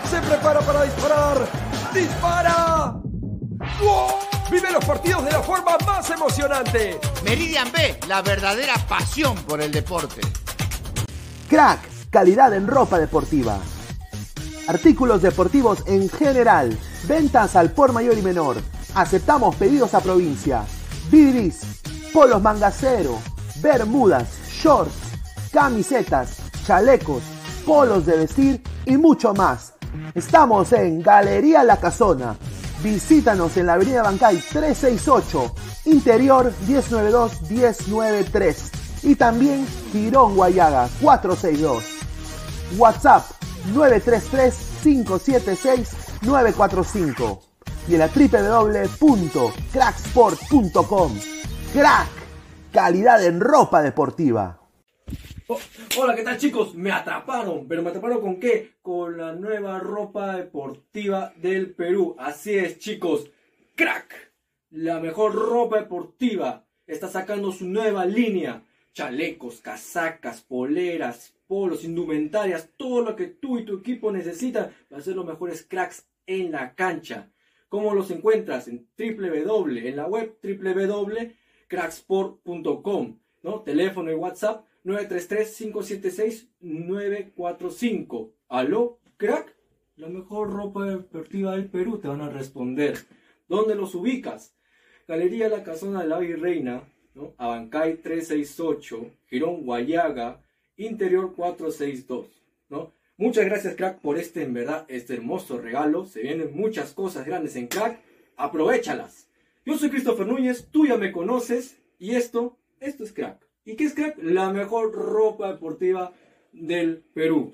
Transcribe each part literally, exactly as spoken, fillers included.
Se prepara para disparar. ¡Dispara! ¡Wow! Vive los partidos de la forma más emocionante. Meridian B, la verdadera pasión por el deporte. Crack, calidad en ropa deportiva. Artículos deportivos en general. Ventas al por mayor y menor. Aceptamos pedidos a provincia. Bidris, polos mangacero, bermudas, shorts, camisetas, chalecos, polos de vestir y mucho más. Estamos en Galería La Casona. Visítanos en la avenida Bancay trescientos sesenta y ocho, interior diez noventa y dos diez noventa y tres y también Girón Guayaga cuatrocientos sesenta y dos. WhatsApp nueve tres tres, cinco siete seis, nueve cuatro cinco y en la doble u doble u doble u punto cracksport punto com. Crack, calidad en ropa deportiva. Oh, hola, ¿qué tal, chicos? Me atraparon, pero ¿me atraparon con qué? Con la nueva ropa deportiva del Perú. Así es, chicos. Crack, la mejor ropa deportiva, está sacando su nueva línea. Chalecos, casacas, poleras, polos, indumentarias, todo lo que tú y tu equipo necesitan para ser los mejores cracks en la cancha. ¿Cómo los encuentras? En doble u doble u doble u, en la web doble u doble u doble u punto cracksport punto com, ¿no? Teléfono y WhatsApp nueve tres tres, cinco siete seis, nueve cuatro cinco. ¿Aló, crack? La mejor ropa deportiva del Perú, te van a responder. ¿Dónde los ubicas? Galería La Casona de la Virreina, ¿no? Abancay trescientos sesenta y ocho, Girón Guayaga, interior cuatrocientos sesenta y dos, ¿no? Muchas gracias, crack, por este, en verdad, este hermoso regalo. Se vienen muchas cosas grandes en Crack. Aprovéchalas. Yo soy Christopher Núñez, tú ya me conoces. Y esto, esto es Crack. ¿Y qué es Crack? La mejor ropa deportiva del Perú.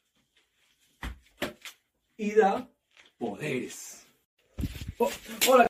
Y da poderes. Oh, hola.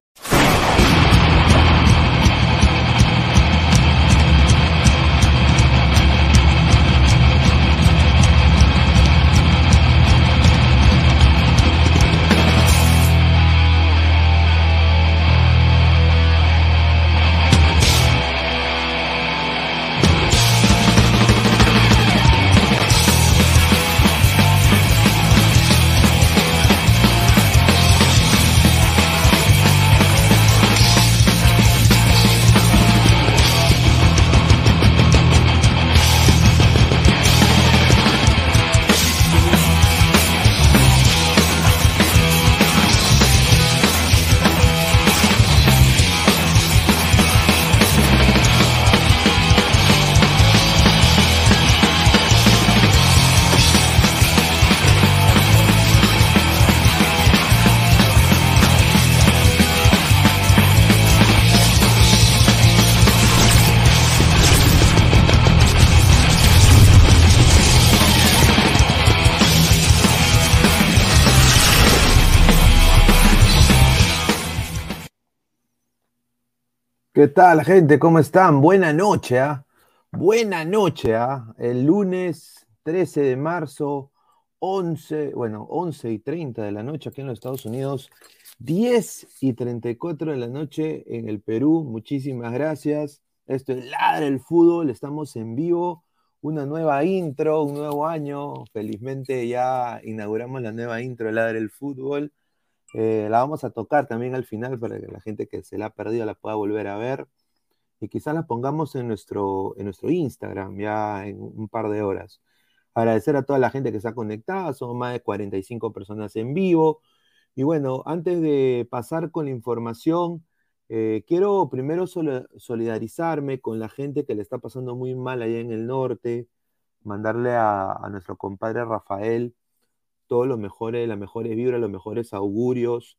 ¿Qué tal, gente? ¿Cómo están? Buena noche, ¿ah? ¿eh? Buena noche, ¿ah? ¿eh? El lunes trece de marzo, once, bueno, once y treinta de la noche aquí en los Estados Unidos, diez y treinta y cuatro de la noche en el Perú. Muchísimas gracias. Esto es Ladra el Fútbol, estamos en vivo, una nueva intro, un nuevo año. Felizmente ya inauguramos la nueva intro de Ladra el Fútbol. Eh, la vamos a tocar también al final para que la gente que se la ha perdido la pueda volver a ver y quizás la pongamos en nuestro, en nuestro Instagram ya en un par de horas. Agradecer a toda la gente que está conectada, son más de cuarenta y cinco personas en vivo. Y bueno, antes de pasar con la información, eh, quiero primero sol- solidarizarme con la gente que le está pasando muy mal allá en el norte, mandarle a, a nuestro compadre Rafael todos los mejores, las mejores vibras, los mejores augurios.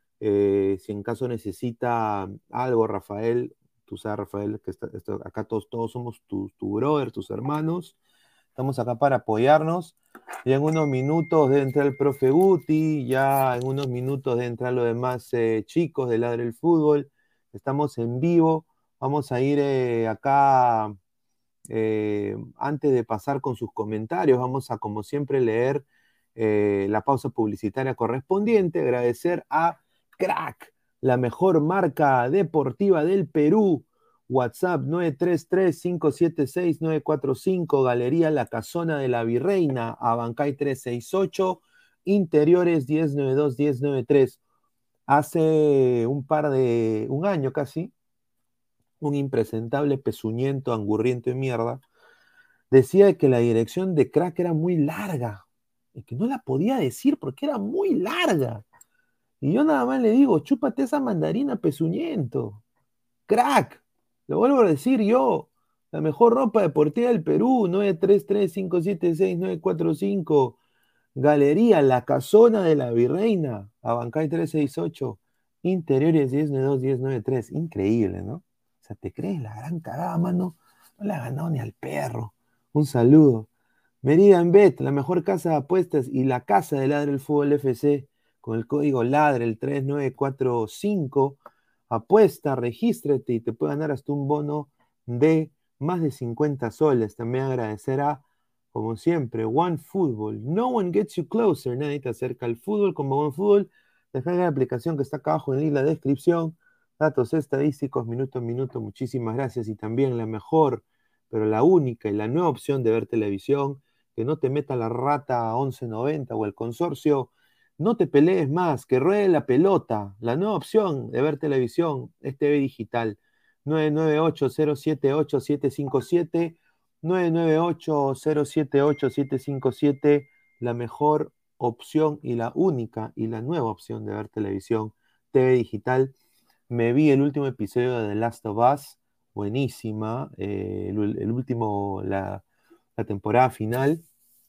Eh, si en caso necesita algo, Rafael, tú sabes, Rafael, que está, está- acá todos, todos somos tus tu brother, tus hermanos. Estamos acá para apoyarnos. Ya en unos minutos de entrar el profe Guti, ya en unos minutos de entrar los demás eh, chicos de Ladre el Fútbol. Estamos en vivo. Vamos a ir eh, acá, eh, antes de pasar con sus comentarios, vamos a, como siempre, leer eh, la pausa publicitaria correspondiente. Agradecer a Crack, la mejor marca deportiva del Perú. WhatsApp nueve tres tres, cinco siete seis, nueve cuatro cinco, Galería La Casona de la Virreina, Abancay trescientos sesenta y ocho, Interiores diez noventa y dos, diez noventa y tres. Hace un par de, un año casi, un impresentable pezuñento, angurriento de mierda, decía que la dirección de Crack era muy larga y que no la podía decir porque era muy larga. Y yo nada más le digo, chúpate esa mandarina, pezuñento. Crack, lo vuelvo a decir yo, la mejor ropa deportiva del Perú, nueve tres tres, cinco siete seis, nueve cuatro cinco, Galería La Casona de la Virreina, Abancay trescientos sesenta y ocho, Interiores diez noventa y dos, diez noventa y tres, increíble, ¿no? O sea, ¿te crees la gran cagada, mano? No le ha ganado ni al perro. Un saludo. Meridian Bet, la mejor casa de apuestas y la casa de Ladre el Fútbol F C, con el código Ladre, el tres nueve cuatro cinco. Apuesta, regístrate y te puede ganar hasta un bono de más de cincuenta soles. También agradecer a, como siempre, OneFootball. No one gets you closer. Nadie te acerca al fútbol como OneFootball. Descarga la aplicación que está acá abajo en la descripción. Datos estadísticos, minuto a minuto. Muchísimas gracias. Y también la mejor, pero la única y la nueva opción de ver televisión, que no te meta la rata a once noventa o el consorcio. No te pelees más, que ruede la pelota. La nueva opción de ver televisión es T V Digital. nueve nueve ocho, cero siete ocho, siete cinco siete. nueve nueve ocho, cero siete ocho, siete cinco siete. La mejor opción y la única y la nueva opción de ver televisión. T V Digital. Me vi el último episodio de The Last of Us. Buenísima. Eh, el, el último, la, la temporada final.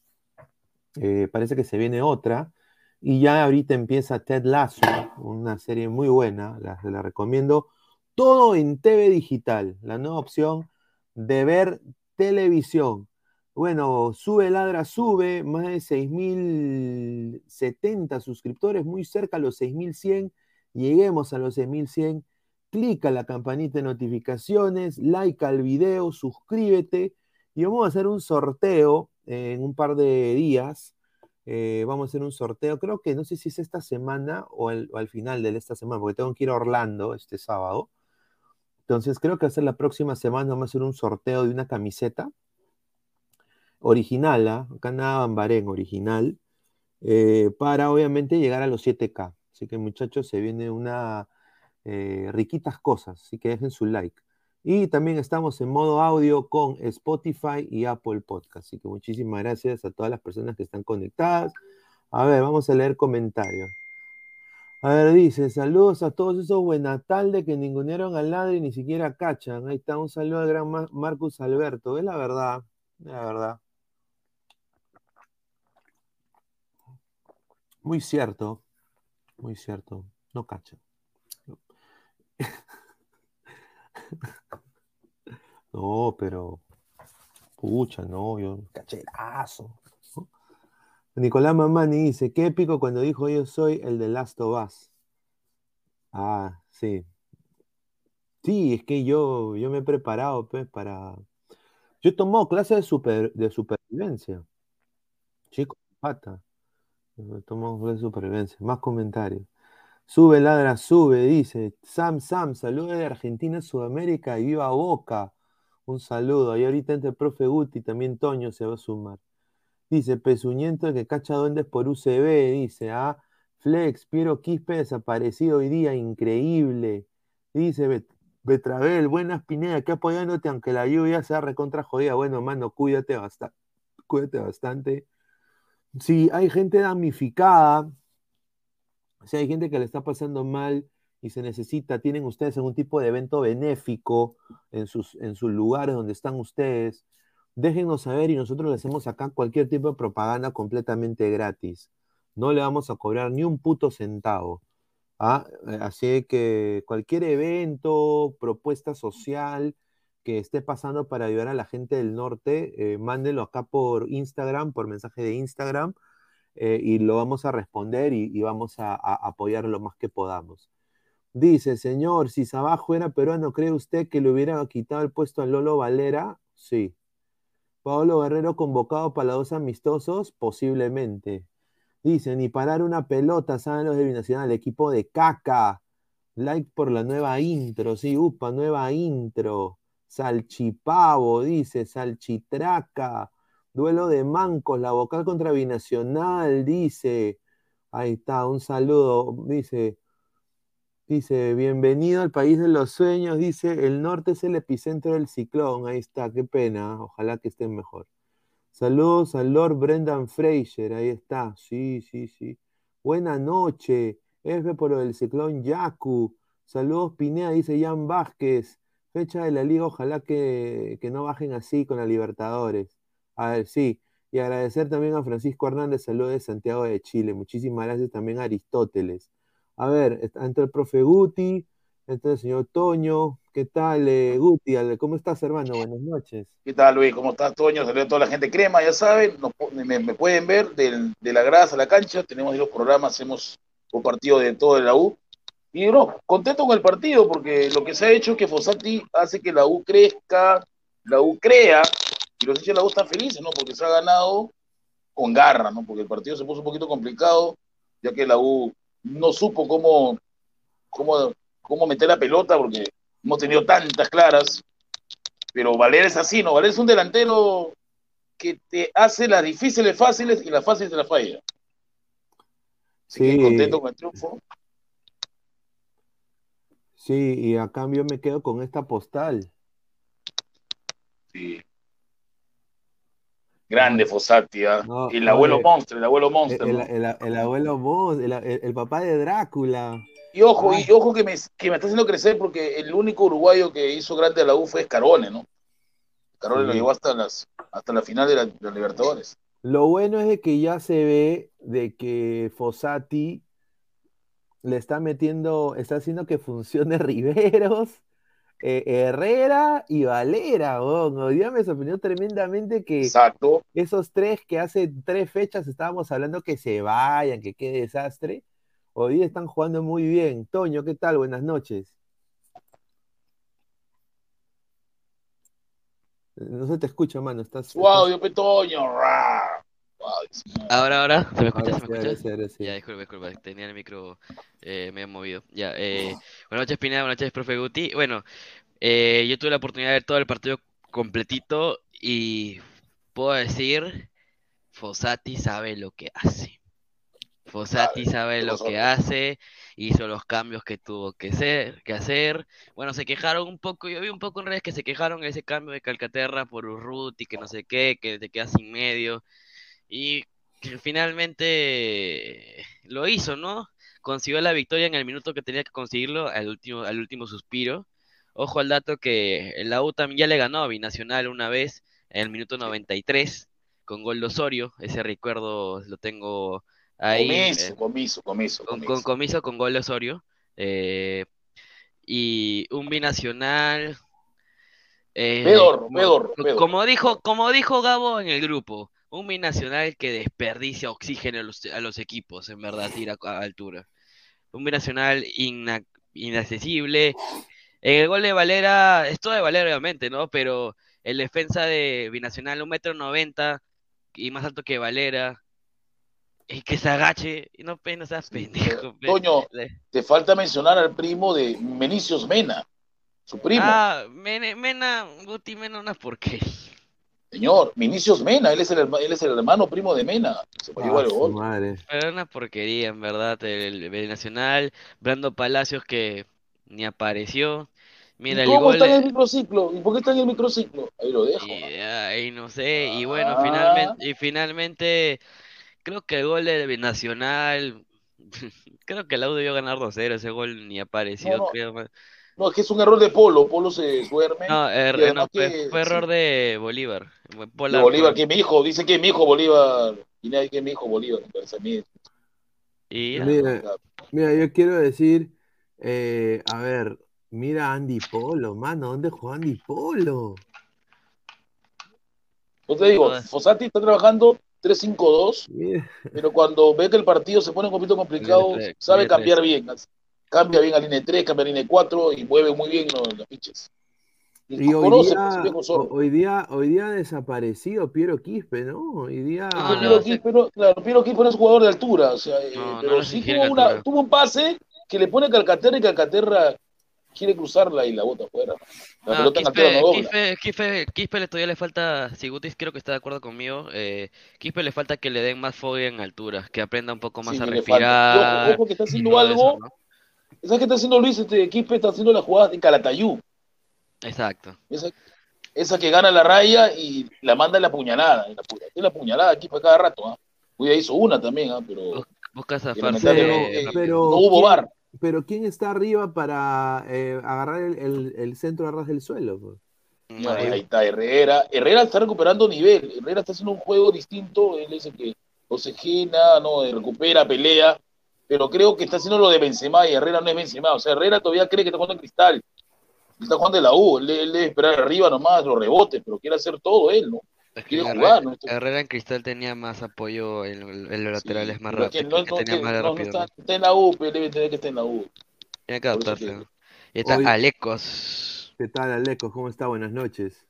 Eh, parece que se viene otra. Y ya ahorita empieza Ted Lasso, una serie muy buena, la, la recomiendo. Todo en T V Digital, la nueva opción de ver televisión. Bueno, sube Ladra, sube, más de seis mil setenta suscriptores, muy cerca a los seis mil cien. Lleguemos a los seis mil cien. Clica la campanita de notificaciones, like al video, suscríbete y vamos a hacer un sorteo en un par de días. Eh, vamos a hacer un sorteo, creo que no sé si es esta semana o, el, o al final de esta semana, porque tengo que ir a Orlando este sábado. Entonces creo que va a ser la próxima semana, vamos a hacer un sorteo de una camiseta original, ¿eh? Acá nada Bambarén, original, eh, para obviamente llegar a los siete K. Así que muchachos, se viene una eh, riquitas cosas, así que dejen su like. Y también estamos en modo audio con Spotify y Apple Podcast. Así que muchísimas gracias a todas las personas que están conectadas. A ver, vamos a leer comentarios. A ver, dice, saludos a todos esos buenatalde que ningunearon al ladri y ni siquiera cachan. Ahí está, un saludo al gran Mar Marcus Alberto. Es la verdad, es la verdad. Muy cierto, muy cierto. No cachan. No, pero, pucha, no, yo, cacherazo. ¿No? Nicolás Mamani dice, qué épico cuando dijo yo soy el de Last of Us. Ah, sí. Sí, es que yo, yo me he preparado, pues, para... Yo he tomado clases de, super, de supervivencia. Chico, pata. Yo tomo clases de supervivencia. Más comentarios. Sube, ladra, sube, dice. Sam, Sam, saludos de Argentina, Sudamérica y viva Boca. Un saludo. Ahí ahorita entre el profe Guti, también Toño se va a sumar. Dice, Pezuñento que cacha duendes por U C B, dice, ah, Flex, Piero Quispe desaparecido hoy día, increíble. Dice, Bet Betravel, buenas Pineda, aquí apoyándote, aunque la lluvia sea recontra jodida. Bueno, mano, cuídate bastante, cuídate bastante. Si hay gente damnificada, si hay gente que le está pasando mal y se necesita, tienen ustedes algún tipo de evento benéfico en sus, en sus lugares donde están ustedes, déjenos saber y nosotros le hacemos acá cualquier tipo de propaganda completamente gratis. No le vamos a cobrar ni un puto centavo. ¿Ah? Así que cualquier evento, propuesta social que esté pasando para ayudar a la gente del norte, eh, mándenlo acá por Instagram, por mensaje de Instagram, eh, y lo vamos a responder y, y vamos a, a apoyar lo más que podamos. Dice, señor, si Sabajo era peruano, ¿cree usted que le hubiera quitado el puesto a Lolo Valera? Sí. Pablo Guerrero convocado para los dos amistosos, posiblemente. Dice, ni parar una pelota, saben los de Binacional, equipo de caca. Like por la nueva intro, sí, upa, nueva intro. Salchipavo, dice, salchitraca. Duelo de mancos, la vocal contra Binacional, dice. Ahí está, un saludo. Dice, dice, bienvenido al país de los sueños. Dice, el norte es el epicentro del ciclón. Ahí está, qué pena. Ojalá que estén mejor. Saludos al Lord Brendan Fraser. Ahí está. Sí, sí, sí. Buena noche. F por lo del ciclón Yaku. Saludos Pineda, dice Jan Vázquez. Fecha de la liga, ojalá que, que no bajen así con la Libertadores. A ver, sí. Y agradecer también a Francisco Hernández, saludos de Santiago de Chile. Muchísimas gracias también a Aristóteles. A ver, está- entra el profe Guti, entra el señor Toño. ¿Qué tal, eh, Guti? Ale- ¿Cómo estás, hermano? Buenas noches. ¿Qué tal, Luis? ¿Cómo estás, Toño? Saludos a toda la gente crema, ya saben, nos pu- me, me pueden ver del- de la grasa a la cancha, tenemos ahí los programas, hacemos un partido de todo de la U. Y no, contento con el partido, porque lo que se ha hecho es que Fossati hace que la U crezca, la U crea, y los hinchas de la U están felices, ¿no? Porque se ha ganado con garra, ¿no? Porque el partido se puso un poquito complicado, ya que la U no supo cómo, cómo, cómo meter la pelota, porque hemos tenido tantas claras, pero Valer es así, ¿no? Valer es un delantero que te hace las difíciles fáciles y las fáciles te las falla. Así que Sí, contento con el triunfo. sí, y a cambio me quedo con esta postal. Sí. No, Grande Fossati, ¿ah? no, El abuelo oye, monstruo, el abuelo monster, el, ¿no? el- el abuelo Boss, el, el- el papá de Drácula. Y ojo, Ah, y ojo que me, que me está haciendo crecer porque el único uruguayo que hizo grande a la U fue Scarone, ¿no? Scarone lo sí. llevó hasta las hasta la final de la, de la Libertadores. Lo bueno es de que ya se ve de que Fossati le está metiendo, está haciendo que funcione Riveros, eh, Herrera y Valera. weón. Hoy día me sorprendió tremendamente que Exacto. esos tres que hace tres fechas estábamos hablando que se vayan, que qué desastre. Hoy día están jugando muy bien. Toño, ¿qué tal? Buenas noches. No se te escucha, mano. Estás, Wow, estás. yo Petoño. Wow, Dios mío. Ahora, ahora, ¿se me escucha? Ahora ¿Se me sí, ahora escucha? sí, ahora Ya, sí. disculpa, disculpa, tenía el micro eh, medio movido. Ya, eh, buenas noches, Pineda, buenas noches, profe Guti. Bueno, eh, yo tuve la oportunidad de ver todo el partido completito y puedo decir, Fossati sabe lo que hace. Fossati Sabe, sabe qué lo cosa. que hace, hizo los cambios que tuvo que hacer, que hacer. Bueno, se quejaron un poco, yo vi un poco en redes que se quejaron de ese cambio de Calcaterra por Urruti, que no sé qué, que te quedas sin medio. Y que finalmente lo hizo, ¿no? Consiguió la victoria en el minuto que tenía que conseguirlo, al último, al último suspiro. Ojo al dato que el la U también ya le ganó a Binacional una vez, en el minuto Sí. noventa y tres, con gol de Osorio. Ese recuerdo lo tengo ahí, Comiso, eh, comiso, comiso, con, con comiso. comiso con gol de Osorio. eh, y un Binacional, eh, Pedorro, como, pedorro, co- pedorro. como dijo, como dijo Gabo en el grupo, un binacional que desperdicia oxígeno a los, a los equipos, en verdad, ir a, a altura. Un binacional ina- inaccesible. En el gol de Valera, es todo de Valera obviamente, ¿no? Pero el defensa de binacional, un metro noventa y más alto que Valera, y que se agache, y no, pe, no seas Sí, pero, pendejo, pe. Toño, Le- te falta mencionar al primo de Menicios Mena, su primo. Ah, Mena, Mena, Guti Mena, una porquería. Señor, Vinicius Mena, él es el, herma- él es el hermano primo de Mena. Se fue Ah, igual el su gol. madre. Pero una porquería, en verdad, el, el Nacional, Brando Palacios que ni apareció. ¿Y Mira el cómo gol, está en el eh, microciclo? ¿Y por qué está en el microciclo? Ahí lo dejo. y, ah, y no sé, y bueno, Ah, finalmente, y finalmente, creo que el gol del Nacional, creo que el Audio debió ganar dos cero, ese gol ni no, apareció, no, creo. man. no, es que es un error de Polo. Polo se duerme No, y er- eh, además no, fue, que, fue sí, error de Bolívar. de Pola, Bolívar, Pola. que es mi hijo, dice que es mi hijo Bolívar. Y nadie que es mi hijo Bolívar, me parece a mí. Y ya, ¿no? Mira, mira, yo quiero decir, eh, a ver, mira a Andy Polo, mano, ¿dónde juega Andy Polo? Yo te digo, Todas- Fossati está trabajando tres cinco dos, Mira, pero cuando ve que el partido se pone un poquito Línea complicado, tres, sabe línea tres. cambiar bien. Cambia bien a línea tres, cambia a línea cuatro y mueve muy bien los, los pitches. Y y hoy conoce, pues, el día, viejo ho- zorro. hoy día, hoy día ha desaparecido Piero Quispe, ¿no? Hoy Es No, que día, Piero no, se- Quispe no, claro, Piero Quispe no es jugador de altura, o sea, eh, no, no pero lo sí exigieron tuvo, una, altura. tuvo un pase que le pone Calcaterra y Calcaterra quiere cruzarla y la bota afuera. La No, pelota en altera no Quispe, dobla. Quispe, Quispe, Quispe todavía le falta, si Gutis creo que está de acuerdo conmigo, eh, Quispe le falta que le den más fobia en altura, que aprenda un poco más Sí, a le falta. Y ojo, respirar ojo que está y haciendo todo eso, algo. ¿no? ¿Sabes qué está haciendo Luis? Este equipo está haciendo la jugada en Calatayud. Exacto. Esa, esa que gana la raya y la manda en la puñalada. En la, pu- en la puñalada aquí para cada rato. ¿ah? Hoy ya hizo una también, ¿ah? pero, Bus- Busca pero zafarse Pero, lamentablemente rápido. pero, no hubo ¿quién, VAR. pero ¿quién está arriba para eh, agarrar el, el- el centro a ras del suelo? Pues? Ya, Nadie. ahí está Herrera. Herrera está recuperando nivel. Herrera está haciendo un juego distinto. Él dice que oxigena, no, recupera, pelea. Pero creo que está haciendo lo de Benzema y Herrera no es Benzema. O sea, Herrera todavía cree que está jugando en Cristal. Él está jugando en la U. Él, él debe esperar arriba nomás los rebotes, pero quiere hacer todo él, ¿no? Es que Quiere Herrera, jugar, ¿no? Esto- Herrera en Cristal tenía más apoyo en, en los sí, laterales más pero es que rápido, no, que no, tenía que más no, no rápido, está, ¿no? está en la U, pero debe tener que estar en la U. Tiene que Por eso adaptarse, que ¿no? Y está Hoy, Alecos. ¿qué tal, Aleco? ¿Cómo está? Buenas noches.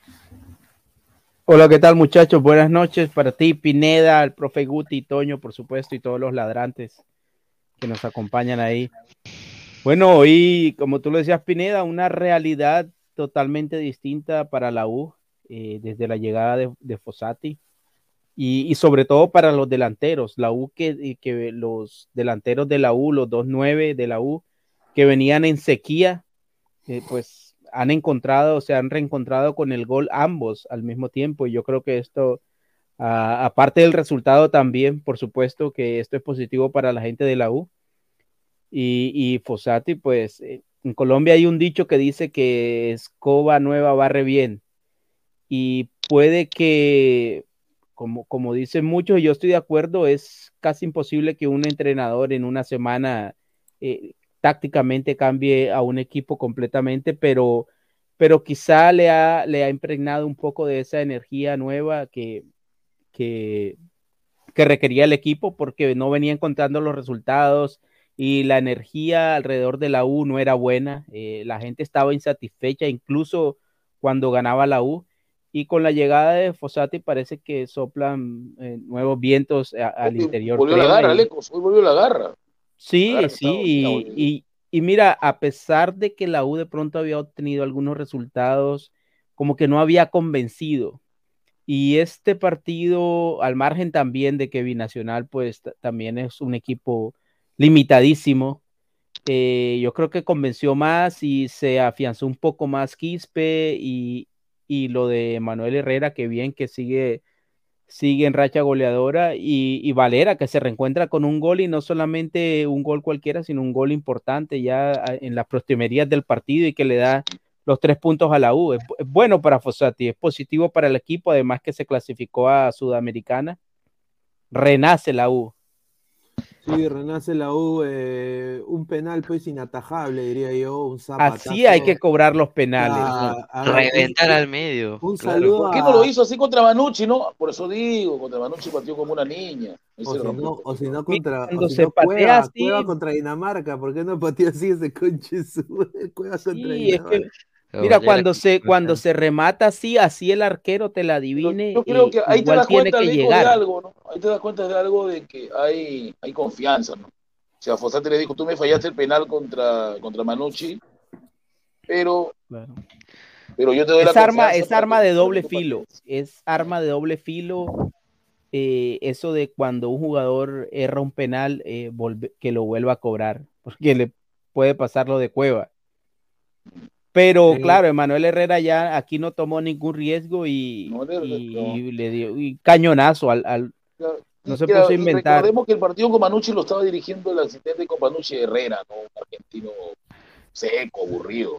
Hola, ¿qué tal, muchachos? Buenas noches para ti, Pineda, el profe Guti, Toño, por supuesto, y todos los ladrantes que nos acompañan ahí. Bueno, hoy, como tú lo decías, Pineda, una realidad totalmente distinta para la U, eh, desde la llegada de, de Fossati, y, y sobre todo para los delanteros. La U que, que los delanteros de la U, los dos nueve de la U, que venían en sequía, eh, pues han encontrado, se han reencontrado con el gol ambos al mismo tiempo, y yo creo que esto, uh, aparte del resultado también, por supuesto que esto es positivo para la gente de la U. Y, y Fossati, pues eh, en Colombia hay un dicho que dice que escoba nueva barre bien, y puede que, como, como dicen muchos, y yo estoy de acuerdo, es casi imposible que un entrenador en una semana eh, tácticamente cambie a un equipo completamente, pero, pero quizá le ha, le ha impregnado un poco de esa energía nueva que, que, que requería el equipo, porque no venía encontrando los resultados y la energía alrededor de la U no era buena. Eh, la gente estaba insatisfecha incluso cuando ganaba la U, y con la llegada de Fossati parece que soplan eh, nuevos vientos a, al Hoy interior volvió la Crema. garra, Y Lecos. Hoy volvió la garra. La sí, garra que estaba dormida, sí, volvió. y, y, y mira, a pesar de que la U de pronto había obtenido algunos resultados, como que no había convencido. Y este partido, al margen también de que Binacional, pues también es un equipo limitadísimo, eh, yo creo que convenció más y se afianzó un poco más Quispe, y, y lo de Manuel Herrera, que bien que sigue, sigue en racha goleadora, y, y Valera, que se reencuentra con un gol, y no solamente un gol cualquiera, sino un gol importante ya en las postrimerías del partido, y que le da los tres puntos a la U. Es, es bueno para Fossati, es positivo para el equipo, además que se clasificó a Sudamericana. Renace la U. Sí, renace la U, eh, un penal pues inatajable, diría yo, un zapatazo. Así hay que cobrar los penales. Ah, a ver, Reventar un, al medio. un Claro. saludo ¿Por qué a... no lo hizo así contra Manucci, no? Por eso digo, contra Manucci partió como una niña. Ahí O se si rompió no, el o si no corazón. contra, Cuando o si se no patea Cueva, así. Cueva contra Dinamarca, ¿por qué no pateó así ese conche su Cueva contra Sí, es Dinamarca? que, mira, cuando se, cuando se remata así, así el arquero te la Pero adivine, yo creo eh, que ahí te igual das tiene cuenta, que Lecos, de llegar. algo, ¿no? Ahí te das cuenta de algo de que hay, hay confianza, ¿no? O sea, Fossati le dijo, tú me fallaste el penal contra, contra Manucci, pero, Claro. pero yo te doy Es la arma, confianza. es para arma que- de para doble que tú filo, patees. es arma de doble filo, eh, eso de cuando un jugador erra un penal, eh, volve- que lo vuelva a cobrar, porque le puede pasar lo de Cueva. Pero Eh, claro, Emanuel Herrera ya aquí no tomó ningún riesgo, y, No, le- y- no. y le dio y cañonazo al, al- no se Mira, puso a inventar. recordemos que el partido con Manucci lo estaba dirigiendo el asistente con Manucci Herrera, ¿no? Un argentino seco, aburrido.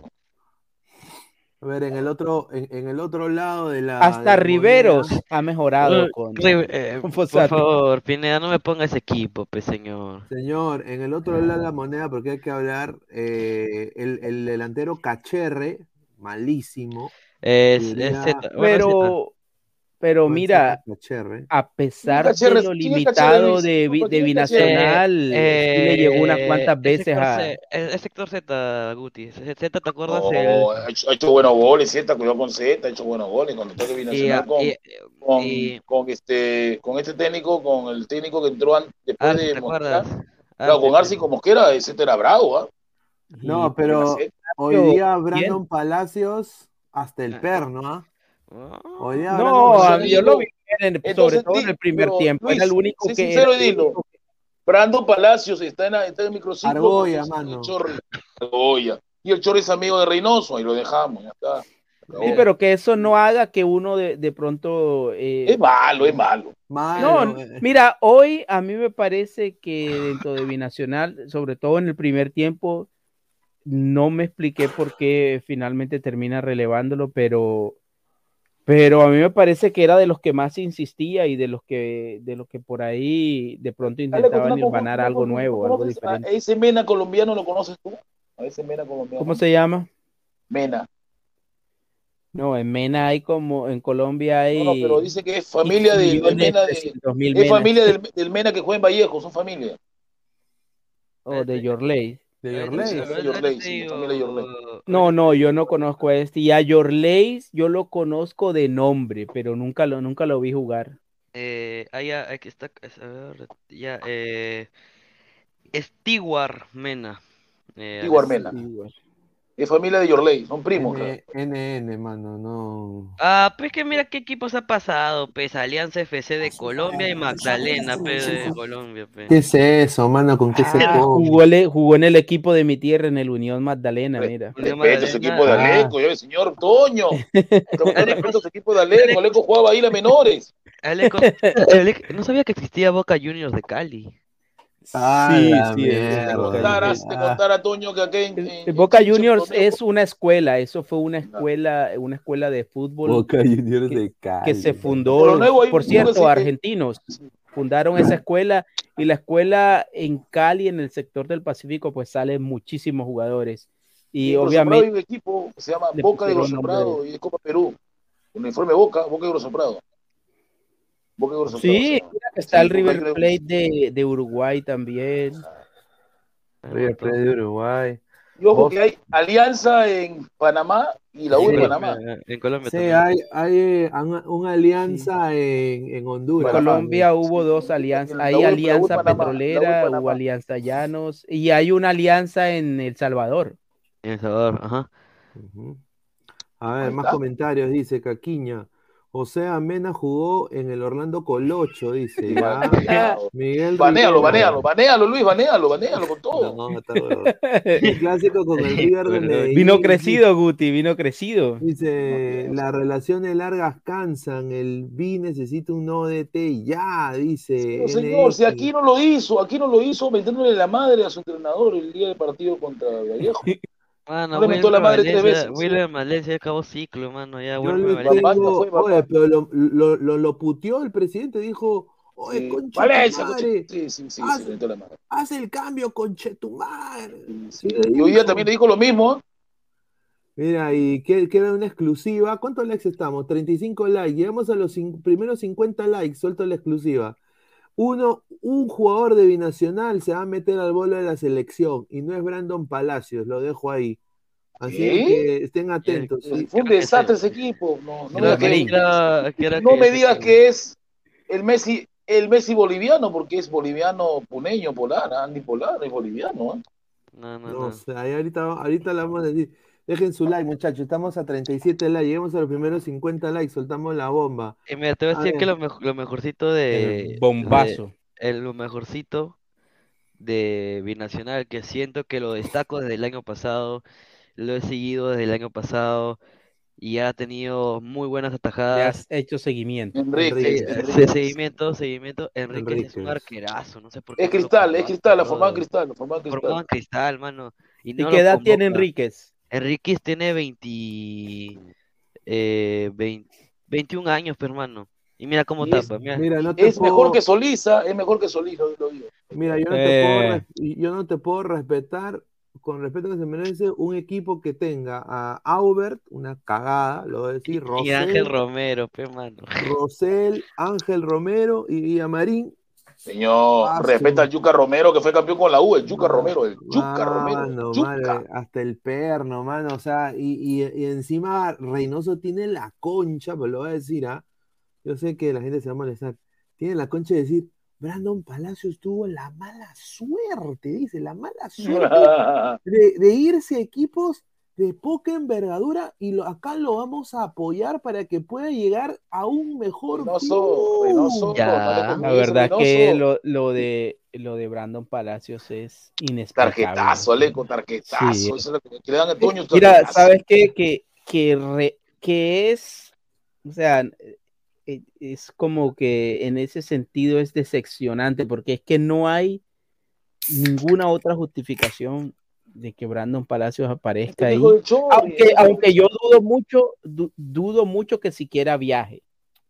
a ver, en el otro, en, en el otro lado de la, Hasta de la Riveros moneda, ha mejorado Uh, con, River- eh, con por Fossati. favor, Pineda, no me ponga ese equipo, pues, señor. señor, en el otro lado de la moneda, porque hay que hablar, eh, el, el delantero Cacherre, malísimo, Es, es diría Z, bueno, es Z. Pero, pero Juan mira, César Cacherre. a ¿Quién pesar es Cacherre? de lo ¿Quién es Cacherre, limitado Luis? de, Disculpa, de ¿quién es Cacherre? Binacional, Eh, sí le llegó unas eh, cuantas es veces sector a... C, es, es sector Z, Guti. Es Z, ¿te acuerdas? El, No, ha hecho, ha hecho buenos goles, Z, cuidado con Z, ha hecho buenos goles cuando toque y, Binacional con, y, con, y con este con este técnico, con el técnico que entró an- después Arce, de ¿te Mosquera. acuerdas? Claro, Arce, con Arce y con Mosquera, Z era bravo, ¿ah? No, pero hoy día Brandon Palacios hasta el Ah. perno, ¿ah? Oh. Hoy día No, Brandon a mí yo lo vi bien, en- sobre Entonces, todo en di- el primer pero, tiempo. Luis, Era el único sé que sincero era y el dilo. único que- Brandon Palacios está en, está en microciclo. Argolla, porque es mano. el Chorri. Argolla. Y el Chorri es amigo de Reynoso, y lo dejamos, ya está. Acabó. Sí, pero que eso no haga que uno de, de pronto eh, Es malo, es malo. Malo, No, eh. mira, hoy a mí me parece que dentro de Binacional, sobre todo en el primer tiempo, no me expliqué por qué finalmente termina relevándolo, pero, pero a mí me parece que era de los que más insistía y de los que, de los que por ahí de pronto intentaban ganar algo nuevo, algo A diferente. ese Mena colombiano lo conoces tú. A ese Mena colombiano. ¿Cómo se llama? Mena. No, en Mena hay como, en Colombia hay No, no, pero dice que es familia de, del Mena de, trescientos mil es Menas. familia del, del Mena que juega en Vallejo, son familia. O de Yorley. De Ahorita- Yorley. Sí, ahorita de Yorley, te sí, digo, familia Yorley. No, no, yo no conozco a este. Y a Yorley yo lo conozco de nombre, pero nunca lo, nunca lo vi jugar. Eh, ah, ya, aquí está, es- a ver, ya, eh, Stewart Mena. Eh, Stewart Alex- Mena. Sí, igual. Es familia de Yorley, son primos. claro. N N, mano, no. Ah, pues que mira qué equipos ha pasado, pues Alianza F C de Colombia y Magdalena, pues de Colombia, pues. ¿Qué es eso, mano? ¿Con qué se Ah, come? jugó, le- jugó en el equipo de mi tierra, en el Unión Magdalena, mira. Unión Respeto a ese Magdalena. equipo de Ah. Aleco, yo, el señor Toño. Respeto a ese equipo de Aleco. Aleco jugaba ahí las menores. Aleco- Alec- no sabía que existía Boca Juniors de Cali. Ah, Sí, la sí, el- Te el- contara, el- te contara Toño que aquí en, el- en- el Boca en Chincha, Juniors torneo, es una escuela, eso fue una escuela, una escuela de fútbol Boca Juniors que- de Cali. que se Por fundó, lo nuevo hay por un club que cierto, se- argentinos fundaron esa escuela y la escuela en Cali, en el sector del Pacífico, pues salen muchísimos jugadores y en Grosso Prado hay obviamente un equipo que se llama le Boca de pusieron Grosso nombre Prado y es Copa Perú. Uniforme Boca, Boca de Grosso Prado. Boca de Grosso Prado. sí, se llama. mira que está Sí, el porque River creo- Plate de, de Uruguay también. River Plate de Uruguay. Y ojo Vos- que hay alianza en Panamá y la U En de Sí. Panamá. Colombia, en Colombia Sí, también. hay, hay eh, una, una alianza en, en En Honduras. Colombia hubo Sí, dos sí, alianzas, la hay U- la U de alianza Panamá, la U de petrolera, hubo Panamá. alianza Llanos y hay una alianza en El Salvador. En El Salvador, ajá. Ujú. A ver, Ahí más está. comentarios, dice Caquiña. José Amena jugó en el Orlando Colocho, dice. Ya. Banealo, Miguel banealo, Rivera. banealo, banealo, Luis, banealo, banealo con todo. No, está bueno. El clásico con el River de Perdón. Medellín. Vino crecido, Guti, vino crecido. Dice, las relaciones largas cansan, el B necesita un nuevo D T ya, dice. Pero señor, si N X. aquí no lo hizo, aquí no lo hizo metiéndole la madre a su entrenador el día del partido contra Vallejo. Mano, No le mentó la Wilmer madre tres Valencia, veces. Wilmer Valencia acabó ciclo, mano, ya, Yo Wilmer le Valencia. Papá, tengo, fue, papá. oye, pero lo, lo, lo, lo puteó el presidente, dijo, oye, Sí, concha tu Valencia, madre, sí, sí, sí, haz, sí, le mentó la madre. haz el cambio, concha tu madre. Sí, Sí, sí. le Y hoy día dijo. también le dijo lo mismo. ¿eh? Mira, y que- queda una exclusiva. ¿Cuántos likes estamos? treinta y cinco likes. Llegamos a los cin- primeros cincuenta likes. Suelto la exclusiva. Uno, un jugador de Binacional se va a meter al bolo de la selección y no es Brandon Palacios, lo dejo ahí. Así ¿Qué? que estén atentos. Pero ¿sí? Fue un creo que desastre sí. ese equipo. No, no, Creo me que, digas que, creo- creo no que me ese digas que- que es el Messi, el Messi boliviano, porque es boliviano puneño, polar, Andy Polar, es boliviano. ¿eh? No, no, No, no. o sea, ahí ahorita, ahorita le vamos a decir. Dejen su like, muchachos. Estamos a treinta y siete likes. Lleguemos a los primeros cincuenta likes. Soltamos la bomba. Y mira, te voy a A decir que ver. lo, mej- lo mejorcito de, El bombazo. de- el- lo mejorcito de Binacional, que siento que lo destaco desde el año pasado, lo he seguido desde el año pasado y ha tenido muy buenas Le atajadas. has hecho seguimiento. Enrique, Sí, Enrique. eh, seguimiento, seguimiento. Enríquez es un Enríquez. arquerazo, no sé por qué. Es no lo cristal, es convocan, cristal, la bro. formada en cristal, la formada en Formado cristal. en cristal, mano. Y ¿Y no qué lo edad tiene convoca. Enríquez? Enríquez tiene veinte, eh, veinte, veintiún años, pero hermano. Y mira cómo Y es- tapa, mira. Mira, no te Es mejor puedo, que Solisa, es mejor que Solisa, lo digo. mira, yo no te puedo, Eh. res- yo no te puedo respetar con respeto que se merece un equipo que tenga a Aubert, una cagada, lo voy a decir, Y Ángel Rosell, Romero, pe, mano. Rosell, Ángel Romero y Villamarín. Señor, Ah, respeta sí. al Yuca Romero que fue campeón con la U, el Yuca Romero, el Yuca Romero, el Mano, Yuca. mano, hasta el perno, mano, o sea, y, y, y encima Reynoso tiene la concha, pues lo voy a decir, ¿ah? Yo sé que la gente se va a molestar, tiene la concha de decir, Brandon Palacios tuvo la mala suerte, dice, la mala suerte de, de irse a equipos de poca envergadura y lo, acá lo vamos a apoyar para que pueda llegar a un mejor Reynoso, Reynoso, Ya. dale La conmigo, verdad Reynoso. que lo, lo de lo de Brandon Palacios es inexplicable. Tarjetazo, Aleco, tarjetazo. Sí. Eso es lo que, que le dan a Toño. Mira, tarjetazo. ¿sabes qué? Que, que, re- que es, o sea, eh, es como que en ese sentido es decepcionante porque es que no hay ninguna otra justificación de que Brandon Palacios aparezca ahí. Hijo del Chori, Aunque, ¿no? aunque yo dudo mucho, du- dudo mucho que siquiera viaje.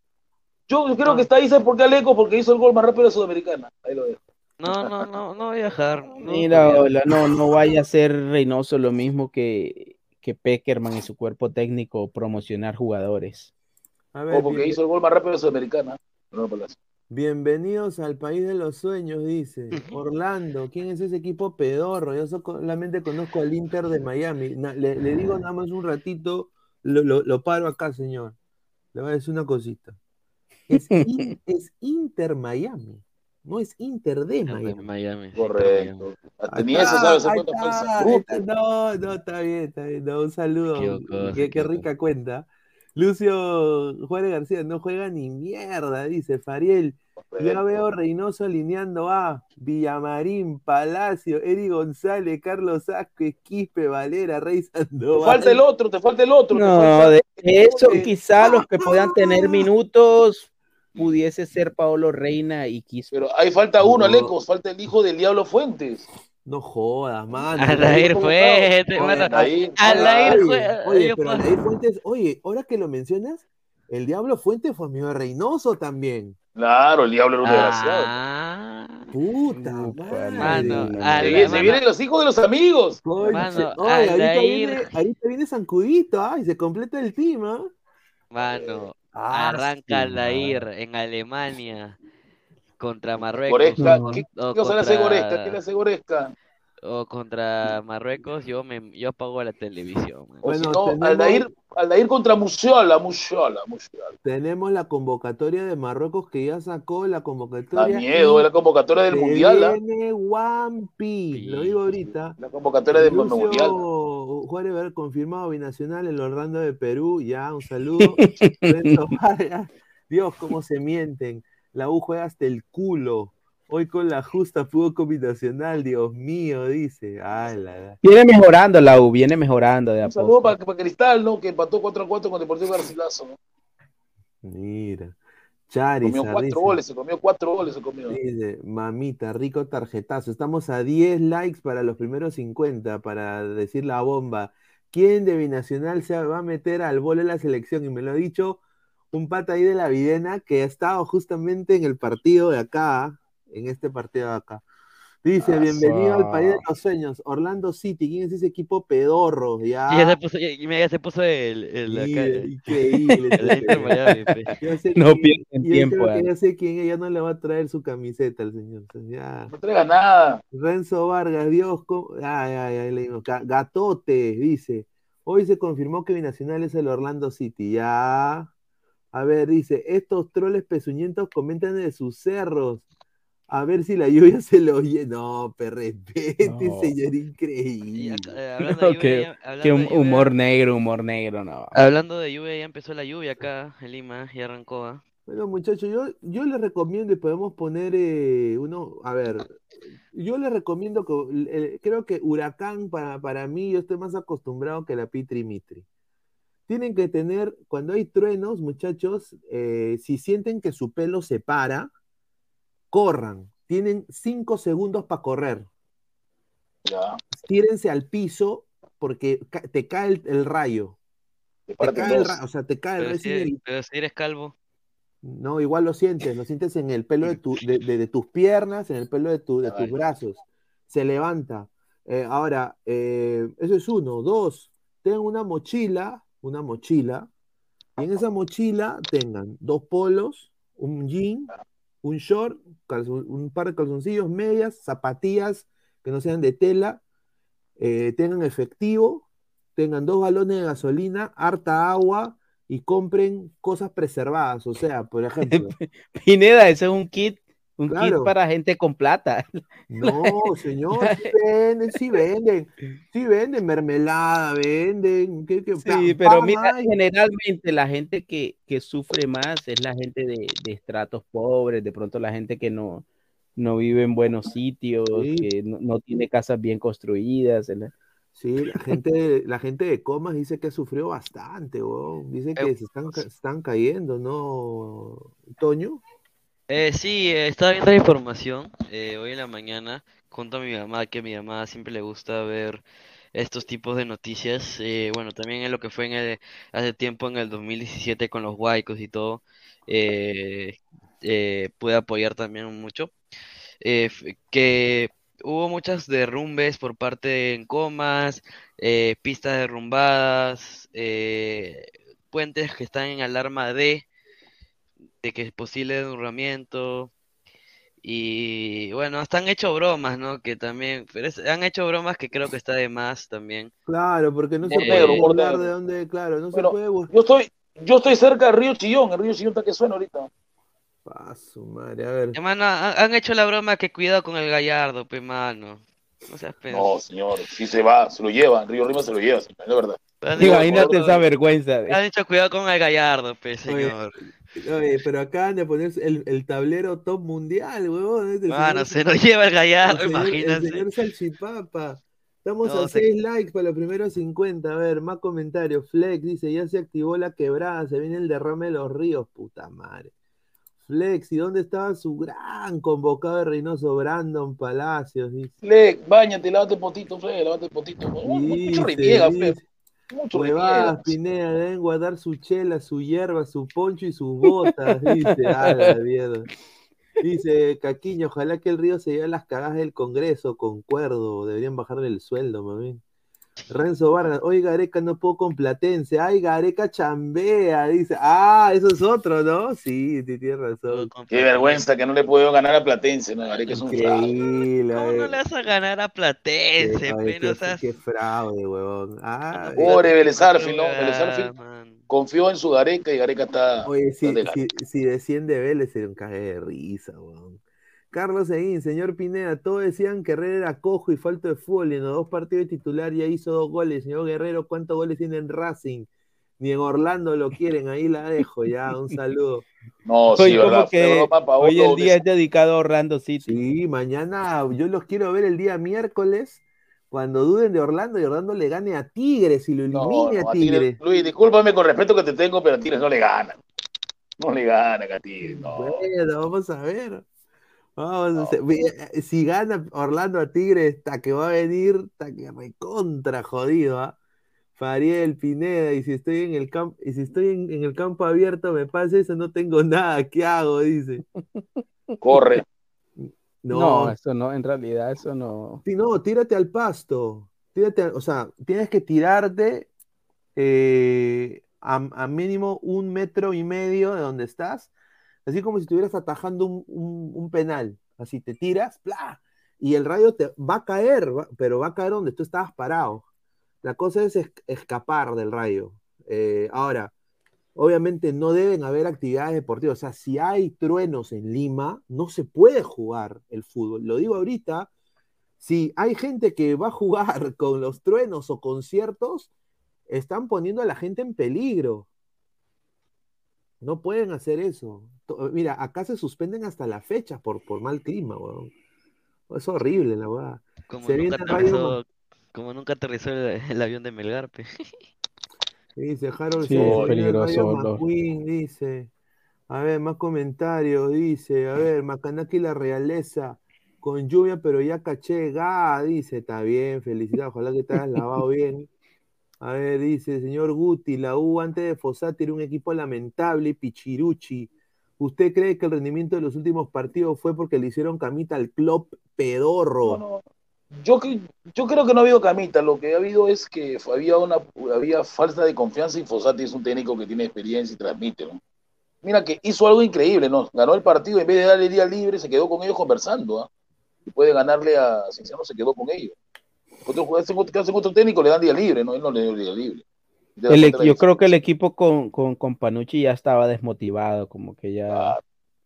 Yo creo Ah. que está ahí, ¿sabes por qué, Aleco? Porque hizo el gol más rápido de Sudamericana. Ahí lo dejo. No, no, no, no voy a dejar. No, Mira, porque- hola, no, no vaya a ser Reynoso lo mismo que, que Peckerman y su cuerpo técnico promocionar jugadores. A ver, O porque bien- hizo el gol más rápido de Sudamericana. No, Palacio. bienvenidos al país de los sueños, dice. Orlando, ¿quién es ese equipo pedorro? Yo solamente conozco al Inter de Miami. Na- le, le digo nada más un ratito, lo, lo- lo paro acá, señor. Le voy a decir una cosita. Es, in- es Inter Miami, no es Inter de Miami. Miami. sí, Correcto. Hasta Ahí ni está, eso sabes ahí hacer cuenta está, falsa. ahí está. Bruto. No, no, está bien, está bien. No, un saludo. Se equivocó, se qué, qué equivocó. rica cuenta. Lucio Juárez García no juega ni mierda, dice Fariel. Ya Correcto. veo Reynoso alineando a Villamarín, Palacio, Eri González, Carlos Asque, Quispe, Valera, Rey Te Sandoval. falta el otro, te falta el otro. te No, falta de el equipo eso de- quizá los que puedan tener minutos pudiese ser Paolo Reina y Quispe. Pero ahí falta uno, No. Aleco. Falta el hijo del Diablo Fuentes. No jodas, mano. Aldair Fuentes, Oye, mano. Aldair, Aldair Oye, fue. oye, yo pero puedo- Aldair Fuentes, oye, ahora que lo mencionas, el Diablo Fuentes fue amigo de Reynoso también. Claro, el Diablo era un desgraciado. Ah, Puta Ufa, madre. mano, Se, Aldair, viene- se mano, vienen los hijos de los amigos. Conche- Mano, oye, ahorita Aldair. viene, ahorita viene Sancudito, ah, y se completa el team, ¿ah? mano, Ah, arranca su Aldair madre. en Alemania contra Marruecos. Goresca, No. ¿qué, o qué cosa le hace Goresca? ¿Qué le contra, hace Goresca? o contra Marruecos, yo me yo apago la televisión. man. O Bueno, si no, tenemos- Aldair, Aldair contra Musiala, Musiala, Musiala. Tenemos la convocatoria de Marruecos que ya sacó la Da convocatoria. miedo, y es la convocatoria del se Mundial, ¿ah? viene Wampi, lo digo ahorita. La convocatoria del Lucio Mundial. Juárez ver confirmado binacional en Orlando de Perú, ya, un saludo. Renzo Vargas, Dios, cómo se mienten. La U juega hasta el culo. Hoy con la justa pudo combinacional, Dios mío, dice. Ay, la, la. Viene mejorando la U, viene mejorando de a Un saludo poco. para, para Cristal, ¿no? Que empató cuatro a cuatro con Deportivo Garcilaso, ¿no? Mira. Se comió Charizard cuatro dice, goles, se comió cuatro goles, se comió. dice, mamita, rico tarjetazo. Estamos a diez likes para los primeros cincuenta para decir la bomba. ¿Quién de Binacional se va a meter al bolo de la selección? Y me lo ha dicho un pata ahí de la Videna que ha estado justamente en el partido de acá, en este partido de acá. Dice, Ah, bienvenido al ah. país de los sueños, Orlando City. ¿Quién es ese equipo pedorro? Y ya Ya, se puso, ya, y ya se puso el, el acá, mira, el, increíble. el Inter Miami, pe. Yo sé No quién- pierden yo tiempo, creo que eh. ya sé quién, ella no le va a traer su camiseta al señor. Ya. No traiga nada. Renzo Vargas, Dios, ¿cómo? Ay, ay, ay, leímos. Ga- Gatote, dice. Hoy se confirmó que Binacional es el Orlando City. Ya. A ver, dice, estos troles pezuñentos comentan de sus cerros. A ver si la lluvia se lo oye. No, perrepete, No. señor, Y increíble. acá, eh, hablando de Qué- lluvia, ya- hablando Qué de hum- lluvia, humor negro, humor negro, no. hablando de lluvia, ya empezó la lluvia acá en Lima, ya arrancó, ¿ah? Bueno, muchachos, yo, yo les recomiendo y podemos poner eh, uno, a ver, yo les recomiendo que, eh, creo que Huracán para, para mí, yo estoy más acostumbrado que la Pitri Mitri. Tienen que tener, cuando hay truenos, muchachos, eh, si sienten que su pelo se para, corran. Tienen cinco segundos para correr. Ya. Tírense al piso porque ca- te cae el, el rayo. Te Te parten cae el dos. rayo, o sea, te cae el Pero rayo. si, es eres, inevit- pero si eres calvo, No, igual lo sientes, lo sientes en el pelo de, tu- de, de- de tus piernas, en el pelo de, tu- de Ah, tus vale. brazos. Se levanta. Eh, ahora, eh, eso es uno. Dos, tengan una mochila, una mochila, y en esa mochila tengan dos polos, un jean, un short, calzon- un par de calzoncillos, medias, zapatillas que no sean de tela, eh, tengan efectivo, tengan dos galones de gasolina, harta agua y compren cosas preservadas. O sea, por ejemplo, Pineda, ese es un kit Un Claro. kit para gente con plata. No, señor, sí venden, sí venden, sí venden mermelada, venden, ¿qué, qué? Sí, Pan- pero pan mira, hay. generalmente la gente que, que sufre más es la gente de, de estratos pobres, de pronto la gente que no, no vive en buenos sitios, Sí, que no, no tiene casas bien construidas. ¿verdad? sí, la gente, la gente de Comas dice que sufrió bastante, weón. Dice Eh, que se están, ca- están cayendo, ¿no, Toño? eh, sí, eh, estaba viendo la información eh, hoy en la mañana junto a mi mamá, que a mi mamá siempre le gusta ver estos tipos de noticias. Eh, bueno, también en lo que fue en el, hace tiempo en el dos mil diecisiete con los Huaicos y todo, eh, eh, pude apoyar también mucho. Eh, f- que hubo muchas derrumbes por parte de Encomas, eh, pistas derrumbadas, eh, puentes que están en alarma de, de que es posible derrumbamiento. Y bueno, hasta han hecho bromas, ¿no? Que también, pero es- han hecho bromas que creo que está de más también. Claro, porque no se Humor puede negro, Eh, humor burlar de negro. dónde, claro, no se Bueno, puede burlar. yo estoy, yo estoy cerca del río Chillón, el río Chillón está que suena ahorita. Pa' su madre, a ver. hermano, han, han hecho la broma que cuidado con el Gallardo, pe mano. No seas pedo. No, señor, sí se va, se lo lleva, Río Rima se lo lleva, señor, es verdad. Han dicho, Por favor, Imagínate esa vergüenza. han de- dicho cuidado con el Gallardo, pe Oye, señor. oye, pero acaban de poner el, el tablero top mundial, huevón. Este Mano, señor, se lo lleva el el Gallardo, señor, el imagínate. señor Salchipapa. Estamos No, a se- seis likes para los primeros cincuenta. A ver, más comentarios. Flex dice, ya se activó la quebrada, se viene el derrame de los ríos, puta madre. Flex, ¿y dónde estaba su gran convocado de Reynoso, Brandon Palacios? Dice, Fleck, báñate, lávate el potito, Fleck, lávate el potito. Mucho dice, reniega, Fleck, dice. mucho Huevadas, reniega. Pineda, deben guardar su chela, su hierba, su poncho y sus botas, dice. A la mierda. Dice Caquiño, ojalá que el Río se lleve las cagadas del Congreso, concuerdo, deberían bajarle el sueldo, mami. Renzo Vargas, oye Gareca, no puedo con Platense, ay Gareca chambea, dice, ah, eso es otro, ¿no? Sí, sí, tienes razón. Qué vergüenza que no le puedo ganar a Platense, ¿no? Gareca es un fraude. Increíble, ¿Cómo no le vas a ganar a qué, Platense, oye, pe? qué, No seas... qué fraude, huevón. Ah, no, eh, Pobre Vélez no te Arfield, ¿no? Vélez weas, Arfield man. confió en su Gareca y Gareca está, oye, está si, de gana. si, si desciende Vélez sería un cague de risa, weón. Carlos Seguín, señor Pineda, todos decían que Herrera era cojo y falto de fútbol, y en los dos partidos de titular ya hizo dos goles. Señor Guerrero, ¿cuántos goles tiene en Racing? Ni en Orlando lo quieren, ahí la dejo, ya, un saludo. No, sí, Hoy como verdad. Fue que broma, Paolo, hoy el día de- es dedicado a Orlando City. Sí, mañana yo los quiero ver el día miércoles, cuando duden de Orlando y Orlando le gane a Tigres y lo No, elimine no, a a Tigres, Tigres. Luis, discúlpame con respeto que te tengo, pero a Tigres no le ganan. No le ganan a Tigres, no. Bueno, vamos a ver. Vamos a No. hacer- ve- eh, Si gana Orlando a Tigres, hasta que va a venir, hasta que recontra jodido, ¿ah? Fariel Pineda, y si estoy en el campo, y si estoy en, en el campo abierto, me pasa eso, no tengo nada, ¿qué hago? Dice. Corre. No, No, eso no, en realidad eso no. sí, no, tírate al pasto. Tírate, al- o sea, tienes que tirarte eh, a, a mínimo un metro y medio de donde estás, así como si estuvieras atajando un, un- un penal. Así te tiras, ¡plá! Y el rayo te va a caer, va- pero va a caer donde tú estabas parado. La cosa es es- escapar del rayo. Eh, ahora, obviamente no deben haber actividades deportivas. O sea, si hay truenos en Lima, no se puede jugar el fútbol. Lo digo ahorita, si hay gente que va a jugar con los truenos o conciertos, están poniendo a la gente en peligro. No pueden hacer eso. To- Mira, acá se suspenden hasta las fechas por, por mal clima, weón. Es horrible, la verdad. Como Se nunca viene Rayo Ma- aterrizó, como nunca aterrizó el, el avión de Melgar, pe. dice Harold Sí, C, es se viene el Rayo peligroso. lo- McQueen, dice. A ver, más comentarios, dice. A ver, Macanaki la realeza. Con lluvia, pero ya caché. Ga, dice. Está bien, felicidades. Ojalá que te hayas lavado bien. A ver, dice, señor Guti, la U antes de Fossati era un equipo lamentable, Pichiruchi. ¿Usted cree que el rendimiento de los últimos partidos fue porque le hicieron camita al club pedorro? No, no. Yo, cre- yo creo que no ha habido camita, lo que ha habido es que fue- había una había falta de confianza y Fossati es un técnico que tiene experiencia y transmite, ¿no? Mira que hizo algo increíble, ¿no? Ganó el partido, en vez de darle día libre, se quedó con ellos conversando, ¿ah? Y puede ganarle a Cienciano, se quedó con ellos. Otro jugador, que hacen otro técnico, le dan día libre, ¿no? Él no le dio día libre. De la el falta equ- de yo creo que el experiencia. equipo con, con, con Panucci ya estaba desmotivado, como que ya. Ah,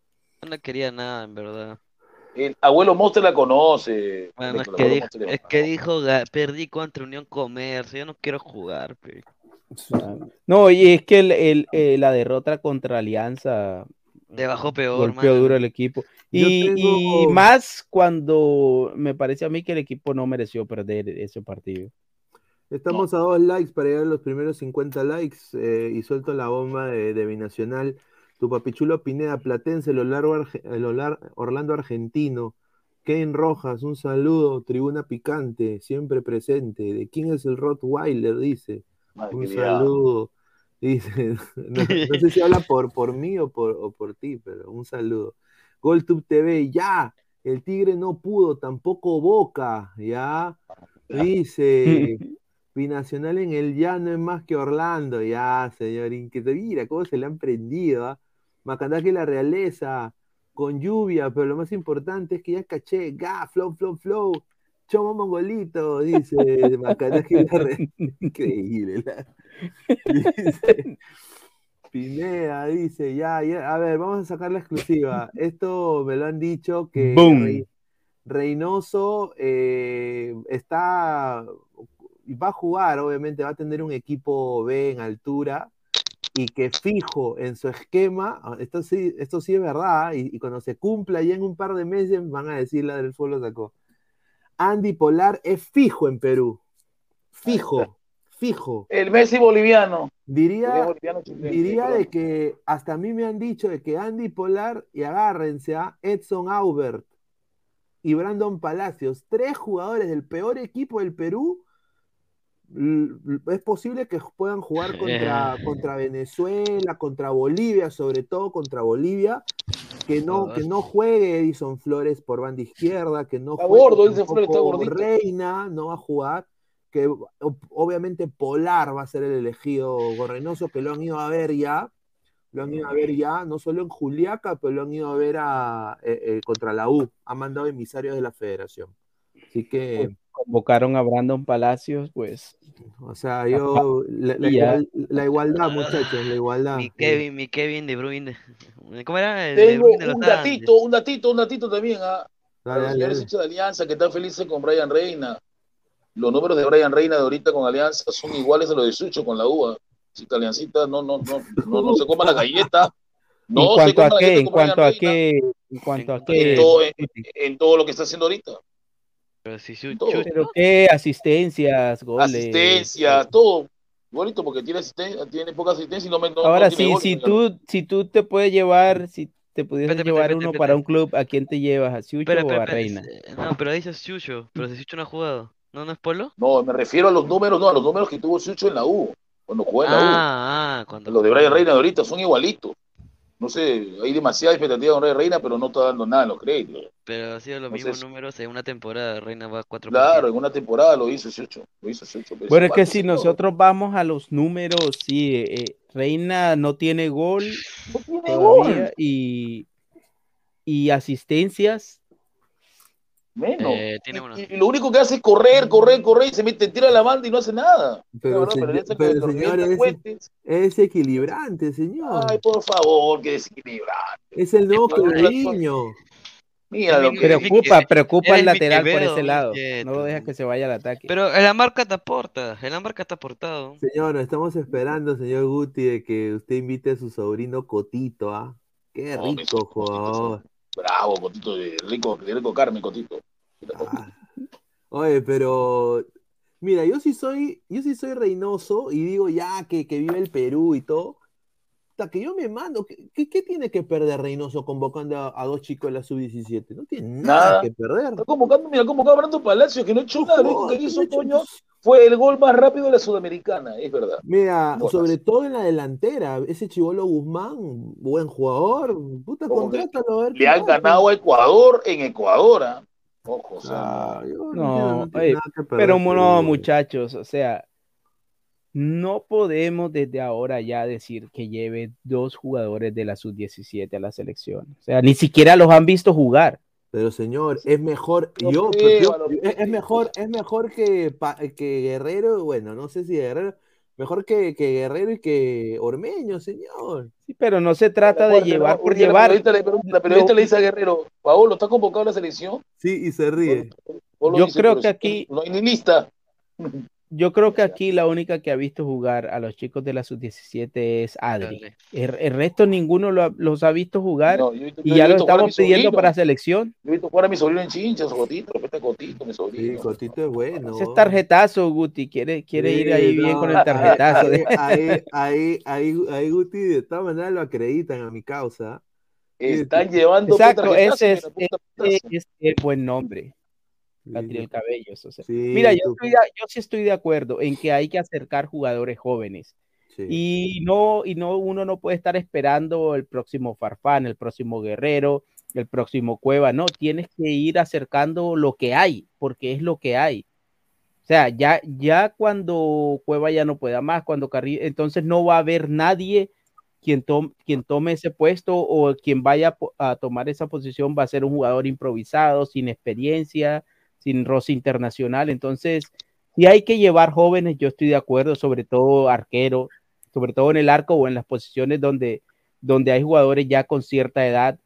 no quería nada, en verdad. El abuelo Monster la conoce. Bueno, es El que abuelo dijo, Monster le es que dijo, "Ga- perdí contra Unión Comercio, yo no quiero jugar, pe". No, y es que el, el, eh, la derrota contra Alianza Le bajó peor, golpeó mano. duro el equipo. Yo Y, tengo- y más cuando me parece a mí que el equipo no mereció perder ese partido. Estamos a dos likes para llegar a los primeros cincuenta likes eh, y suelto la bomba de, de Binacional. Tu papichulo Pineda, Platense, el Orlando, Arge- el Olar- Orlando Argentino. Kane Rojas, un saludo. Tribuna Picante, siempre presente. ¿De quién es el Rottweiler? Dice. Madre Un que saludo. Dice, no, no sé si habla por, por mí o por, o por ti, pero un saludo. GolTube T V, ya. El Tigre no pudo, tampoco Boca, ya. Dice. Binacional en el llano es más que Orlando, ya, señor Inquieto. Mira cómo se le han prendido, ¿ah? Macandaki la realeza, con lluvia, pero lo más importante es que ya caché, ga, flow, flow, flow, chomo mongolito, dice Macandaki la realeza. Increíble. La... Dice Pineda, dice, ya, ya, a ver, vamos a sacar la exclusiva. Esto me lo han dicho que Boom. Rey- Reynoso eh, está va a jugar, obviamente va a tener un equipo B en altura y que fijo en su esquema, esto sí, esto sí es verdad, y, y cuando se cumpla ya en un par de meses van a decir la del fútbol lo sacó. Andy Polar es fijo en Perú, fijo, fijo. El Messi boliviano. Diría, Boliviano, chileno, diría perdón. de que hasta a mí me han dicho de que Andy Polar, y agárrense a Edson Aubert y Brandon Palacios, tres jugadores del peor equipo del Perú, es posible que puedan jugar contra, contra Venezuela, contra Bolivia, sobre todo contra Bolivia, que no, que no juegue Edison Flores por banda izquierda, que no Está juegue gordo, Edison Flores, está tampoco gordito. Reina, no va a jugar, que obviamente Polar va a ser el elegido Gorrenoso, que lo han ido a ver ya, lo han ido a ver ya, no solo en Juliaca, pero lo han ido a ver a, eh, eh, contra la U, ha mandado emisarios de la federación. Así que... Convocaron a Brandon Palacios, pues. O sea, yo, la, la, igual, la igualdad, muchachos, la igualdad. Mi Kevin, mi Kevin De Bruyne. ¿Cómo era? El Tengo De Bruyne de los un Andes. datito, un datito, un datito también. ¿ah? Para Dale, los dale, señores dale. hinchas de Alianza que están felices con Brian Reina. Los números de Brian Reina de ahorita con Alianza son iguales a los de Sucho con la U A. Así que Aliancita no, no, no, no, no se coma la galleta. No ¿En se cuanto coma a la qué? galleta ¿En con Brian cuanto a Reina. qué? ¿En cuanto a En- qué? En todo, en, en todo lo que está haciendo ahorita. Pero si Su- Todo. Chucho- ¿Pero qué? Asistencias, goles. Asistencia, todo. Igualito porque tiene, asisten- tiene poca asistencia y no, me- no, Ahora no tiene sí, gol. si tú, si tú te puedes llevar, si te pudieses Espérate, llevar espérate, uno espérate, para espérate. un club, ¿a quién te llevas? ¿A Sucho Espera, o espera, a espera, Reina? es- No, pero dice Chucho. Pero si Chucho no ha jugado. ¿No, no es Polo? No, me refiero a los números, no, a los números que tuvo Sucho en la U. Cuando jugó en la U. Ah, ah, cuando Los de jugó. Brian Reina de ahorita son igualitos. No sé, hay demasiada expectativa con Brian Reina, pero no está dando nada en los créditos. Pero ha sido los Entonces- mismos números en una temporada. Reina va a cuatro Claro, partidos. en una temporada lo hizo Sucho. Lo hizo Sucho. pues, Bueno, es que ¿cuántos si señor? nosotros vamos a los números, sí, eh, eh, Reina no tiene gol No tiene todavía gol. y, y asistencias. Menos. Eh, tiene y, uno. y- y lo único que hace es correr, correr, correr y se mete, tira la banda y no hace nada. Pero, La verdad, señor- Alianza que pero, lo señor, revienta es- Fuentes. Es equilibrante, señor. Ay, por favor, que desequilibrante. Es el nuevo Pero- Claudinho. Mira lo Eres que. mi- Preocupa, preocupa eres el mi lateral por Quevedo, ese muy lado. quieto. No lo deja que se vaya al ataque. Pero en la marca te aporta. En la marca está aportado. Señor, estamos esperando, señor Guti, de que usted invite a su sobrino Cotito, ¿ah? Qué No, mi rico Cotito, jugador. Bravo, Cotito, de rico, de rico Carmen, Cotito. Ah. Oye, pero mira, yo sí soy, yo sí soy Reynoso y digo ya que, que vive el Perú y todo. Hasta que yo me mando, ¿qué, qué, qué tiene que perder Reynoso convocando a, a dos chicos de la sub diecisiete? No tiene nada, Nada. que perder. Está convocando, mira, convocado a Brando Palacio, que no ha hecho No nada. Lo único jodas, que no hizo ha hecho- Toño fue el gol más rápido de la Sudamericana, es verdad. Mira, Bolas. sobre todo en la delantera, ese Chibolo Guzmán, buen jugador, puta, Como que contrátalo a ver Le qué han pasa. ganado a Ecuador en Ecuador. ¿ah? Ojo, o sea, Ah, yo no, No, entiendo, no tiene oye, nada que perder Pero Perú. no, muchachos, o sea, no podemos desde ahora ya decir que lleve dos jugadores de la sub diecisiete a la selección. O sea, ni siquiera los han visto jugar. Pero señor, es mejor, No yo, prueba, yo- no es, es prueba. mejor, es mejor que, Pa- que Guerrero, bueno, no sé si Guerrero, Mejor que, que Guerrero y que Ormeño, señor. Sí, pero no se trata de Fuerte, llevar ¿no? por Un día llevar. La periodista, le, la periodista le dice a Guerrero, Paolo, ¿está convocado a la selección? Sí, y se ríe. Paolo Yo dice, creo pero que si aquí- no hay ni lista. Yo creo que aquí la única que ha visto jugar a los chicos de la sub diecisiete es Adri. Dale. El, el resto ninguno lo ha- los ha visto jugar No, yo he visto- y yo he ya los visto jugar a mi estamos pidiendo sobrino. para selección. Yo he visto jugar a mi sobrino en Chinchas, Cotito, respeta a Cotito, mi Sí, sobrino. Cotito es bueno. Ese es tarjetazo, Guti. Quiere, quiere ir Sí, ahí bien no, con el tarjetazo. Ahí, ahí, ahí, ahí, ahí, Guti, de todas maneras lo acreditan a mi causa. Están llevando Exacto, tarjetazo, ese es, mira, puta ese putazo. es el buen nombre. Sí, Catriel Cabellos. O sea. sí, Mira, yo, tú- estoy de- yo sí estoy de acuerdo en que hay que acercar jugadores jóvenes. sí. Y no, y no, uno no puede estar esperando el próximo Farfán, el próximo Guerrero, el próximo Cueva. No, tienes que ir acercando lo que hay, porque es lo que hay. O sea, ya, ya cuando Cueva ya no pueda más, cuando Carrillo, entonces no va a haber nadie quien, to quien tome ese puesto o quien vaya a tomar esa posición va a ser un jugador improvisado, sin experiencia, sin roce internacional. Entonces, si hay que llevar jóvenes, yo estoy de acuerdo, sobre todo arquero, sobre todo en el arco o en las posiciones donde, donde hay jugadores ya con cierta edad,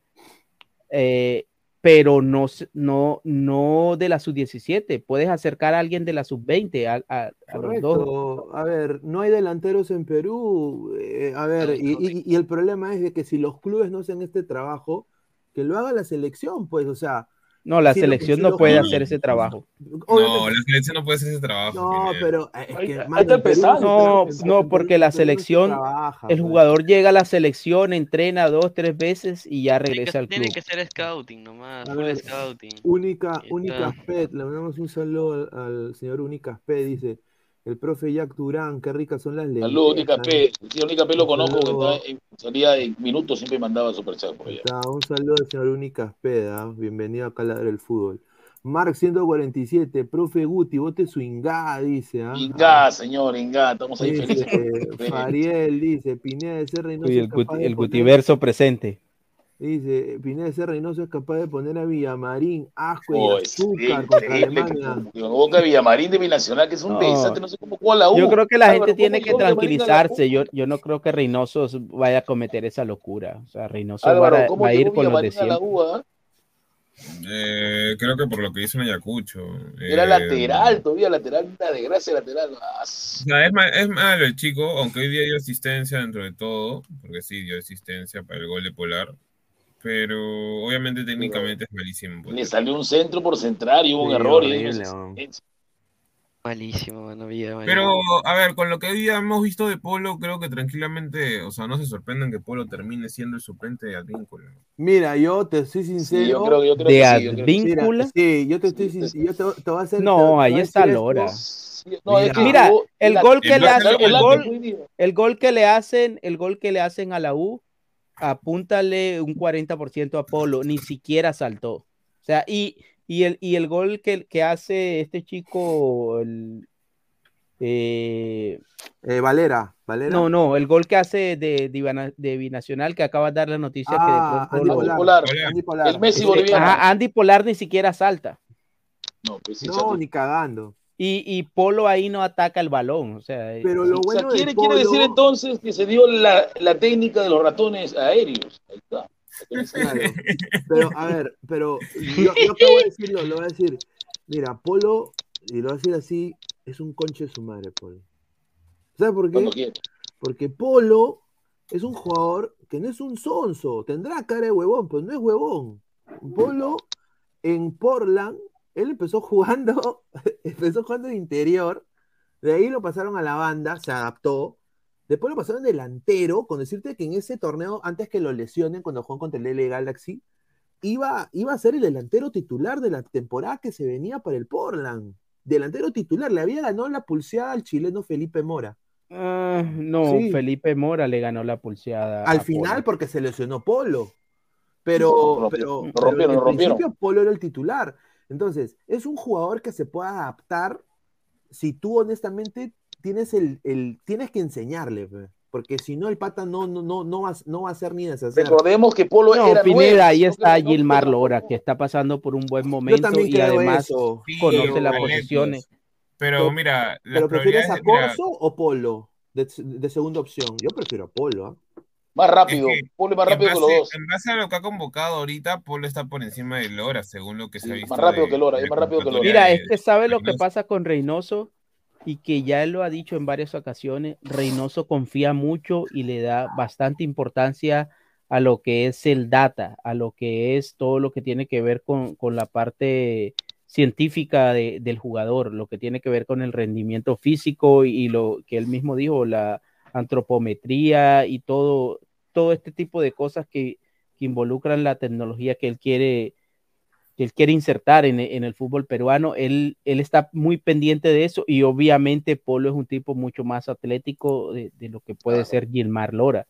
eh, pero no, no, no de la sub diecisiete. Puedes acercar a alguien de la sub veinte a, a, a los dos. Correcto. A ver, no hay delanteros en Perú. eh, a ver, y, y- y el problema es de que si los clubes no hacen este trabajo, que lo haga la selección, pues, o sea, No, la si lo- selección si no los puede clubes- hacer ese trabajo. No, obviamente- la selección no puede hacer ese trabajo. no, Pineda. pero eh, es Ahí- que, ahí mano, está en Perú- empezando. No, en Perú- no, en porque Perú- la en Perú no se selección, trabaja, el pues. jugador llega a la selección, entrena dos, tres veces y ya Tiene regresa que, al tiene club. que ser scouting nomás, A full ver, scouting. Única, Y Única está. Pet, le mandamos un saludo al, al señor Única Pet, dice, el profe Jack Durán, qué ricas son las Saludos, Única lentejas. P. Sí, Única P lo Un conozco, que saludo. está en- salía en minutos, siempre mandaba super chat por allá. Está, un saludo al señor Única Pet, ¿ah? Bienvenido acá a Ladrar el Fútbol. Mark ciento cuarenta y siete, profe Guti, bote su ingá, dice, ¿ah? Ingá, señor, Ingá, estamos ahí Dice, felices. Fariel, dice, Pineda de ser Reynoso Y el, es capaz Guti- de el poner- Gutiverso presente. Dice, Pineda de ser Reynoso es capaz de poner a Villamarín, asco y Oh, es azúcar contra increíble que Alemania. que convoca Villamarín de Binacional, que es un No. desastre, no sé cómo juega la U. Yo creo que la Álvaro, gente tiene ¿cómo que llegó Villamarín a la U? tranquilizarse. Yo, yo no creo que Reynoso vaya a cometer esa locura. O sea, Reynoso Álvaro, va, a, ¿cómo va a ir llegó con los de Villamarín a la siempre. U? ah? Eh, creo que por lo que hizo en Ayacucho. Era Eh, lateral, todavía lateral, una desgracia lateral. Ah, O sea, es, ma- es malo el chico, aunque hoy día dio asistencia dentro de todo, porque sí, dio asistencia para el gol de Polar, pero obviamente técnicamente es malísimo. pues. le salió un centro por central y hubo un Sí, error. y horrible, no sé, man. Malísimo, mano, vida, Pero, a ver, con lo que hoy día hemos visto de Polo, creo que tranquilamente, o sea, no se sorprendan que Polo termine siendo el suplente de Advíncula. Mira, yo te soy Sí, sincero. yo creo, yo creo ¿De que sí. Yo creo que sí. Mira, Advíncula? sí, yo te estoy Sí, sin- yo te, te voy a hacer. No, te- te voy a ahí decir está esto. Lora. Sí, no, es que Mira, jugó- el la- gol que el le gol hace, que el le gol, hoy día. el gol que le hacen, el gol que le hacen a la U, apúntale un cuarenta por ciento a Polo, ni siquiera saltó. O sea, y, y el, y el gol que, que hace este chico, el, eh, Eh, Valera, Valera. no, no, el gol que hace de, de, Bina- de Binacional, que acaba de dar la noticia Ah, que de Andy pronto Andy lo- Polar. Polar. Andy Polar. El Messi este, boliviano. ajá, Andy Polar ni siquiera salta. No, pues sí, No, chato. ni cagando. Y, y Polo ahí no ataca el balón. O sea, Pero Sí, lo o sea, bueno de quiere, Polo, quiere decir entonces que se dio la, la técnica de los ratones aéreos. Ahí está. claro. Pero, a ver, pero yo, yo acabo de decirlo, lo voy a decir. Mira, Polo, y lo voy a decir así, es un conche de su madre, Polo. ¿Sabes por Cuando qué? quiere. Porque Polo es un jugador que no es un sonso, tendrá cara de huevón, pero no es huevón. Polo en Portland, él empezó jugando, empezó jugando de interior, de ahí lo pasaron a la banda, se adaptó, después lo pasaron delantero, con decirte que en ese torneo, antes que lo lesionen cuando jugó contra el L A Galaxy, iba, iba a ser el delantero titular de la temporada que se venía para el Portland. Delantero titular, le había ganado la pulseada al chileno Felipe Mora. ah, no, Sí. Felipe Mora le ganó la pulseada. Al a final, Polo. porque se lesionó Polo. Pero, Lo rompieron, pero, lo pero rompieron, en lo rompieron. principio Polo era el titular. Entonces, es un jugador que se puede adaptar si tú honestamente tienes el, el tienes que enseñarle, pe, porque si no el pata no, no, no, no, va, no va a hacer ni deshacer. Recordemos que Polo No, era Pineda, nueve, ahí no está que- no que Gilmar tampoco- Lora, que está pasando por un buen Yo momento también y creo además eso. Sí, conoce las Paletos. posiciones. Pero Pero- mira, las ¿Pero prefieres probabilidades a de- mira, Corso o Polo? de, de segunda opción. Yo prefiero a Polo, ¿ah? ¿eh? Más rápido, Es que, Polo es más en rápido base, que los dos. En base a lo que ha convocado ahorita, Polo está por encima de Lora, según lo que Sí, se ha visto. más rápido de, que Lora, de es más rápido que Lora. Mira, de, es que sabe lo que Reynoso. pasa con Reynoso y que ya él lo ha dicho en varias ocasiones. Reynoso confía mucho y le da bastante importancia a lo que es el data, a lo que es todo lo que tiene que ver con, con la parte científica de, del jugador, lo que tiene que ver con el rendimiento físico y, y lo que él mismo dijo, la antropometría y todo, todo este tipo de cosas que, que involucran la tecnología que él quiere que él quiere insertar en, en el fútbol peruano. Él, él está muy pendiente de eso y obviamente Polo es un tipo mucho más atlético de, de lo que puede Claro. ser Gilmar Lora.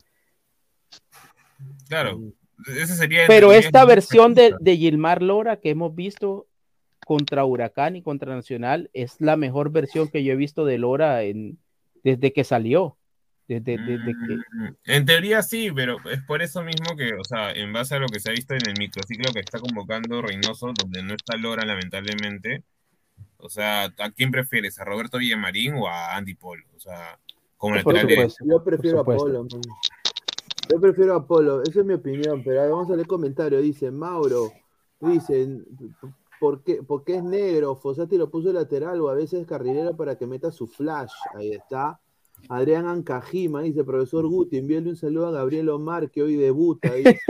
Claro, ese sería. Pero esta versión de, de Gilmar Lora que hemos visto contra Huracán y contra Nacional es la mejor versión que yo he visto de Lora en, desde que salió. Desde, desde que... En teoría sí, pero es por eso mismo que, o sea, en base a lo que se ha visto en el microciclo que está convocando Reynoso, donde no está Lora lamentablemente, o sea, ¿a quién prefieres? ¿A Roberto Villamarín o a Andy Polo? O sea, como lateral derecho. Yo prefiero a Polo. Man. Yo prefiero a Polo, esa es mi opinión, pero vamos a leer comentarios. Dice Mauro, dicen, ¿por qué, ¿por qué es negro? Fossati lo puso lateral o a veces carrilero para que meta su flash. Ahí está. Adrián Ancajima dice, profesor Guti, envíale un saludo a Gabriel Omar, que hoy debuta. Dice.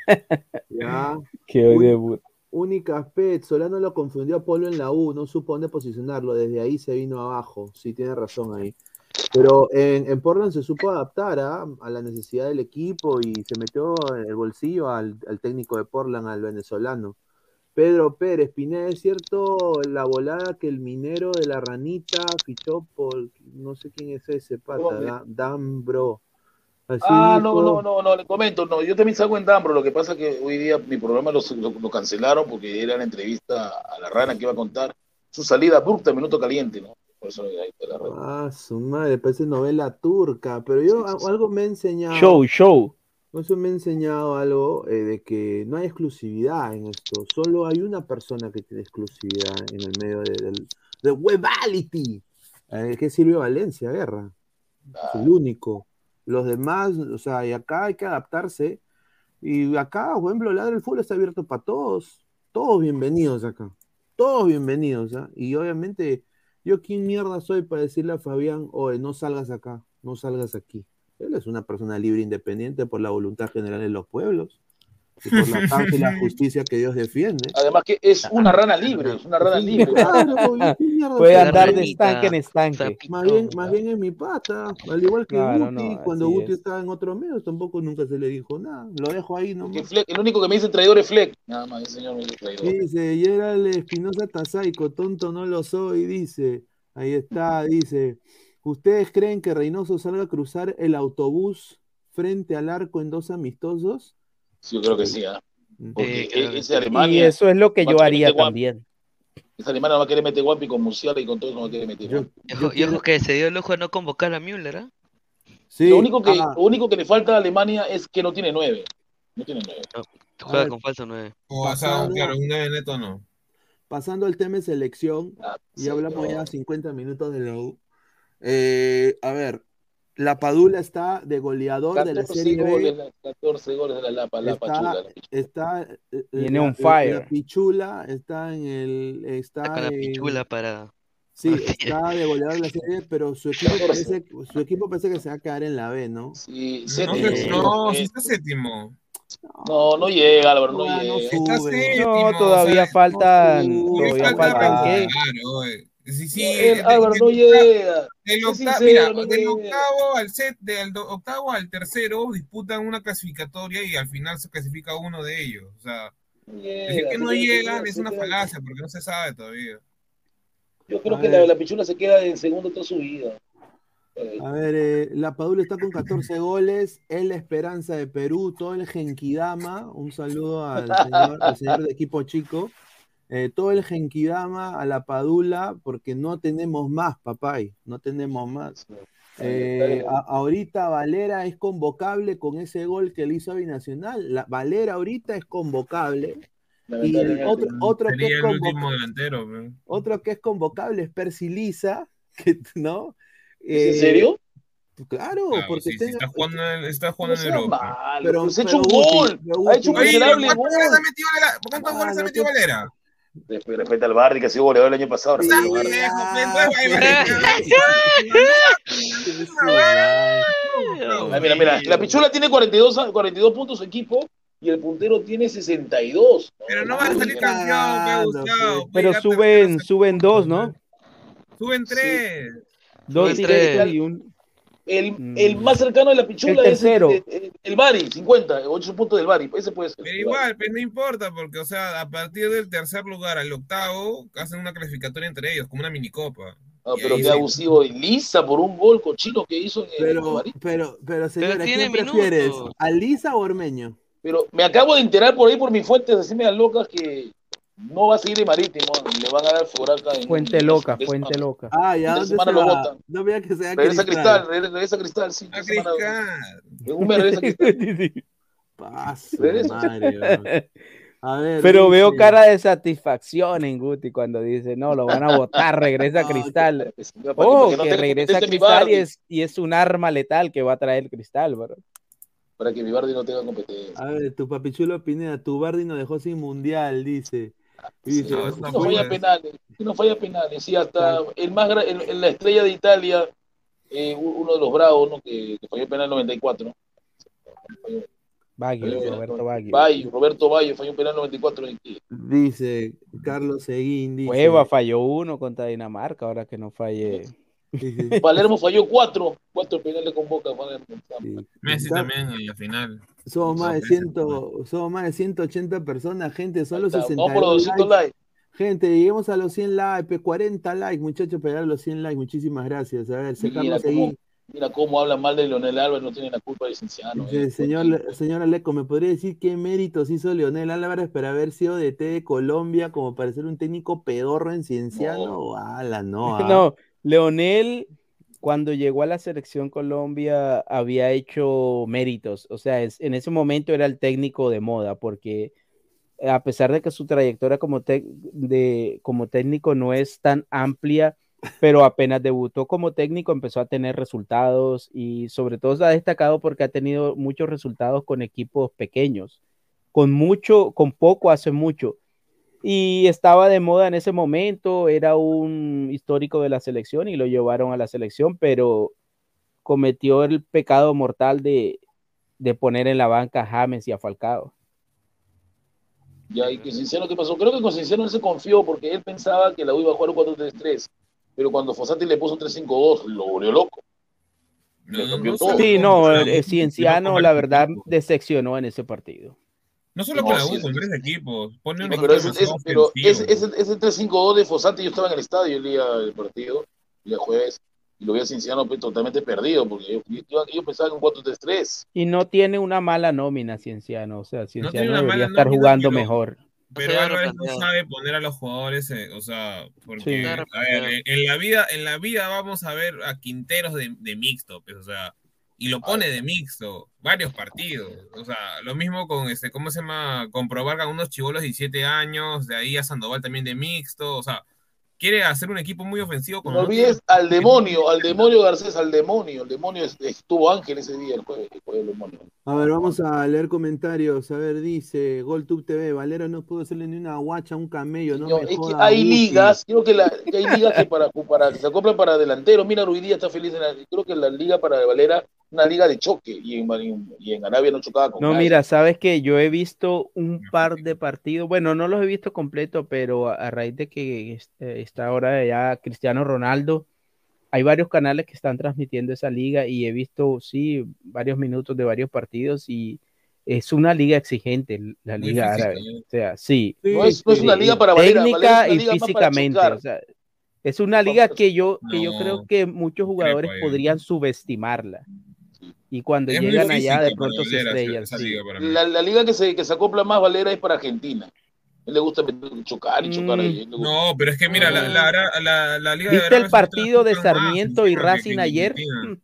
Ya. Que hoy debuta. Única Pet, Solano lo confundió a Polo en la U, no supo dónde posicionarlo, desde ahí se vino abajo. Sí, tiene razón ahí. Pero en, en Portland se supo adaptar ¿eh? a la necesidad del equipo y se metió en el bolsillo al, al técnico de Portland, al venezolano. Pedro Pérez, Pineda, ¿es cierto la volada que el minero de la ranita fichó por, no sé quién es ese pata, da, Dan Bro? Así ah, dijo... no, no, no, no, le comento, no, yo también salgo en Dambro, lo que pasa es que hoy día mi programa lo, lo, lo cancelaron porque era la entrevista a la rana que iba a contar su salida abrupta, minuto caliente, ¿no? Por eso ahí está la red. Ah, su madre, parece novela turca, pero yo sí, sí, sí. algo me he enseñado... Show, show. Eso me ha enseñado algo eh, de que no hay exclusividad en esto, solo hay una persona que tiene exclusividad en el medio de, de, de Webality, eh, que es Silvio Valencia, Guerra, ah. es el único. Los demás, o sea, y acá hay que adaptarse, y acá, por ejemplo, Ladra el Fútbol está abierto para todos, todos bienvenidos acá, todos bienvenidos, ¿eh? Y obviamente, yo quién mierda soy para decirle a Fabián, oye, no salgas acá, no salgas aquí. Él es una persona libre e independiente por la voluntad general de los pueblos y por la paz y la justicia que Dios defiende. Además que es una rana libre, es una rana sí, libre. Claro, puede andar de estanque en estanque. Más bien, más bien es mi pata, al igual que claro, Guti, no, cuando Guti es. estaba en otro medio, tampoco nunca se le dijo nada. Lo dejo ahí nomás. Fleck, el único que me dice traidor es Fleck. Nada más, el señor me dice traidor. Dice, Gerald Espinosa Tazaico, tonto no lo soy, dice. Ahí está, dice. ¿Ustedes creen que Reynoso salga a cruzar el autobús frente al arco en dos amistosos? Sí, yo creo que sí, ¿eh? Porque sí, es de Alemania. Y eso es lo que yo haría también. Esa Alemania no va a querer meter Guapi con Musiala y con todo no va a querer meter Yo, yo, yo ojo que se dio el lujo de no convocar a Müller, ¿eh? Sí. Lo único que, lo único que le falta a Alemania es que no tiene nueve. No tiene nueve. No, juega ver, con falso nueve. O sea, claro, un nueve neto no. Pasando al tema de selección, ah, y sí, hablamos no. ya cincuenta minutos de la U. Eh, a ver, la Padula está de goleador de la Serie goles, B. catorce goles de la Lapa, la está, Pachula. La está tiene la, un fire. La Pichula está en el. Está, está con en, la Pichula para. Sí, está de goleador de la Serie B, pero su equipo, parece, su equipo parece que se va a quedar en la B, ¿no? Sí, no, eh, no, si está séptimo. No, no llega, Álvaro, no, no llega. Está séptimo, no, todavía o sea, faltan. No todavía faltan, faltan ¿qué? Claro, Sí, sí, el, el, Álvaro, no llega. Del, octavo, mira, no del octavo al set, del octavo al tercero disputan una clasificatoria y al final se clasifica uno de ellos. O sea, llega, decir que no llegan es una falacia porque no se sabe todavía. Yo creo a que la, la Pichula se queda en segundo toda su vida. A ver, eh, la Padula está con catorce goles, es la esperanza de Perú, todo el Genkidama, un saludo al señor, al señor de equipo chico. Eh, todo el Genkidama a la Padula, porque no tenemos más, papay, no tenemos más. Eh, a, ahorita Valera es convocable con ese gol que le hizo a Binacional. La, Valera ahorita es convocable. Y el otro, otro, que es convoca- delantero, bro. otro que es convocable es Percy Liza, que, ¿no? ¿Es en serio? Claro, Claro, porque si, si tenga- está jugando, en- está No jugando en sea Europa. malo, Pero- pues ha hecho un pero Guti, gol, pero ha Guti, hecho un Oye, miserable ¿cuántos gol. goles ha metido Valera? ¿Cuántos goles ha Mano, metido ¿qué- Valera? Respe- Respeta al Bardi, que ha sido goleador el año pasado. O sea, respeta al Bardi. pendejo, ya, pendejo, ay, pues. marica. Qué su madre. Ah, mira, mira, la Pichula tiene cuarenta y dos, a- cuarenta y dos puntos su equipo y el puntero tiene sesenta y dos. Pero no va a Ay, salir cagando, campeón, me ha pues. gustado. Puede Pero llegar suben, tercero, suben segundo, dos, ¿no? Suben tres. Dos Suben directos tres. y un. El, Mm. el más cercano de la Pichula El es el, tercero. el, el- el Bari, cincuenta, ocho puntos del Bari. Ese puede ser. Pero igual, pues no importa, porque, o sea, a partir del tercer lugar al octavo, hacen una clasificatoria entre ellos, como una minicopa. No, Y pero ahí qué sí. abusivo. Y Lisa por un gol cochino que hizo en el Pero, Bari. pero, pero, señora, tiene ¿quién prefieres? minutos. ¿A Lisa o Ormeño? Pero me acabo de enterar por ahí por mis fuentes, así me locas, que no va a seguir en Marítimo. Le van a dar Foraca en Fuente loca, esta fuente semana. loca. Ah, ya, Esta ¿dónde se semana lo va? votan. No vea que sea Regresa Cristal. Cristal, regresa Cristal, sí. A esta semana- Criscal. En un mes regresa Cristal. Paso, Regresa. madre, weón. A ver, Pero dice- veo cara de satisfacción en Guti cuando dice, no, lo van a votar, regresa No, Cristal. Para que- Oh, para que no que tenga regresa competencia mi Cristal y Bardi, es, y es un arma letal que va a traer Cristal, bro. para que mi Bardi no tenga competencia. A ver, tu papichulo Pineda, tu Bardi nos dejó sin mundial, dice. Y Sí, dice, no, no, eso no no puede. falla penales, sí, no falla penales, sí, hasta el más gra- el- el- la estrella de Italia, eh, uno de los bravos, ¿no? que, que falló penal noventa y cuatro, ¿no? Falló- Baggio, falló- Roberto Baggio. Baggio, Roberto Baggio falló un penal noventa y cuatro en que- dice Carlos Seguín, dice. Cueva falló uno contra Dinamarca, ahora que no falle. dice, Palermo falló cuatro, cuatro penales con Boca. Palermo. sí. Messi Car- también en la final. Somos más de Dos cien, veces, somos más de ciento ochenta personas, gente, solo Ahí está, sesenta Vamos por los doscientos likes. Gente, lleguemos a los cien likes, pe, cuarenta likes, muchachos, para llegar a los cien likes. Muchísimas gracias. A ver, se Mira Carlos cómo, Seguín. mira cómo hablan mal de Leonel Álvarez, no tienen la culpa de Cienciano. Dice, eh. señor, señor Aleco, ¿me podría decir qué méritos hizo Leonel Álvarez para haber sido D T de Colombia como para ser un técnico pedorro en Cienciano? No. Ala, no. ah. No, Leonel, cuando llegó a la selección Colombia, había hecho méritos. O sea, es- en ese momento era el técnico de moda, porque a pesar de que su trayectoria como, tec- de, como técnico no es tan amplia, pero apenas debutó como técnico empezó a tener resultados y sobre todo se ha destacado porque ha tenido muchos resultados con equipos pequeños. Con mucho, con poco hace mucho. Y estaba de moda en ese momento, era un histórico de la selección y lo llevaron a la selección, pero cometió el pecado mortal de, de poner en la banca a James y a Falcao. Ya, y que Cienciano, ¿qué pasó? Creo que con Cienciano él se confió porque él pensaba que la U iba a jugar un cuatro tres tres, pero cuando Fossati le puso un tres cinco dos, lo volvió loco. Le cambió todo. Sí, no, O sea, eh, Cienciano la verdad decepcionó en ese partido. No solo No, con la sí, U, con sí. tres equipos. Pone Sí, un no, equipo pero ese, demasiado ese- pero ese, ofensivo. ese, ese tres cinco dos de Fossati, yo estaba en el estadio el día del partido, el día jueves, y lo vi a Cienciano pues, totalmente perdido, porque yo, yo, yo pensaba en un cuatro tres tres. Y no tiene una mala nómina Cienciano, o sea, tiene Cienciano una debería mala estar nómina, jugando pero- mejor. Pero Se ha Álvarez no replanteado. sabe poner a los jugadores, eh, o sea, porque, Sí. Se ha a ver, replanteado. en- en la vida, en la vida vamos a ver a Quinteros de, de mixto, pues, o sea, y lo pone de mixto, varios partidos, o sea, lo mismo con este, ¿cómo se llama? Con Probarga, unos chibolos de diecisiete años, de ahí a Sandoval también de mixto, o sea, quiere hacer un equipo muy ofensivo No como olvides al demonio, al demonio Garcés, al demonio, el demonio es- estuvo Ángel ese día, el jueves, el jueves del demonio. A ver, vamos a leer comentarios. A ver, dice GolTube T V, Valera no pudo hacerle ni una guacha a un camello, no No, me es que joda, hay Guti. ligas, creo que, la, que hay ligas que para, para que se acoplan para delantero. Mira, Ruidía está feliz en la, creo que la liga para Valera, una liga de choque, y en, y en Arabia no chocaba con No, nadie. mira, sabes que yo he visto un par de partidos, bueno, no los he visto completos, pero a, a raíz de que este, está ahora ya Cristiano Ronaldo, hay varios canales que están transmitiendo esa liga y he visto, sí, varios minutos de varios partidos y es una liga exigente, la Muy liga física, árabe. ¿no? O sea, sí, No es, no es sí, una liga eh, para Valera, Valera es técnica una y liga más para físicamente, chocar. o sea, es una liga que yo, que yo No, creo que muchos jugadores ahí. podrían subestimarla. Y cuando Es muy llegan allá, física de para pronto se Valera esa- estrellan. esa sí. liga para mí. La, la liga que se, que se acopla más Valera es para Argentina. A él le gusta meter- chocar y chocar Mm. ahí. a él le gusta. No, pero es que mira, la, la, la, la, la Liga de ¿Viste Arabia el Saudita partido de juega más Sarmiento y encima que- Racing que ayer? Argentina. Mm,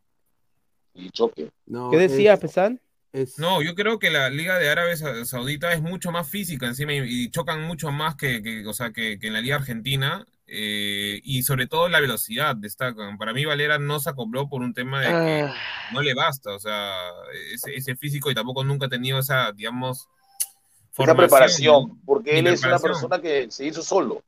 Y choque. No, ¿Qué decía, es- Pesan? es- No, yo creo que la Liga de Arabia Sa- Saudita es mucho más física encima y, y chocan mucho más que, que, o sea, que, que en la Liga Argentina. Eh, y sobre todo la velocidad destacan. Para mí Valera no se acopló por un tema de que Ah, no le basta, o sea, ese, ese físico y tampoco nunca ha tenido esa, digamos, Esa formación, ¿no? preparación, porque Ni él es una preparación. persona que se hizo solo.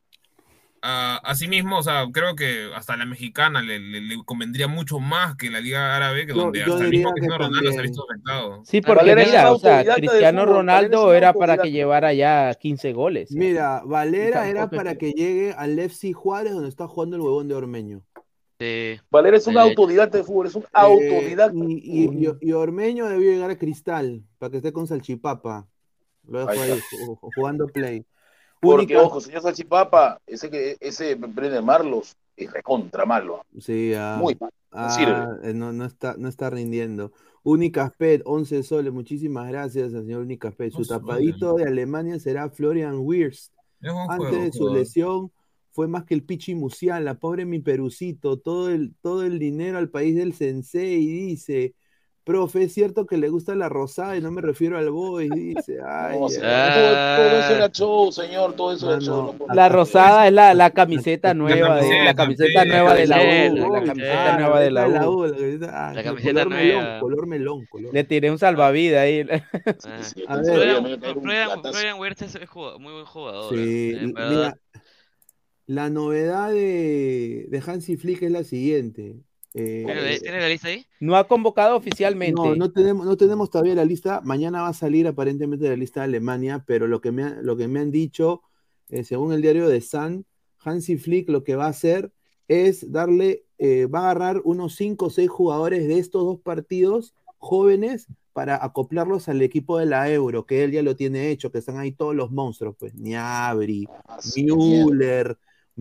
Ah, asimismo, o sea, creo que hasta la mexicana le, le- le convendría mucho más que la Liga Árabe, que Yo, donde yo hasta el diría mismo que Cristiano Ronaldo se ha también. visto afectado. Sí, Ah, porque Valera es un mira, o sea, autodidacta del Cristiano fútbol. Valera es Ronaldo un era para que autodidacta. llevara ya quince goles. ya. Mira, Y Valera era tampoco es para que... que llegue al F C Juárez donde está jugando el huevón de Ormeño. sí, Valera es un el hecho. autodidacta de fútbol, es un Eh, autodidacta del y, y, fútbol. y- y Ormeño debió llegar a Cristal para que esté con Salchipapa. Lo dejo Ahí ahí está. ju- ju- jugando play. Porque, Única, ojo, señor Salchipapa, ese que ese Brenner Marlos es recontra malo. sí, ah, Muy malo. No ah, sirve. eh, no, no está, no está rindiendo. Unicaspet, once soles. Muchísimas gracias al señor Unicaspet. Su No, su madre. tapadito de Alemania será Florian Wirtz. Es un Antes juego, de su jugador. lesión fue más que el Pichi Musiala, pobre mi Perucito, todo el, todo el dinero al país del Sensei, dice, profe, es cierto que le gusta la rosada y no me refiero al boy, dice, ay, No, ay, señor, ay. todo, todo eso Ah, era show, señor, todo eso era show. Mano, No puedo- La acá, rosada es la, la camiseta acá- nueva de la camiseta, camiseta pe, la nueva de la camiseta, U, la la Uy, camiseta ah, la nueva de camiseta la de la U. U, la camiseta, ah, la el camiseta color melón, nueva. color melón, color. Le tiré un salvavidas ahí. Sí, Ah. sí, A entonces ver, había Florian, medio caer un Florian, platazo. Florian Wirtz es jugado- muy buen jugador, sí, eh, en l- verdad. mira, la novedad de, de Hansi Flick es la siguiente. Eh, ¿Tiene la, ¿tiene la lista ahí? No ha convocado No, oficialmente. no tenemos, no tenemos todavía la lista. Mañana va a salir aparentemente la lista de Alemania, pero lo que me, ha- lo que me han dicho, eh, según el diario de Sun, Hansi Flick lo que va a hacer es darle, eh, va a agarrar unos cinco o seis jugadores de estos dos partidos jóvenes para acoplarlos al equipo de la Euro, que él ya lo tiene hecho, que están ahí todos los monstruos, pues, Gnabry, Ah, sí, qué mierda. Müller,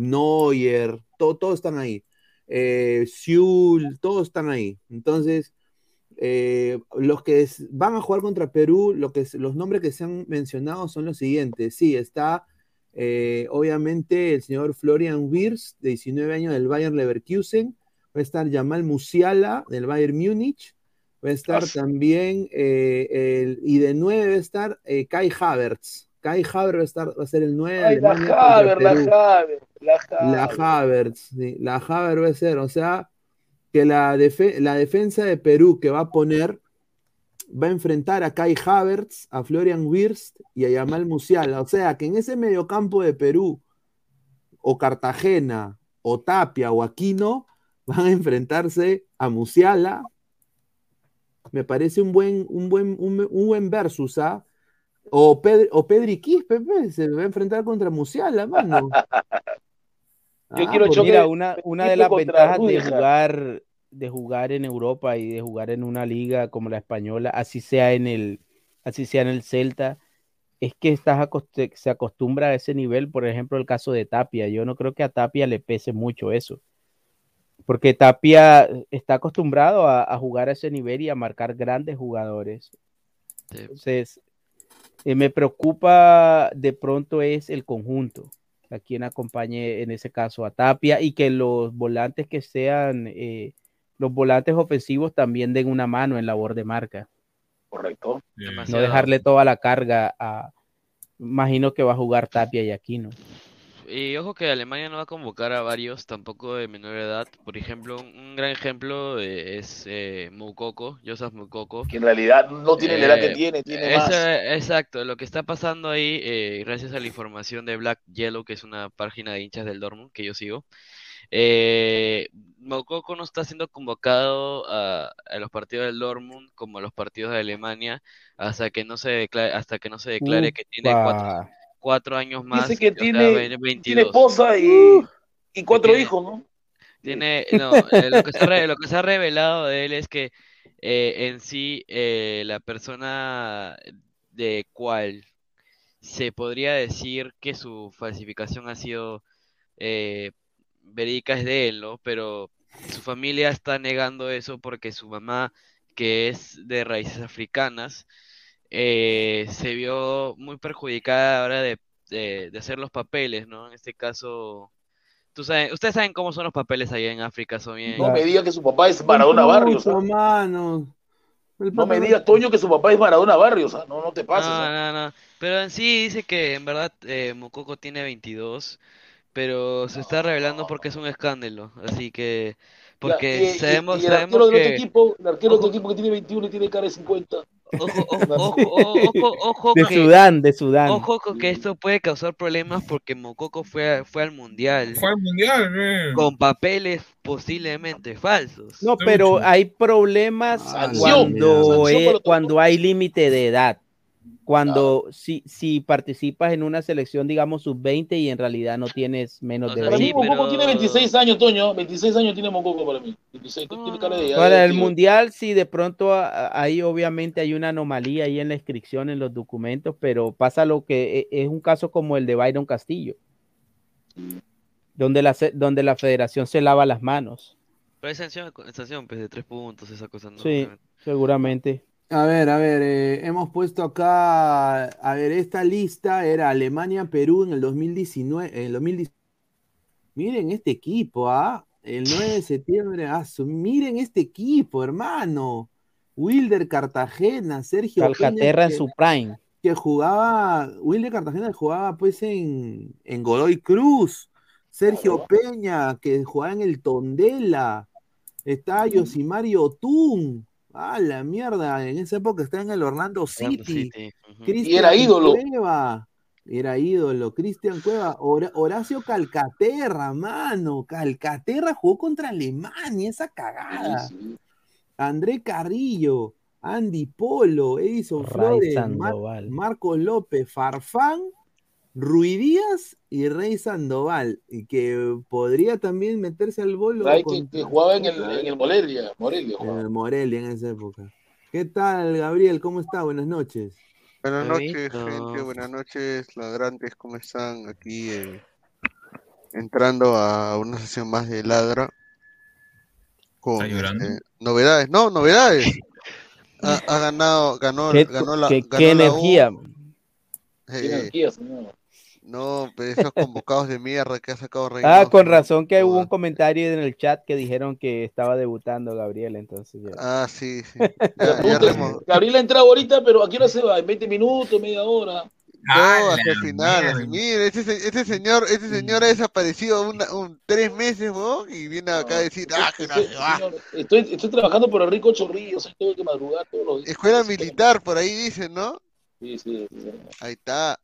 Neuer, to- todos están ahí. Eh, Süle, todos están ahí. Entonces, eh, los que es- van a jugar contra Perú, lo que es- los nombres que se han mencionado son los siguientes. Sí, está eh, obviamente el señor Florian Wirtz, de diecinueve años del Bayern Leverkusen. Va a estar Jamal Musiala del Bayern Múnich. Va a estar Ah, sí. también, eh, el- y de nueve va a estar eh, Kai Havertz. Kai Havertz va a, estar, va a ser el nueve de Ay, la Alemania contra Haver, la Perú. Haver, la La Haver. Havertz, sí, la Havertz va a ser, o sea, que la, defe- la defensa de Perú que va a poner va a enfrentar a Kai Havertz, a Florian Wirtz y a Yamal Musiala. O sea, que en ese mediocampo de Perú, o Cartagena, o Tapia, o Aquino, van a enfrentarse a Musiala. Me parece un buen, un buen, un, un buen versus, ¿ah? O, Pedri, o Pedri Quispe, pues, se va a enfrentar contra Musiala, mano. Yo Ah, quiero por- choque Mira, una, una de Quispe las contra ventajas de Rudiger. jugar, de jugar en Europa y de jugar en una liga como la española, así sea en el, así sea en el Celta, es que estás acost- se acostumbra a ese nivel. Por ejemplo, el caso de Tapia. Yo no creo que a Tapia le pese mucho eso, porque Tapia está acostumbrado a, a jugar a ese nivel y a marcar grandes jugadores. Sí. Entonces, eh, me preocupa de pronto es el conjunto, a quien acompañe en ese caso a Tapia, y que los volantes que sean, eh, los volantes ofensivos también den una mano en labor de marca. Correcto. Eh, No Demasiado. dejarle toda la carga a, imagino que va a jugar Tapia y Aquino. Y ojo que Alemania no va a convocar a varios tampoco de menor edad. Por ejemplo, un, un gran ejemplo eh, es eh, Moukoko, Joseph Moukoko. Que en realidad no tiene la edad que Eh, tiene, tiene Eso, más. exacto, lo que está pasando ahí, eh, gracias a la información de Black Yellow, que es una página de hinchas del Dortmund que yo sigo, eh, Moukoko no está siendo convocado a, a los partidos del Dortmund como a los partidos de Alemania hasta que no se declare, hasta que no se declare que tiene cuatro, Upa. cuatro años más, Dice que o sea, tiene, ve- tiene veintidós. esposa y, Uh, y cuatro tiene- hijos, ¿no? Tiene, no, eh, lo que se ha, re- lo que se ha revelado de él es que eh, en sí eh, la persona de cual se podría decir que su falsificación ha sido eh, verídica es de él, ¿no? Pero su familia está negando eso porque su mamá, que es de raíces africanas, eh, se vio muy perjudicada a la hora de, de, de hacer los papeles, ¿no? En este caso, tú sabes, ustedes saben cómo son los papeles allá en África, son bien... No me diga que su papá es Son Maradona Barrios. truchos, ¿ah? mano. El No me pata- digas, Toño, que su papá es Maradona Barrios. ¿ah? No, no te pases. No, ¿ah? no, no. Pero en sí dice que en verdad eh, Moukoko tiene veintidós, pero se está revelando porque es un escándalo, así que, Ya, porque y, y- sabemos, y el arquero sabemos del otro que, equipo, el arquero del otro ojo, equipo que tiene veintiuno y tiene cara de cincuenta. ojo, ojo, ojo, ojo, ojo, ojo De que, Sudán, de Sudán. ojo con que esto puede causar problemas porque Mococo fue, a- fue al mundial Fue al mundial, ve. con papeles posiblemente falsos. No, pero Trucho. hay problemas Ah, la Sanción, mierda. cuando, sanción eh, para los cuando hay límite de edad. Cuando Claro. si, si participas en una selección, digamos, sub veinte y en realidad no tienes menos O de sea, Para mí sí, veinte. Mococo tiene veintiséis pero años, Toño. veintiséis años tiene Mococo para mí. veintiséis, no, tiene no, cara de no. ya Para de el tío. mundial, sí, de pronto a- a- ahí obviamente hay una anomalía ahí en la inscripción en los documentos, pero pasa lo que e- es un caso como el de Byron Castillo, donde la, se- donde la federación se lava las manos. Pero hay sanción, sanción pues, de tres puntos, esa cosa, ¿no? Sí, Obviamente. seguramente. A ver, a ver, eh, hemos puesto acá, a ver, esta lista era Alemania-Perú en el dos mil diecinueve, en el dos mil diecinueve. Miren este equipo, ¿ah? El nueve de septiembre, ah, su- miren este equipo, hermano. Wilder Cartagena, Sergio Peña, Calcaterra en que, su prime. que jugaba, Wilder Cartagena jugaba pues en, en Godoy Cruz, Sergio Peña, que jugaba en el Tondela, está Yosimar Yotun, ah, la mierda, en esa época está en el Orlando Orlando City, City, ujú. Y era Cristian ídolo. Cueva, era ídolo, Cristian Cueva, Hora- Horacio Calcaterra, mano, Calcaterra jugó contra Alemania, esa Sí, cagada, sí. André Carrillo, Andy Polo, Edison Ray Flores, Mar- Sandoval. Marcos López, Farfán, Rui Díaz y Rey Sandoval, y que podría también meterse al bolo Ray que, con que jugaba en el, en el Morelia. Morelia en jugaba. el Morelia en esa época. ¿Qué tal, Gabriel? ¿Cómo está? Buenas noches. Buenas noches, Huevito. gente. Buenas noches, ladrantes. ¿Cómo están? Aquí eh, entrando a una sesión más de Ladra con ¿Está llorando? este, novedades. No, novedades. Ha, ha ganado, ganó, ¿Qué, ganó la, qué- ganó qué la U. energía? Tiene Eh, energía, señor. no, pero esos convocados de mierda que ha sacado Reynoso. Ah, con razón que hubo un Joda. comentario en el chat que dijeron que estaba debutando Gabriel, entonces ya. Ah, sí, sí. La Ya, ya pregunta es, remo- Gabriel ha entrado ahorita, pero ¿a qué hora se va? ¿En veinte minutos, media hora? No, ¡A hasta el la final. Así, mierda! mire, ese, se- ese señor, ese señor ha desaparecido una, un, tres meses, weón, y viene acá a decir, ah, que no Estoy, se va. señor, estoy, estoy trabajando por el rico Chorrillos, tengo que madrugar todos los días. Escuela militar, por ahí dicen, ¿no? Sí, sí, sí. Ahí está.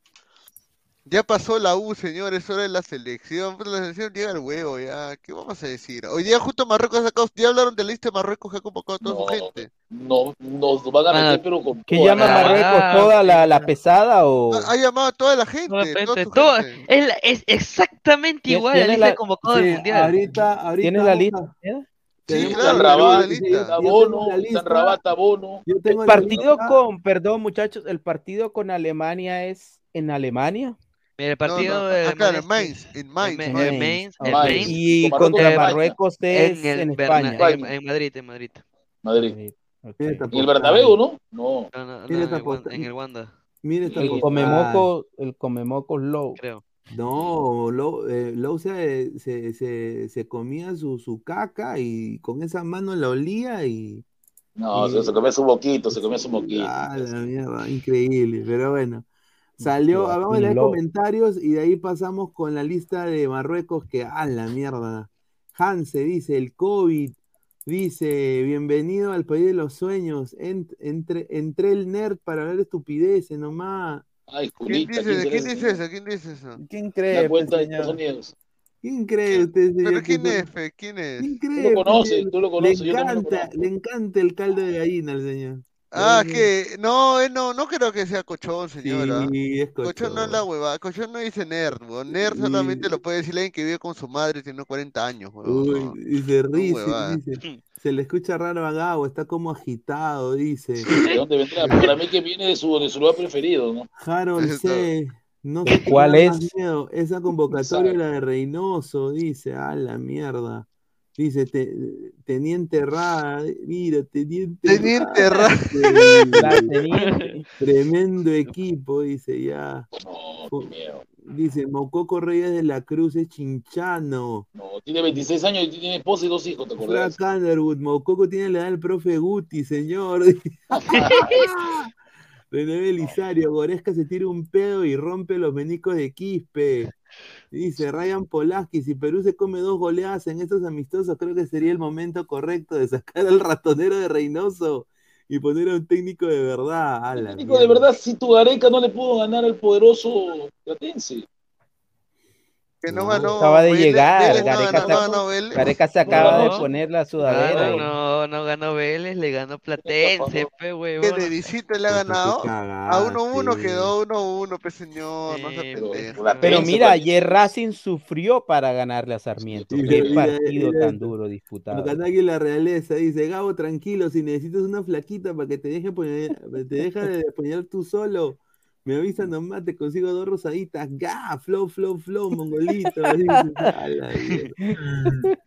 Ya pasó la U, señor, es hora de la selección. Pues la selección llega al huevo, ya. ¿Qué vamos a decir? Hoy día justo Marruecos ha sacado, ya hablaron de la lista de Marruecos que ha convocado a toda su No, gente. no, nos van a Ah, meter, pero con ¿Qué toda llama la- Marruecos? Ah, ¿Toda la, ok. la pesada o...? Ha, ha llamado a toda la gente, No, toda espérate, su todo- gente. es, la- es exactamente ¿Tien- igual a la tiene lista la- de convocado del Sí, mundial. ahorita, ahorita ¿Tienes la vamos lista? a- ¿Eh? Sí, tenemos claro, Está la yo tengo Rabat, la sí, lista. está yo tengo Bono, la está lista. Rabat, está Bono. Yo El tengo la partido lista. con, perdón muchachos, el partido con Alemania es en Alemania. Mira, el No, partido no, de acá en Alemania Mainz, en en, Mainz, Me- en Mainz. Mainz, en Ok. Mainz. Mainz, Y Con Marruecos contra en España. Marruecos es en, el en Berna- España. en, en Madrid, en Madrid. Madrid. Ok. Mira esta ¿Y el postal. Bernabéu, no? No. No, no, no, Mira en, esta el, Wan- postal. en el Wanda, Mira esta Sí. El postal. Comemoco, el Comemoco Low. creo. No, Low, eh, Low se, se, se, se comía su, su caca y con esa mano la olía y. No, y- se, se comió su moquito, se comió su moquito. Ah, la mierda, increíble, pero bueno. Salió, vamos a leer Low. comentarios y de ahí pasamos con la lista de Marruecos que, ah, la mierda. Hanse dice, el COVID, dice, bienvenido al país de los sueños, Ent- entre, entré el nerd para hablar estupideces nomás. Ay, ¿Quién Julita, dice, será ¿quién ese dice señor? eso? ¿Quién dice eso? ¿Quién Da cree, pues, cuenta de Estados señor? Unidos. ¿Quién cree ¿Quién- usted, señor? ¿Pero que quién son- es, fe? ¿Quién es? ¿Quién Tú cree? lo pues, conoces, señor? tú lo Le conoces, yo también lo encanta, conozco. le encanta el caldo de gallina al señor. Ah, Eh, que no, eh, no, no creo que sea cochón, señora. Sí, es Cochón no es la cochón. huevada, cochón no dice nerd, weón. Nerd solamente Sí. lo puede decir alguien que vive con su madre y tiene cuarenta años, weón. Uy, No, dice, no Riz, huevada. dice, se le escucha raro a Gabo, está como agitado, dice. ¿De dónde vendrá? Para mí que viene de su, de su lugar preferido, ¿no? Harold Eso. C. No ¿De sé qué cuál da más es? miedo. Esa convocatoria la de Reynoso, dice. A la mierda. Dice, te, tenía enterrada. Mira, tenía Tenía enterrada. La Sí, teniente. tremendo equipo, dice ya. No, Fu- qué miedo. Dice, Mococo Reyes de la Cruz es chinchano. No, tiene veintiséis años y tiene esposa y dos hijos, ¿te acordás? Frank Underwood, Mococo tiene la edad del profe Guti, señor. René Belisario, Goresca se tira un pedo y rompe los menicos de Quispe. Dice Ryan Polaski, si Perú se come dos goleadas en estos amistosos, creo que sería el momento correcto de sacar al ratonero de Reynoso y poner a un técnico de verdad. A El la técnico de mierda. verdad, si tu Gareca no le pudo ganar al poderoso Platense. Que no No, ganó. Acaba de Vélez, llegar, Vélez no Gareca, ganó, se, no ganó Vélez. Gareca se No acaba de ganó. poner la sudadera. No, y- no, no ganó Vélez, le ganó Platense, pe Que huevón. de visita le ha Puta, qué ganado. cagada, A uno uno sí. quedó uno uno, pe señor. No se Sí, Pero, pendejo. Platense, Pero mira, Platense. ayer Racing sufrió para ganarle a Sarmiento. Mira, Qué mira, partido mira tan esto. duro disputado. Macanaki la realeza dice, Gabo, tranquilo, si necesitas una flaquita para que te deje poner, te deja de apoyar tú solo, me avisan nomás, te consigo dos rosaditas, ga, flow, flow, flow, mongolito. Dice, a la mierda.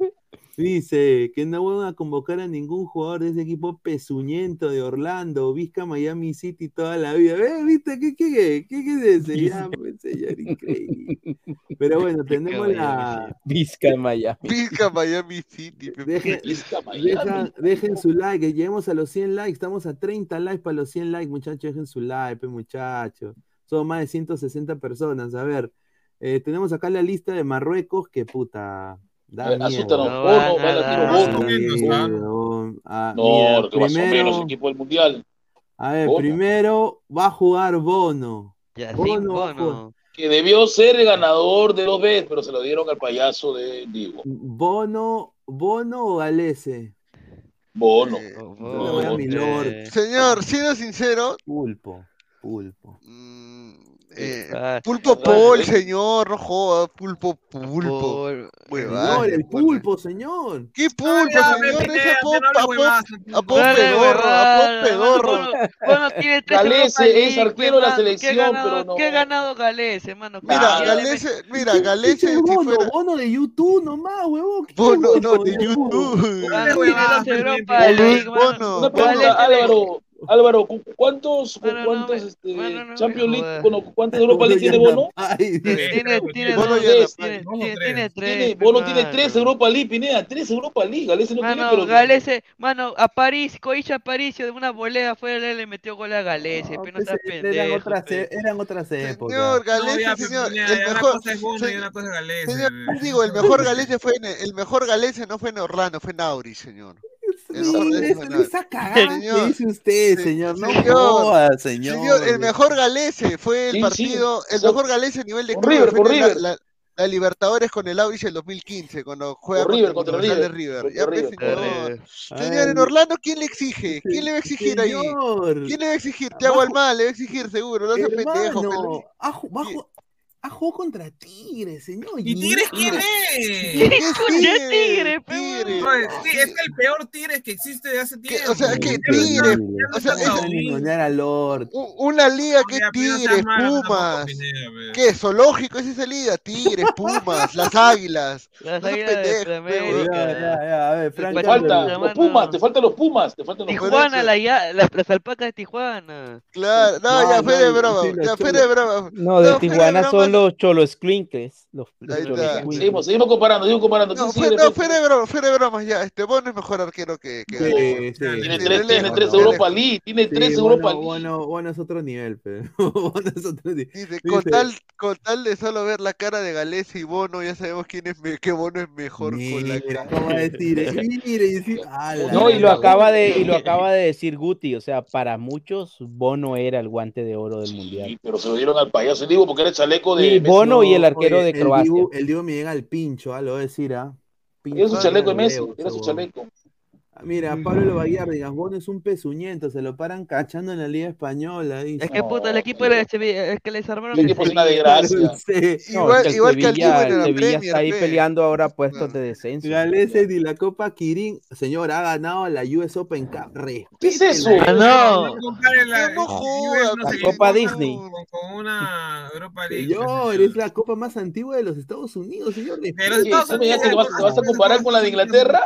Dice que no van a convocar a ningún jugador de ese equipo pezuñento de Orlando, Vizca, Miami City toda la vida. ¿Ves? ¿Viste? ¿Qué, qué, qué, qué, qué es ese? Ya, pues, señor, increíble. Pero bueno, tenemos la... Vizca en Miami. Vizca Miami City. pe. Dejen, Vizca, Miami. dejan- dejen su like, que lleguemos a los cien likes. Estamos a treinta likes para los cien likes, muchachos. Dejen su like, pe, muchachos. Son más de ciento sesenta personas. A ver, eh, tenemos acá la lista de Marruecos, que puta, da A ver, miedo. asústanos. No Bono, van a Valatino, dar. Más o Bono. menos, Sí, ¿ah? weón. Ah, No, mira, que más o menos primero, equipo del mundial. a ver, Bono. primero va a jugar Bono. Ya, sin Bono va a jugar. bono. Que debió ser el ganador de dos veces, pero se lo dieron al payaso de Diego. Bono, Bono o Galese. Bono. Eh, Oh, Yo le voy a bono, mi Lord. eh. Señor, siendo sincero, Pulpo, pulpo. mm, eh, Ah, Pulpo no, Paul, eh. señor, no joda, Pulpo Pulpo. Paul. Huevada, Señor, el pone. pulpo, señor. ¿Qué pulpo, ya, señor? Pineda, Ese a que Pop, no hable a Pop, huevadas, a Pop Dale, pedorro, a Pop huevada, pedorro. mano, Bono, Bono tiene tres Galese Europa es League, arquero de la mano. ¿Qué selección, ganado, pero no- ¿Qué ganado Galese, mano? Mira, Nada. Galese, mira, ¿Qué Galese, chucha es si Bono? fuera. Bono de YouTube nomás, huevón. ¿Qué Bono, Bono no, de YouTube. Mano, tiene huevadas, dos pe, Europa Bono, League, mano. Bono. Una pregunta, Galese le- Álvaro. Álvaro, ¿cu- ¿cuántos, cu- Mano, no cuántos me- este, mano, no me Champions League, jodas. bueno, cuántos Europa Bono League tiene ya Bono? Ay, Tiene, dice. tiene, tiene Bono dos, ya la- tiene, dos o tiene, tres. tiene tres, Tiene, pe, Bono tiene mano. tres Europa League, Pineda, tres Europa League. Galese no tiene, Mano, pero... Galese, mano, a París, Coicha Aparicio de una volea afuera le metió gol a Galese, No, pe, no pues, seas eran pendejo, otras, pe. e- eran otras épocas. Señor, No, Galese, ya, pe, señor, Pineda, el ya, mejor. una cosa es Bono se- y una cosa es Galese. Señor, pe. digo, el mejor Galese fue en, el mejor Galese no fue en Orlando, fue en Auri, señor. El mejor Sí, Galese esa, fue en Auri. esa cagada Señor, que dice usted, se- señor. No señor, joda, señor. Señor, el mejor Galese fue el Sí, sí, partido, el so- mejor Galese a nivel de con clubes River, fue con en la, River. la- la Libertadores con el Aurich el dos mil quince, cuando juega Con contra River, el contra Universal de River. River. Contra Ya, pues, River. señor. Terrible. Señor, en Ay, Orlando, ¿quién le exige? ¿Quién le va a exigir ahí? señor. ¿Quién le va a exigir? Thiago Bajo- Almada le va a exigir, seguro. No seas pendejo. Hermano, pelu- ha, ju- va a ju- ha jugado contra Tigres, señor. ¿Y ni Tigres nada. quién es? ¿Qué es Tigre, Tigre? pe, Tigre. No, es, sí, es el peor Tigres que existe de hace ¿Qué? tiempo. O sea, que Ya no Tigre, está- ya no o sea, está es- Van a Saúl. ningunear a Lord. U- Una liga que es Ya, pero no seas Tigres, malo, tampoco, Pumas. Pineda, pe. ¿Qué? Zoológico es esa liga. Tigres, Pumas, las águilas. Las No seas águilas de pendejo, Ya, Sudamérica. ya, ya, a ver, Frank Te Te falta Cambio. Mano. los Pumas, te faltan los Pumas, te faltan los Pumas. Tijuana, eso. la, ya- las, las alpacas de Tijuana. Claro, no, No, ya no, fue de sí, broma, los ya fue cholos. de broma. No, de No, fuera Tijuana de son broma, los Cholo Squinkles. Los, los Ahí Cholo está. Squinkles. Seguimos, seguimos comparando, seguimos comparando. No, ¿Quién fue, sigue no, después? fue de broma, fue de broma ya. Este Bono es mejor arquero que, que Galese. Sí, sí. Tiene Sí, tres, de tiene lejos, tres de Europa lejos. League, tiene Sí, tres bueno, Europa League. bueno, bueno, es otro nivel, pero bueno, es otro nivel. Dice, con Dice, tal, con tal de solo ver la cara de Galese y Bono, ya sabemos quién es me- que Bono es mejor con la mira, cara. ¿cómo va a decir? Eh, Mire, y decir, "Ah, la No, y lo mierda". acaba de, y lo acaba de decir Guti, o sea, para muchos Bono era el guante de oro del mundial. Sí, pero se lo dieron al payaso Diego porque era el chaleco de Y Messi. Bono y el No, arquero oye, de Croacia. El Dibu, el Dibu me llega al pincho, ah, lo voy a decir, ¿ah? Era su Pincho chaleco de al Messi, huevo, era su ese huevón. chaleco. Ah, mira, Pablo Lobaguiar, digas, Bono es un pezuñento, se lo paran cachando en la Liga Española, dice. Es que puta, el No, equipo era de Sevilla, es que les armaron El el equipo es una Sevilla. desgracia. Sí. No, Igual, es que el igual que al Dibu Sevilla, en el la Sevilla Premier, está ahí pe. peleando ahora puestos No. de descenso. Galese y la Copa Kirin, señor, ha ganado la U S Open Cup. ¿Qué es eso? Ah, no. No comparen la, No jodas, no sé la qué Copa cosa Disney. Con, con una Europa League. Señor, pues, es la copa más antigua de los Estados Unidos, señor. Pero Oye, Estados ¿tú me digas Unidos que vas, te vas a comparar con la de Inglaterra?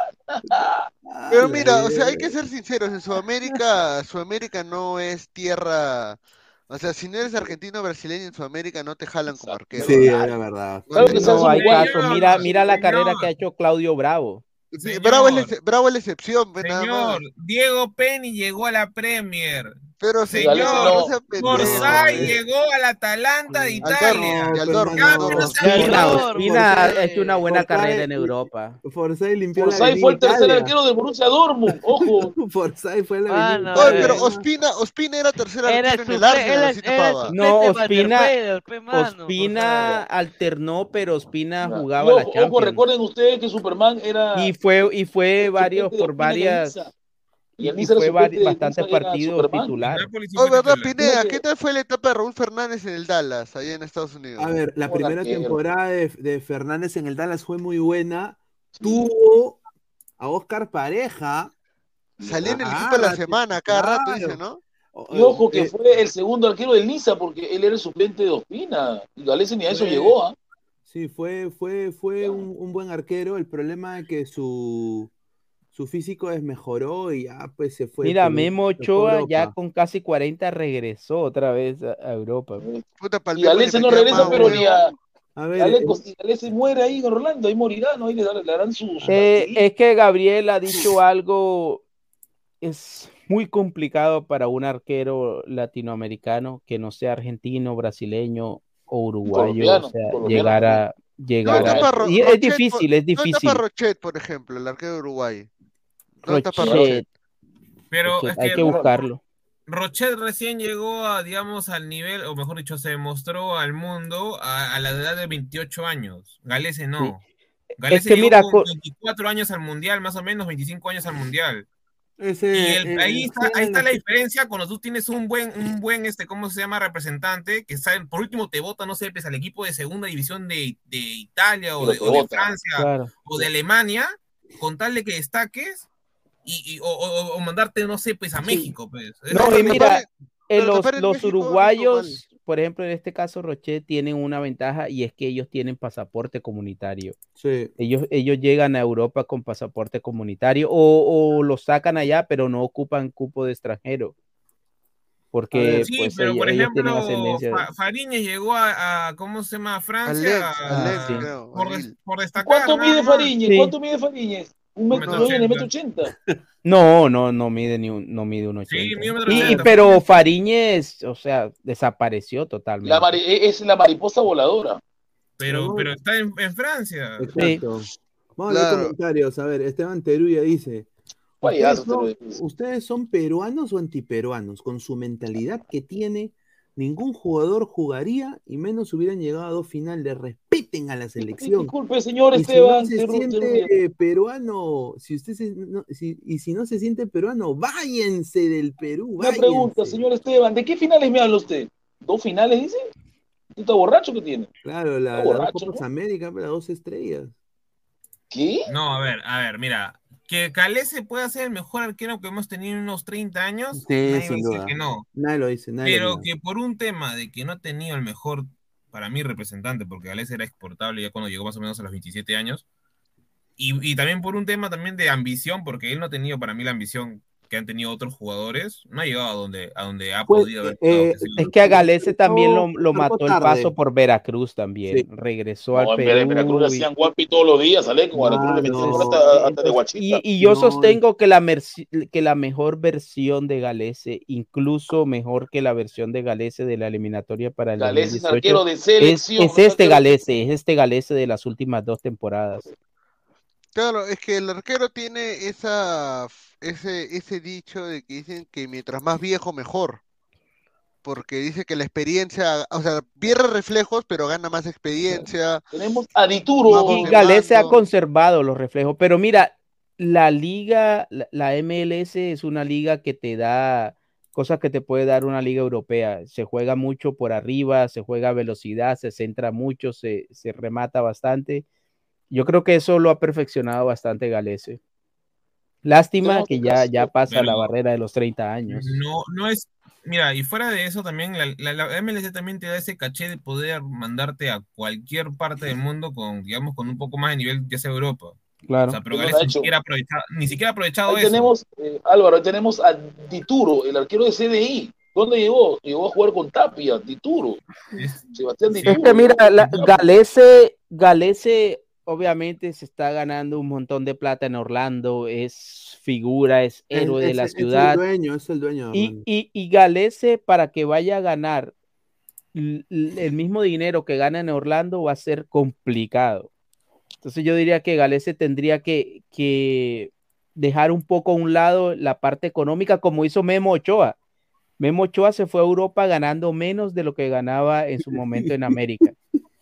Pero Ah, mira, o sea, hay la que ser sinceros, en Sudamérica, Sudamérica no es tierra, o sea, si no eres argentino o brasileño en Sudamérica no te jalan como arquero. Sí, es la verdad. Claro que No, son No hay iguales. caso. Mira, mira la Señor. carrera que ha hecho Claudio Bravo. Sí, Señor. Bravo es la, ex- Bravo es la excepción, pues, nada más. Señor, Diego Penny llegó a la Premier. Pero si Señor, no sea pendejo, Orsay eh. llegó al Atalanta de Al Italia. Dortmund, y al No, Dortmund, pero al no. Dortmund. Ospina, Por Ospina ha favor. hecho una buena Orsay- carrera en Europa. Forsyth limpió la Orsay fue el Avenida tercer Italia. arquero del Borussia Dortmund, ojo. Forsyth fue la Ah, Avenida no, Oye, Italia. pero eh. Ospina, Ospina era tercer Era arquero el en el suple- Arsenal, era- así te era el pava. No, suplente de Ospina, Valverde, pe, mano, por Ospina favor. alternó, pero Ospina Ya. jugaba Y la ojo, ojo, Champions. recuerden ustedes que Superman era Y fue, y fue el varios suplente de por Ospina en el varias, Niza. Y y, el y Niza era fue suplente vari- de bastantes Niza, era partidos Superman. titular. Napoli sí Oh, fue ¿verdad, titular. Pineda? Mira que- ¿Qué tal fue la etapa de Raúl Fernández en el Dallas, allá en Estados Unidos? A ver, la Buen primera arquero. temporada de, de Fernández en el Dallas fue muy buena. Sí. Tuvo a Oscar Pareja. Salía en el equipo de la Agárrate, semana, cada rato claro. dice, ¿no? Y ojo que Eh, fue el segundo arquero del Niza porque él era el suplente de Ospina. Y Galese ni a eso Fue- llegó, ¿ah? Sí, fue, fue, fue un, un buen arquero. El problema es que su, su físico desmejoró y ya pues se fue. Mira, por- Memo se fue a Ochoa ya Europa. con casi cuarenta regresó otra vez a, a Europa. Puta, pa'l Y Memo le Galese no metía regresa, más pero huevo. ni a. A ver, Ale, eh, si Galese muere ahí en Orlando, ahí morirá, ¿no? Ahí le, darán- le harán su. su Eh, castiguito. es que Gabriel ha dicho algo, es muy complicado para un arquero latinoamericano que no sea argentino, brasileño o uruguayo, colombiano, o sea, colombiano llegar también. a llegar ¿Dónde a está Ro- y es Rochet, difícil, por- es ¿Dónde difícil. está Rochet, por ejemplo, el arquero de Uruguay? ¿Dónde está Rochet, Rochet? Pero Rochet, es hay que que buscarlo. Rochet recién llegó a, digamos, al nivel, o mejor dicho, se demostró al mundo a, a la edad de veintiocho años. Galese no. Galese que llegó mira, con co- veinticuatro años al mundial, más o menos veinticinco años al mundial. ese, Y el- eh, ahí está, ese ahí era está la- la diferencia cuando tú tienes un buen, un buen, este, ¿cómo se llama? Representante, que sabe, por último te vota, no sé, pues, al equipo de segunda división de, de Italia o Pero de, te o de vota. Francia Claro. o de Alemania, con tal de que destaques y, y- o, o- o mandarte, no sé, pues a México, pues. Es- No, es- y mira, eh, pero los, tapar en los México no hizo uruguayos, por ejemplo, en este caso Rochet, tienen una ventaja y es que ellos tienen pasaporte comunitario. Sí. Ellos, ellos llegan a Europa con pasaporte comunitario o, o lo sacan allá, pero no ocupan cupo de extranjero. Porque A ver, Sí, pues pero ellos, por ellos tienen ejemplo, ascendencia. Fa- Fariñez llegó a, a- ¿cómo se llama? A Al Francia, Lens, a- al Lens, sí. creo, por, al des- Lille. por ¿Y destacar. cuánto nada mide más. Fariñez? Sí. ¿Cuánto mide Fariñez? Un metro, metro oye, de metro ochenta. ochenta. No, no, no mide ni un, no mide un Sí, ochenta. mide un metro Y- y, ochenta. pero Fariñez, o sea, desapareció totalmente. La mari- es la mariposa voladora. Pero, No. pero está en, en Francia. Exacto. Vamos a ver Claro. comentarios. A ver, Esteban Teruya dice: Vaya, ¿Ustedes eso te son, lo digo. ustedes son peruanos o antiperuanos? Con su mentalidad que tiene, ningún jugador jugaría y menos hubieran llegado a dos finales. Respeten a la selección. Disculpe, señor Y si no Esteban. se Teru- siente Teruya. eh, peruano, si usted se- no- si- y si no se siente peruano, váyanse del Perú. Una Váyanse. pregunta, señor Esteban. ¿De qué finales me habla usted? ¿Dos finales, dice? ¿Usted está borracho que tiene? Claro, la, Está las dos borracho, Copas ¿no? América, las dos estrellas. ¿Qué? No, a ver, a ver, mira. Que Calese pueda ser el mejor arquero que hemos tenido en unos treinta años, Sí, nadie va a sin decir duda. que no. Nadie lo dice, nadie Pero lo dice. que por un tema de que no ha tenido el mejor, para mí, representante, porque Galese era exportable ya cuando llegó más o menos a los veintisiete años, y, y también por un tema también de ambición, porque él no ha tenido para mí la ambición que han tenido otros jugadores, no ha llegado a donde, a donde ha Pues, podido haber eh, llegado, que sí. Es que a Galese también lo, lo marcó mató el tarde. paso por Veracruz también. Sí. Regresó No, al en Ver- en Perú. Veracruz le y- hacían guapi todos los días, ¿sale? Como a Veracruz le metían Mano. hasta, hasta de Entonces, guachita. y, y yo No, sostengo que la, merci- que la mejor versión de Galese, incluso mejor que la versión de Galese de la eliminatoria para el Galese es dos mil arquero dieciocho, de es, selección. es no es este arquero- Galese, es este Galese de las últimas dos temporadas. Claro, es que el arquero tiene esa, ese, ese dicho de que dicen que mientras más viejo, mejor. Porque dice que la experiencia, o sea, pierde reflejos, pero gana más experiencia. Tenemos a Dituro. Vamos Y de Galese ha mando. conservado los reflejos, pero mira, la liga, la, la M L S es una liga que te da cosas que te puede dar una liga europea. Se juega mucho por arriba, se juega a velocidad, se centra mucho, se, se remata bastante. Yo creo que eso lo ha perfeccionado bastante Galese. Lástima Tenemos que un ya, caso, ya pasa pero- la barrera de los treinta años. No, no es. Mira, y fuera de eso también, la, la, la M L S también te da ese caché de poder mandarte a cualquier parte del mundo con, digamos, con un poco más de nivel, ya sea Europa. Claro. O sea, pero Eso lo Galese ha ni hecho. siquiera ha aprovechado, ni siquiera ha aprovechado Ahí eso. tenemos, eh, Álvaro, ahí tenemos a Dituro, el arquero de C D I. ¿Dónde llegó? Llegó a jugar con Tapia, Dituro. Es- Sebastián Sí. Dituro. Es que mira, la- Galese, Galese obviamente se está ganando un montón de plata en Orlando, es figura, es héroe Es, de la es- es ciudad. el dueño, es el dueño de Y, Orlando. y, y Galese, para que vaya a ganar l- l- el mismo dinero que gana en Orlando, va a ser complicado. Entonces yo diría que Galese tendría que, que dejar un poco a un lado la parte económica, como hizo Memo Ochoa. Memo Ochoa se fue a Europa ganando menos de lo que ganaba en su momento en América.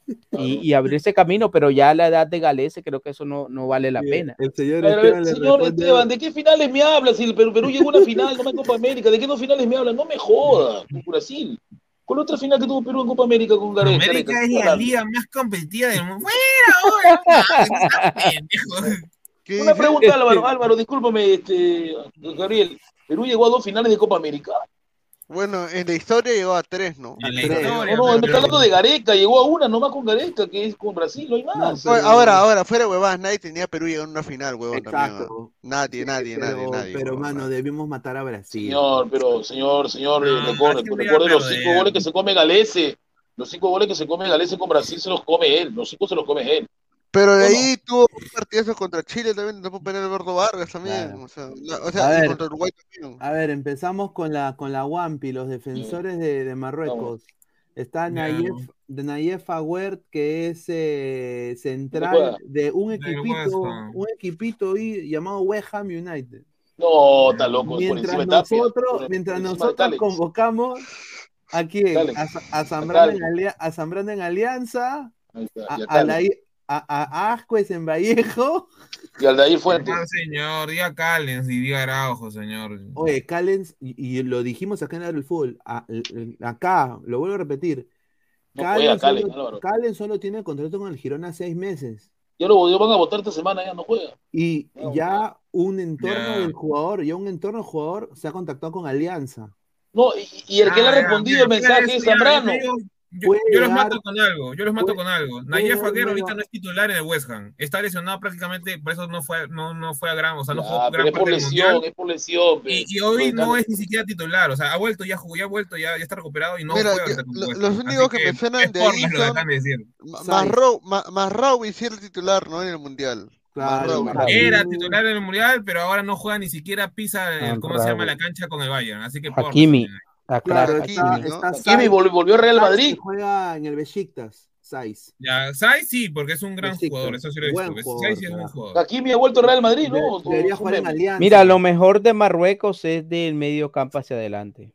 Y, y abrirse camino, pero ya a la edad de Galese creo que eso no, no vale la Y pena. el señor A ver, a ver, Esteban le señor responde, Esteban, ¿de qué finales me hablas? Si el Perú, Perú llegó a una final, no me Copa América, ¿de qué dos finales me hablas? No me jodas, con Brasil. ¿Cuál otra final que tuvo Perú en Copa América con Gareca? América Gareca? es ¿Qué la hablando? liga más competitiva del mundo. ¡Fuera, ahora! No mames, pendejo. ¿Qué Una dice? pregunta, Álvaro, Álvaro, discúlpame, este, Gabriel. ¿Perú llegó a dos finales de Copa América? Bueno, en la historia llegó a tres, ¿no? En la tres. historia, No, no, me pero- está hablando de Gareca, llegó a una nomás con Gareca, que es con Brasil, no hay No, más. pero- Oye, Ahora, ahora, fuera huevadas, nadie tenía a Perú llegando a una final, huevón, también. ¿ah? Exacto. Nadie, Sí, nadie, pero, nadie, nadie. pero huevón, mano, nadie. debimos matar a Brasil. Señor, pero, señor, señor, No, eh, recuerde, Brasil no iba a recuerde los perder. cinco goles que se come Galese. Los cinco goles que se come Galese con Brasil se los come él. Los cinco se los come él. Pero de ¿O no? ahí tuvo un partidazo contra Chile también, no puede poner Alberto Vargas también. Claro. O sea, la- o A sea y ver. contra Uruguay también. A ver, empezamos con la con la Wampi, los defensores de, de Marruecos. Está Ya. Nayef, de Nayef Aguert, que es eh, juega? central de un Del equipito, West Ham. un equipito ahí llamado West Ham United. No, está loco, es por Mientras encima de Tapia. nosotros, por- mientras por encima de nosotros Calex. convocamos a quién, Calex. a, Sa- a Zambrano en Calex. alia- a Zambrano en Alianza, Ahí está, a, y a a, Calex. Lai- a, a Ascuez en Vallejo. Y Aldair Fuentes. Ah, señor, diga Callens y diga Araujo, señor. Oye, Callens, y, y lo dijimos acá en el fútbol, a- el- acá, lo vuelvo a repetir, No juega Callens Calex, solo, Álvaro. Callens solo tiene contrato con el Girona seis meses. Ya lo ya van a votar esta semana, ya no juega. Y No, ya un entorno Ya. del jugador, ya un entorno del jugador se ha contactado con Alianza. No, y, y el que le ha Ah, ya, respondido mira, el mensaje fuera es de eso, ya, Zambrano. yo te digo, Yo, Puede yo los llegar- mato con algo, yo los mato puede- con algo. puede Nayef llegar Aguero medio- ahorita no es titular en el West Ham. Está lesionado prácticamente, por eso no fue, no, no fue a gran, o sea, no Ya, jugó pero gran es por parte del lesión, mundial. es por lesión. Y, pe. y hoy Lo de no Cale- es ni siquiera titular, o sea, ha vuelto, ya jugó, ya ha vuelto, ya, ya está recuperado y no Mira, juega yo- ahorita con lo- West los Ham. únicos Así que me suenan es de porno ahí lo que son- acaban de decir. Ma- Saiz. Marrou, Ma- Marraoui sí era titular, ¿no? En el Mundial. Claro, Marraoui. Marraoui. Era titular en el mundial, pero ahora no juega ni siquiera pisa el, ¿cómo se llama? Bravo. La cancha con el Bayern. Así que porno Hakimi. también. Ah, Claro, claro, está, Hakimi. ¿no? está Hakimi Saiz, volvió, volvió al Real Saiz, Madrid. que juega en el Besiktas, Saiz. Ya, Sai sí, porque es un gran Besiktas, jugador, eso sí lo he buen visto. jugador, Sai sí es un buen ¿verdad? jugador. Hakimi ha vuelto al Real Madrid, ¿no? De- O- o debería es un jugar en meme. Alianza. Mira, lo mejor de Marruecos es del medio campo hacia adelante.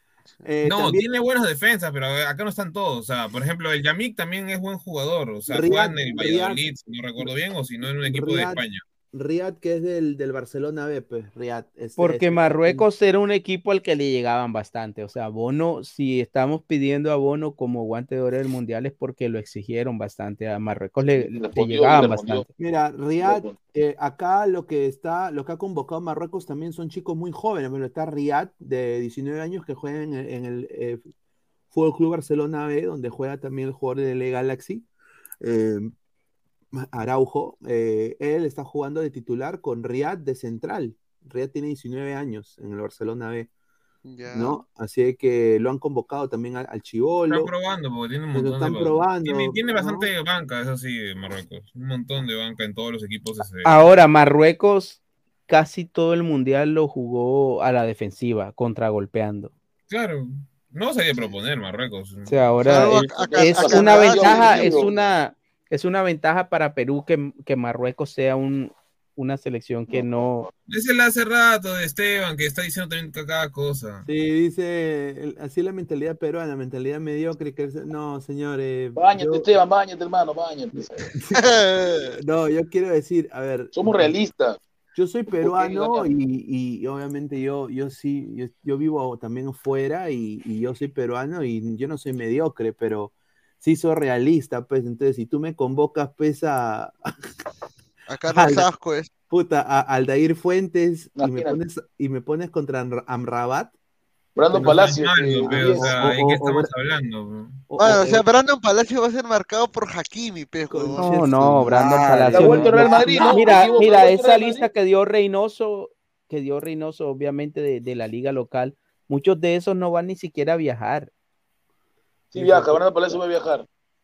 Eh, No, también tiene buenas defensas, pero acá no están todos. O sea, por ejemplo, el Yamik también es buen jugador. O sea, Riyad- juega en el Riyad- Valladolid, si no recuerdo bien, o si no en un equipo de Riyad- España. Riyad, que es del, del Barcelona B, pues, Riyad. este- Porque este- Marruecos era un equipo al que le llegaban bastante. O sea, Bono, si estamos pidiendo a Bono como guante de oro del mundial es porque lo exigieron bastante. A Marruecos le, le Respondió, llegaban respondió. bastante. Mira, Riyad, eh, acá lo que está, lo que ha convocado Marruecos también son chicos muy jóvenes. Bueno, está Riyad, de diecinueve años, que juega en el, en el eh, Fútbol Club Barcelona B, donde juega también el jugador de L A Galaxy. Eh, Araujo, eh, él está jugando de titular con Riyad de central. Riyad tiene diecinueve años en el Barcelona B, Ya. ¿no? Así que lo han convocado también al, al Están Chibolo. probando, porque tiene un Lo montón están de. probando, Tiene, tiene ¿no? bastante banca, eso sí, Marruecos. Un montón de banca en todos los equipos. Ese... Ahora, Marruecos casi todo el mundial lo jugó a la defensiva, contragolpeando. Claro, no sabía proponer Marruecos. O sea, ahora Salvo es, a- a- es a una Canadá, ventaja, sí, es sí. una, es una ventaja para Perú que, que Marruecos sea un, una selección que no. Es el hace rato de Esteban que está diciendo también cada cosa. Sí, dice, el- así es la mentalidad peruana, la mentalidad mediocre. Que es- no, señores. Báñate, yo- Esteban, báñate, hermano, báñate. no, yo quiero decir, a ver. Somos realistas. Yo soy peruano Porque y, y obviamente yo, yo sí, yo, yo vivo también fuera y, y yo soy peruano y yo no soy mediocre, pero sí soy realista, pues. Entonces, si tú me convocas, pues, a, A Carlos Alda- Ascuez. puta, a Aldair Fuentes y me Imagínate. pones, y me pones contra Amra- Amrabat. Brandon Pero Palacio. Malo, que- pero, o sea, ¿de o- qué o- estamos o- hablando? bro? o- Bueno, o- o sea, Brandon Palacio va a ser marcado por Hakimi, pejo. Con- No, no, Brandon Madre. Palacio. Se ha vuelto no. Real Madrid, ¿no? Mira, Me equivoco, mira, se ha vuelto esa Real lista Madrid. que dio Reynoso, que dio Reynoso, obviamente, de, de la liga local, muchos de esos no van ni siquiera a viajar. Sí, viaja, Brandon Palacio va a viajar.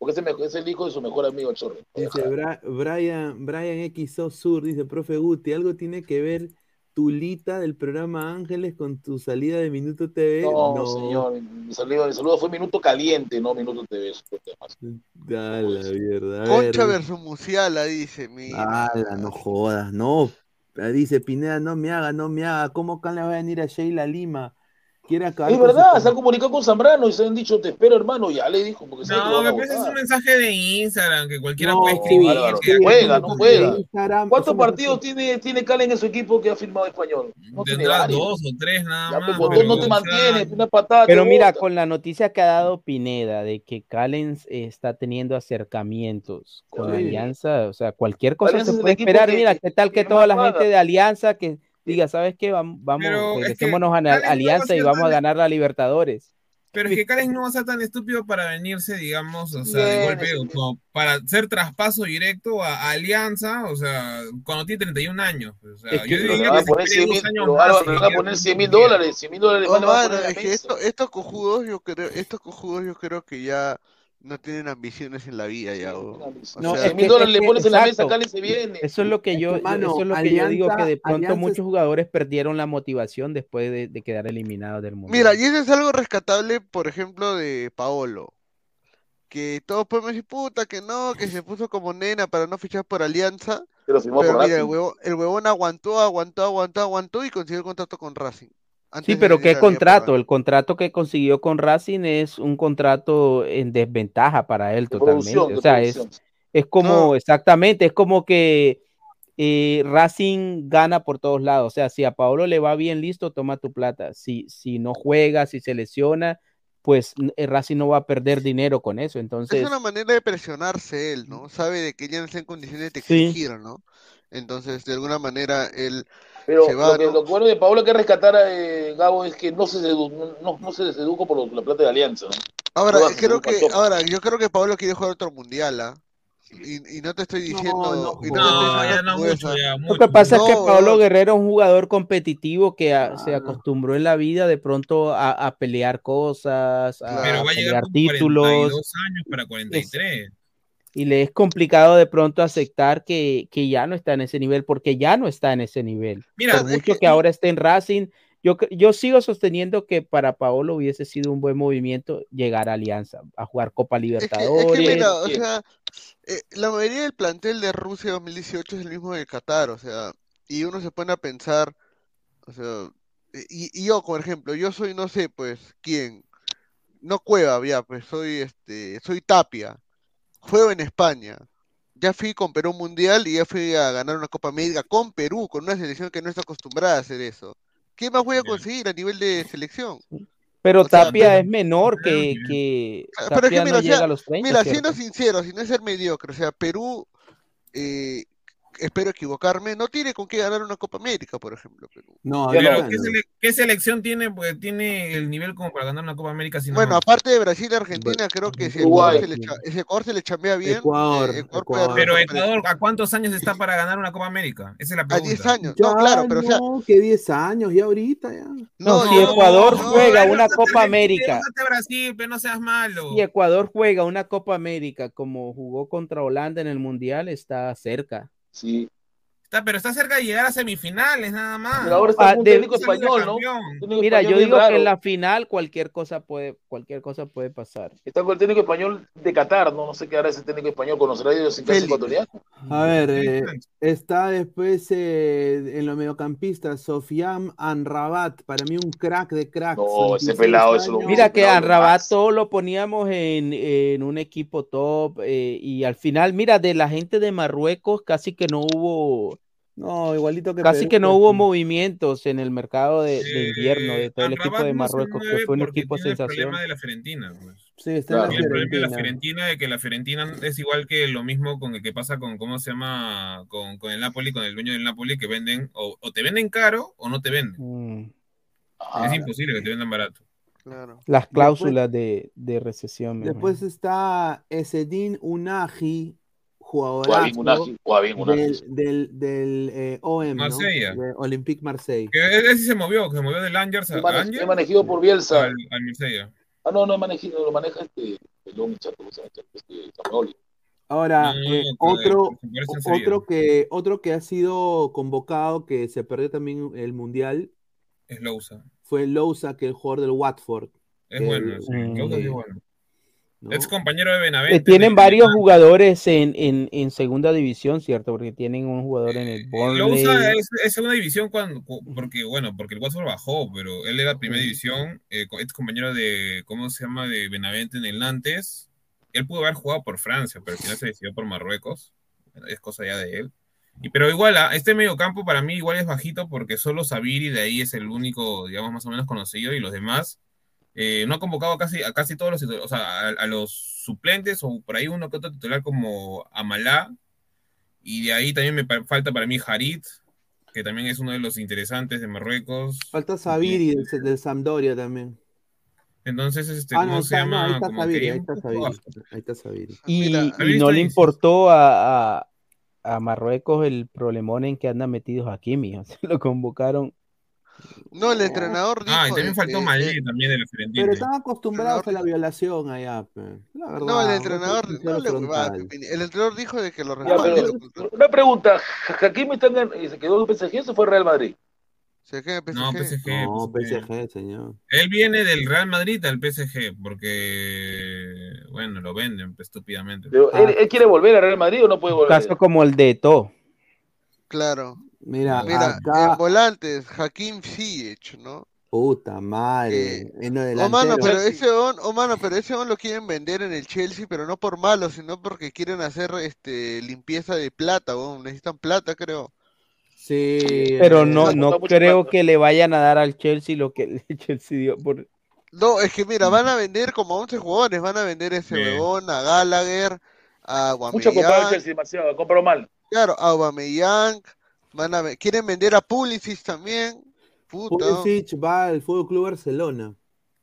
porque es el, mejor- es el hijo de su mejor amigo, el Chorri. Dice Bra- Brian, Brian X O Sur, dice, profe Guti, ¿algo tiene que ver Tulita del programa Ángeles con tu salida de Minuto T V? No, señor, mi saludo, mi saludo fue Minuto Caliente, no Minuto T V. eso fue temas. Da la mierda. A Concha ver. versus Musiala, dice, mira. Ala, no jodas, no. Dice Pineda, no me haga, no me haga. ¿Cómo acá le va a venir a Sheila Lima? Quiere acabar Es con su verdad, com- se ha comunicado con Zambrano y se han dicho, te espero, hermano, ya le dijo, porque sabe que lo No, van a me parece es un votar. mensaje de Instagram que cualquiera No, puede sí, escribir. Álvaro, que no aquí juega, como no que juega. Instagram, ¿Cuántos es un mensaje- partidos tiene, tiene Calen en su equipo que ha firmado español? No tiene Tendrá varios. dos o tres nada Ya, más. pues, con pero, dos no te o mantienes, sea, una patada Pero te mira, bota. con la noticia que ha dado Pineda de que Callens eh, está teniendo acercamientos con Sí. Alianza, o sea, cualquier cosa Alianza se es el puede equipo esperar. que- Mira, que- qué tal que que toda más la gente paga. de Alianza que diga, ¿sabes qué? Vam- Vamos, Pero es que regresémonos a la Callens no va a Alianza y ser vamos a tan- ganar la Libertadores. Pero es que Callens no va a ser tan estúpido para venirse, digamos, o sea, de Bien, golpe, es- o como para hacer traspaso directo a, a Alianza, o sea, cuando tiene treinta y un años. Pues, o sea, Es que- yo Pero le diría van a que se poner espere cien dos mil, años pero más. Álvaro, y le van a ya poner con cien mil su idea. dólares, cien mil dólares No, más le van a mano, poner en la es que mesa. esto- estos cojudos, yo creo, estos cojudos yo creo que ya no tienen ambiciones en la vida ya. o- o No, sea, es cien mil que- dólares es le que- pones en la mesa, exacto. Calen se viene. Eso es lo que Es yo, que, yo- mano, eso es lo que yo digo, que de Alianza- pronto Alianza muchos es- jugadores perdieron la motivación después de, de quedar eliminados del Mundial. mira, y eso es algo rescatable, por ejemplo, de Paolo. Que todos podemos decir, puta, que no, que se puso como nena para no fichar por Alianza. Pero firmó Pero por mira, el Racing. huevón, el huevón aguantó, aguantó, aguantó, aguantó y consiguió el contrato con Racing. Antes Sí, de pero venir a ¿qué la Liga contrato? Peruana. El contrato que consiguió con Racing es un contrato en desventaja para él De totalmente. producción, O de sea, es, producción. es como, No. exactamente, es como que eh, Racing gana por todos lados. O sea, si a Paolo le va bien, listo, toma tu plata. Si, si no juega, si se lesiona, pues n- eh, Racing no va a perder dinero con eso. Es Entonces, una manera de presionarse él, ¿no? Sabe de que ya no está en condiciones de Sí. exigir, ¿no? Entonces, de alguna manera, él Pero se va, lo que ¿no? lo bueno de Paolo que rescatar a eh, Gabo es que no se sedu- no, no se sedujo por la plata de Alianza, ¿no? Ahora, Todas se creo sedujo a que, Choma. ahora, yo creo que Pablo quiere jugar otro mundial, ¿ah? Y, y no te estoy diciendo, no y no te estoy No, diciendo ya no crudeza. mucho, ya lo mucho. que pasa es que No, Pablo no. Guerrero es un jugador competitivo que a- se Ah. acostumbró en la vida de pronto a, a pelear cosas, a, Claro. Pero a va a llegar pelear con cuarenta y títulos. dos años para cuarenta y tres. Y le es complicado de pronto aceptar que, que ya no está en ese nivel, porque ya no está en ese nivel. Mira, Por es mucho que- que ahora esté en Racing, yo, cre- yo sigo sosteniendo que para Paolo hubiese sido un buen movimiento llegar a Alianza, a jugar Copa Es que, Libertadores. es que mira, o Sí. sea, eh, la mayoría del plantel de Rusia dos mil dieciocho es el mismo de Qatar, o sea, y uno se pone a pensar, o sea, y, y yo, por ejemplo, yo soy, no sé, pues, ¿quién? No Cueva, ya, pues, soy, este, soy Tapia, juego en España, ya fui con Perú Mundial y ya fui a ganar una Copa América con Perú, con una selección que no está acostumbrada a hacer eso. ¿Qué más voy a Ya. conseguir a nivel de selección? Pero o sea, Tapia pero- es menor pero que, bien. que Ah, pero es que Tapia mira, no o sea, llega a los treinta, Mira, ¿cierto? siendo sincero, sin no ser mediocre, o sea, Perú, eh, espero equivocarme, no tiene con qué ganar una Copa América, por ejemplo, Perú. No, Ya ahorita Pero ¿qué, no. sele- qué selección tiene? Pues tiene el nivel como para ganar una Copa América sin Bueno, nomás. aparte de Brasil y Argentina, creo que si Ecuador Uruguay. se le, cha- si Ecuador se le chambea bien, Ecuador, eh, Ecuador Ecuador. puede Pero romper Ecuador, ¿a cuántos años está para ganar una Copa América? Esa es la a pregunta. diez años. Ya No, claro, pero o sea, no, que diez años, ya ahorita ya. No, no, si yo- Ecuador no, juega pero una usate Copa Argentina, América, usate Brasil, pero no seas malo. si Ecuador juega una Copa América como jugó contra Holanda en el Mundial, está cerca. Sí. Está, pero está cerca de llegar a semifinales, nada más. Pero ahora está Ah, un de- técnico Salir de español, ¿no? campeón. Técnico Mira, español yo bien digo que raro. en la final cualquier cosa puede, cualquier cosa puede pasar. Está con el técnico español de Qatar, ¿no? No sé qué hará ese técnico español con los radios en casa Félix. ecuatoriana. A ver, Sí, eh, sí. está después eh, en los mediocampistas, Sofian Anrabat, para mí un crack de cracks. No, ese veintiséis pelado, eso lo- años. Mira ese que pelado a lo Rabat más. todo lo poníamos en, en un equipo top eh, y al final, mira, de la gente de Marruecos casi que no hubo, No, igualito que casi Perú, que no pues, hubo sí. movimientos en el mercado de, de invierno de Eh, todo el equipo Amrabat de no se Marruecos, que mueve fue un porque equipo tiene el sensación. problema de la Fiorentina, pues. Sí, está Claro. en Tiene la el problema de la Fiorentina. Fiorentina de que la Fiorentina es igual que lo mismo con el que pasa con, ¿cómo se llama? Con, con el Napoli, con el dueño del Napoli, que venden, o, o te venden caro o no te venden. Mm, Ah, Es imposible que te vendan barato. claro. Las cláusulas de, de recesión. me Después imagino. está Esedin Unagi, juega bien jugadorazo Unagi, juega bien Unagi. del, del, del eh, O M, ¿no? Marsella. De Olympique Marseille. Que él, él sí se movió, que se movió del Angers a Es mane- Angers es manejado por Bielsa. al, al Marsella. Ah, no, no maneja, no lo maneja este pelón, chato, ¿cómo se llama? Este, Sampaoli. Ahora, No, eh, que- otro, que se parecen o- seguido. otro que, otro que ha sido convocado, que se perdió también el Mundial, Es Lousa. fue Lousa, que es el jugador del Watford. Es que- bueno, sí. Mm. Lousa sí que- es bueno. ¿no? Es compañero de Eh, Benavente. tienen de- varios de- jugadores en, en, en segunda división, ¿cierto? Porque tienen un jugador en el Eh, Burnley. Lousa es, es segunda división cuando, cu- porque, bueno, porque el Watford bajó, pero él era primera Ujú. división, eh, co- es compañero de, ¿cómo se llama? De Benavente en el Nantes. Él pudo haber jugado por Francia, pero al final se decidió por Marruecos. Bueno, es cosa ya de él. Y, pero igual, ah, este mediocampo para mí igual es bajito porque solo Sabiri de ahí es el único, digamos, más o menos conocido y los demás eh, no ha convocado casi, a casi todos los titulares, o sea, a, a los suplentes o por ahí uno que otro titular como Amalá. Y de ahí también me pa- falta para mí Harit, que también es uno de los interesantes de Marruecos. Falta Sabiri del, del Sampdoria también. Entonces, este, Ah, ¿cómo no, se está, no, ahí llama? está Como que Sabiri, hay ahí un está poco Sabiri. bajo. Ahí está Sabiri. Y, Mira, y Sabiri no está le ahí, sí. importó a, a, a Marruecos el problemón en que anda metido Hakimi. O sea, lo convocaron. no, el No, entrenador Ah, y dijo también de faltó que Malé el también de la pero Fiorentina. están acostumbrados entrenador a la dijo, violación allá, pe. La no, el verdad, voy a ser entrenador sincero no le va, frontal. el entrenador dijo de que los Ya, No, responsables pero de yo, contrato una pregunta, ¿Ja- ¿Hakimi está en el- se quedó en el P S G o se fue al Real Madrid? se queda en No, P S G. P S G, no, P S G. P S G, señor. Él viene del Real Madrid al P S G, porque, bueno, lo venden pues, estúpidamente. Pero, ¿él, Ah, él quiere volver al Real Madrid o no puede Un volver caso allá? como el de Eto'o. Claro. mira, No, Mira, en acá, volantes, Hakim Ziyech, ¿no? puta Que, madre, en los oh mano, delanteros. pero Chelsea. ese on, oh mano, pero ese on lo quieren vender en el Chelsea, pero no por malo, sino porque quieren hacer este limpieza de plata, weón. Necesitan plata, creo. Sí, Pero eh, Les no, ha no costado mucha creo plata. que le vayan a dar al Chelsea lo que el Chelsea dio por. No, es que mira, van a vender como once jugadores, van a vender a ese eh, huevón, a Gallagher, a Mucho ha comprado el Aubameyang, Chelsea demasiado, compró mal. claro, a Aubameyang, van a ve- quieren vender a Pulisic también, puta, Pulisic va al Fútbol Club Barcelona.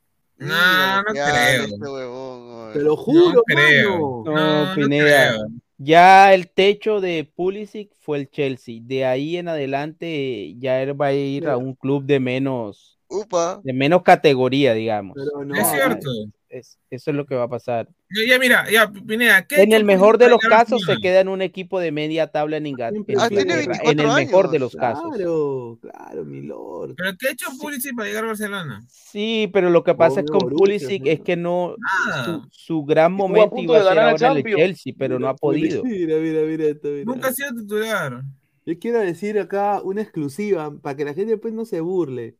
mira no, lo no que habla creo. este huevón, Te oye. lo No juro, creo. mano. No, No, no Pineda. creo. Ya el techo de Pulisic fue el Chelsea. De ahí en adelante ya él va a ir a Mira, un club de menos, Upa, de menos categoría, digamos. pero Es no, ah, cierto. Es- eso es lo que va a pasar. Ya, ya, mira, ya, Pineda, ¿qué ha En hecho el mejor Pulisic de para los llegar al casos se final? queda en un equipo de media tabla en, Inga- siempre en ah, tiene fue. Inglaterra. En el veinticuatro mejor de años. los casos. Claro, claro, mi lord. ¿Pero qué ha hecho Sí, Pulisic para llegar a Barcelona? sí, pero lo que pasa es Obvio, con Borussia, Pulisic es señor. que no, Nada. su, su gran Estuvo a momento punto iba de a ser ganar la ahora en el Champions. Chelsea, pero no Mira, ha podido. mira, mira, mira esto, mira. Nunca ha sido titular. Yo quiero decir acá una exclusiva para que la gente después no se burle.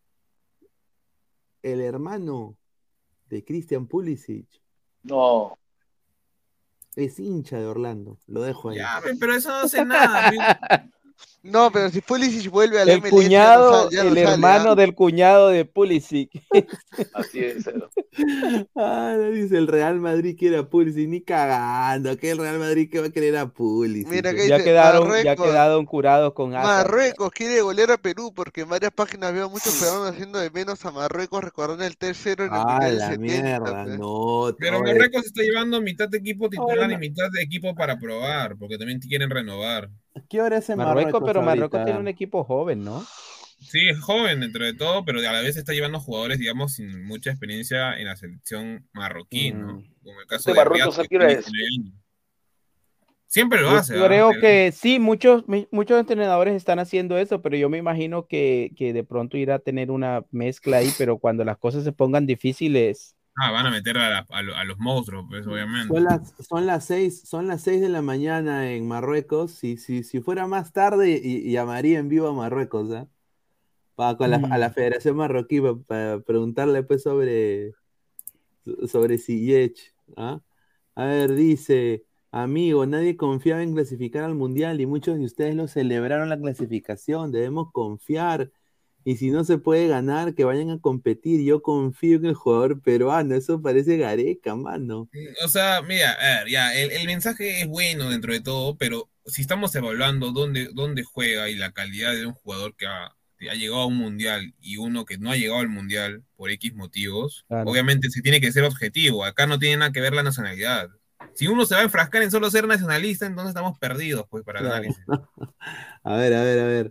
El hermano de Christian Pulisic No. es hincha de Orlando. Lo dejo ahí. Ya, pe, pero eso no hace nada. pe. No, pero si Pulisic vuelve al El M L S ya no cuñado, sale, ya no el sale, hermano ¿ah? del cuñado de Pulisic. Así es. ¿no? Ah, no dice el Real Madrid quiere a Pulisic, ni cagando. Que el Real Madrid que va a querer a Pulisic. Mira que Ya dice, quedaron, ya Marruecos, quedaron curados con Hazard. Marruecos quiere golear a Perú porque en varias páginas veo muchos peruanos haciendo de menos a Marruecos recordando el tercero en el Ah, Mundial la setenta, mierda, pues. no. Pero oye, Marruecos está llevando mitad de equipo titular Oye, y mitad de equipo para probar, porque también quieren renovar. ¿qué hora es en Marruecos, Marruecos pero Marruecos ahorita? tiene un equipo joven, ¿no? Sí, es joven dentro de todo, pero a la vez está llevando jugadores, digamos, sin mucha experiencia en la selección marroquí, ¿no? Mm. Como el caso Este de Marruecos, Riyad, ¿a que qué hora tiene es? diecinueve años. Siempre lo Yo hace, ¿ah? creo Pero- que sí, muchos, mi- muchos entrenadores están haciendo eso, pero yo me imagino que, que de pronto irá a tener una mezcla ahí, pero cuando las cosas se pongan difíciles, Ah, van a meter a, la- a lo- a los monstruos, pues, obviamente. Son las, son las seis, son las seis de la mañana en Marruecos. Si, si, si fuera más tarde, y, y llamaría en vivo a Marruecos, ¿ah? Pa- con la- a la Mm. Federación Marroquí para preguntarle pues sobre, sobre Ziyech, ¿ah? A ver, dice, amigo, nadie confiaba en clasificar al Mundial y muchos de ustedes lo celebraron la clasificación. Debemos confiar. Y si no se puede ganar, que vayan a competir. Yo confío en el jugador peruano. Eso parece Gareca, mano. O sea, mira, a ver, ya, el, el mensaje es bueno dentro de todo, pero si estamos evaluando dónde, dónde juega y la calidad de un jugador que ha, que ha llegado a un mundial y uno que no ha llegado al mundial por X motivos, Claro. obviamente se tiene que ser objetivo. Acá no tiene nada que ver la nacionalidad. Si uno se va a enfrascar en solo ser nacionalista, entonces estamos perdidos, pues, para el Claro. análisis. A ver, a ver, a ver.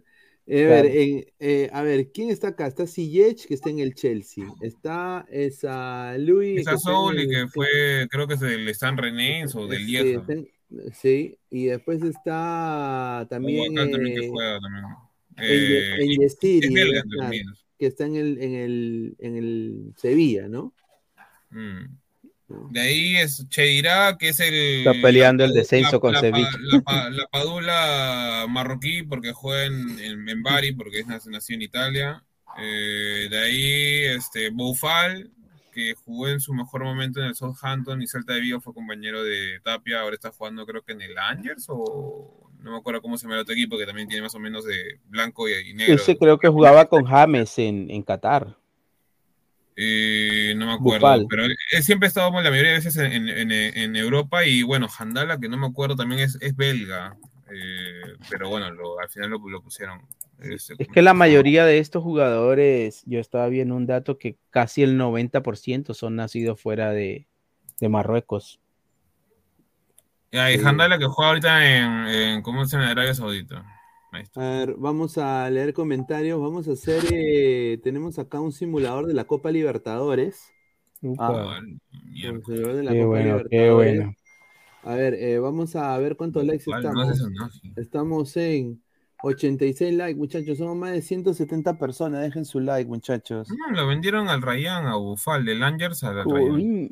Eh, a ver, Claro. en- eh, a ver, ¿quién está acá? Está Ziyech, que está en el Chelsea. Está esa Louis, que Esa está en Soul y el. que que- fue, creo que es del San Rennes o eh, del sí, Lieja. está en- sí, y después está O también acá también que eh, juega también. en, Ye- Eh, en y es Yesiri, debe belga, entre estar, comillas. que está en el, en el, en el Sevilla, ¿no? Mm. ¿No? De ahí es Chedirá, que es Está el, la, peleando el padu- la, descenso con la, pa- Sevilla. la, pa- la Padula marroquí, porque juega en, en, en Bari, porque es nac- nació en Italia. Eh, de ahí este, Boufal, que jugó en su mejor momento en el Southampton y Celta de Vigo, fue compañero de Tapia. Ahora está jugando, creo que en el Angers, o no me acuerdo cómo se llama el otro equipo, que también tiene más o menos de blanco y, y negro. Ese creo que jugaba con James en, en Qatar. Eh, no me acuerdo, Bufal. pero él siempre ha estado la mayoría de veces en, en- en Europa y bueno, Handala, que no me acuerdo, también es, es belga, eh, pero bueno, lo- al final lo, lo pusieron. Este, Es que la mayoría de estos jugadores, yo estaba viendo un dato que casi el noventa por ciento son nacidos fuera de, de Marruecos. ya, y Sí. Handala que juega ahorita en, en ¿cómo se llama? Arabia Saudita. Ahí está. A ver, vamos a leer comentarios. Vamos a hacer. eh, tenemos acá un simulador de la Copa Libertadores. Upa. Ah, Un mierda. simulador de la Qué Copa bueno, qué Libertadores. bueno. A ver, eh, vamos a ver cuántos likes ¿Cuál? No es estamos. eso, no, sí. Estamos en ochenta y seis likes, muchachos. Somos más de ciento setenta personas. Dejen su like, muchachos. No, lo vendieron al Rayán, a Bufal, del Angers al Rayán. Corín.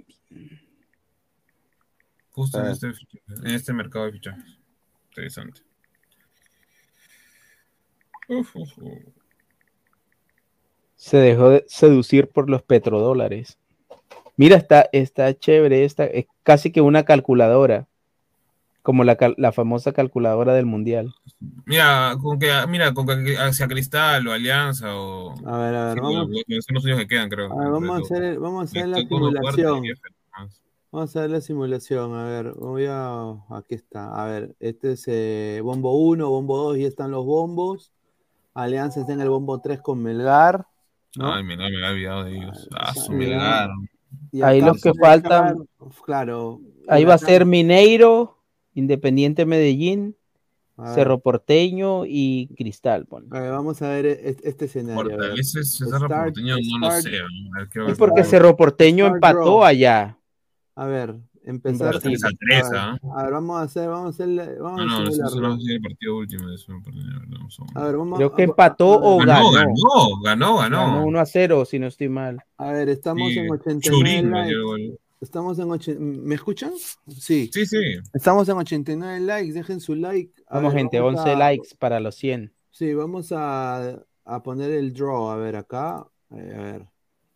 Justo A en ver. este, en este mercado de fichajes. Interesante. Uf, uf, uf. Se dejó de seducir por los petrodólares. Mira, está, está chévere, esta, es casi que una calculadora, como la, cal- la famosa calculadora del mundial. Mira, con que, mira, con que hacia Cristal o Alianza o. A ver, a ver, Sí, vamos. bueno, son los únicos que quedan, creo. A ver, entre vamos a todos. hacer, vamos a hacer la Estoy con los cuartos y simulación. F, más. Vamos a ver la simulación. A ver, voy a. Aquí está. A ver, este es eh, bombo uno, bombo dos, y están los bombos. Alianza está en el bombo tres con Melgar, ¿no? Ay, mira, me había olvidado de ellos. Ah, su Ya. Melgar. Y Ahí acá los que puede estar, faltan, claro. ahí va a Huracán. ser Mineiro, Independiente Medellín, A ver, Cerro Porteño y Cristal. pon. a ver, vamos a ver e- este escenario. A ver. Fortaleza es César Start- Porteño, no lo start- sé. A ver, quiero Y ver. porque Start- Cerro Porteño Start empató draw. allá. A ver, empezar. Brasil. tres a A tres, ver, ¿ah? a ver, vamos a hacer, vamos a hacer, vamos No, a no, eso simularlo. no es el partido último de Cerro Porteño. Vamos a A ver, vamos Creo que a- empató a ver, o Ganó, ganó. ganó, ganó, ganó. Ganó uno a cero, si no estoy mal. A ver, estamos Sí, en ochenta y nueve Churín metió likes. el gol. Estamos en ochenta. ¿Me escuchan? Sí. Sí, sí. Estamos en ochenta y nueve likes. Dejen su like. A Vamos, ver, gente, vamos once a- likes para los cien. Sí, vamos a, a poner el draw. A ver, acá. Eh, A ver.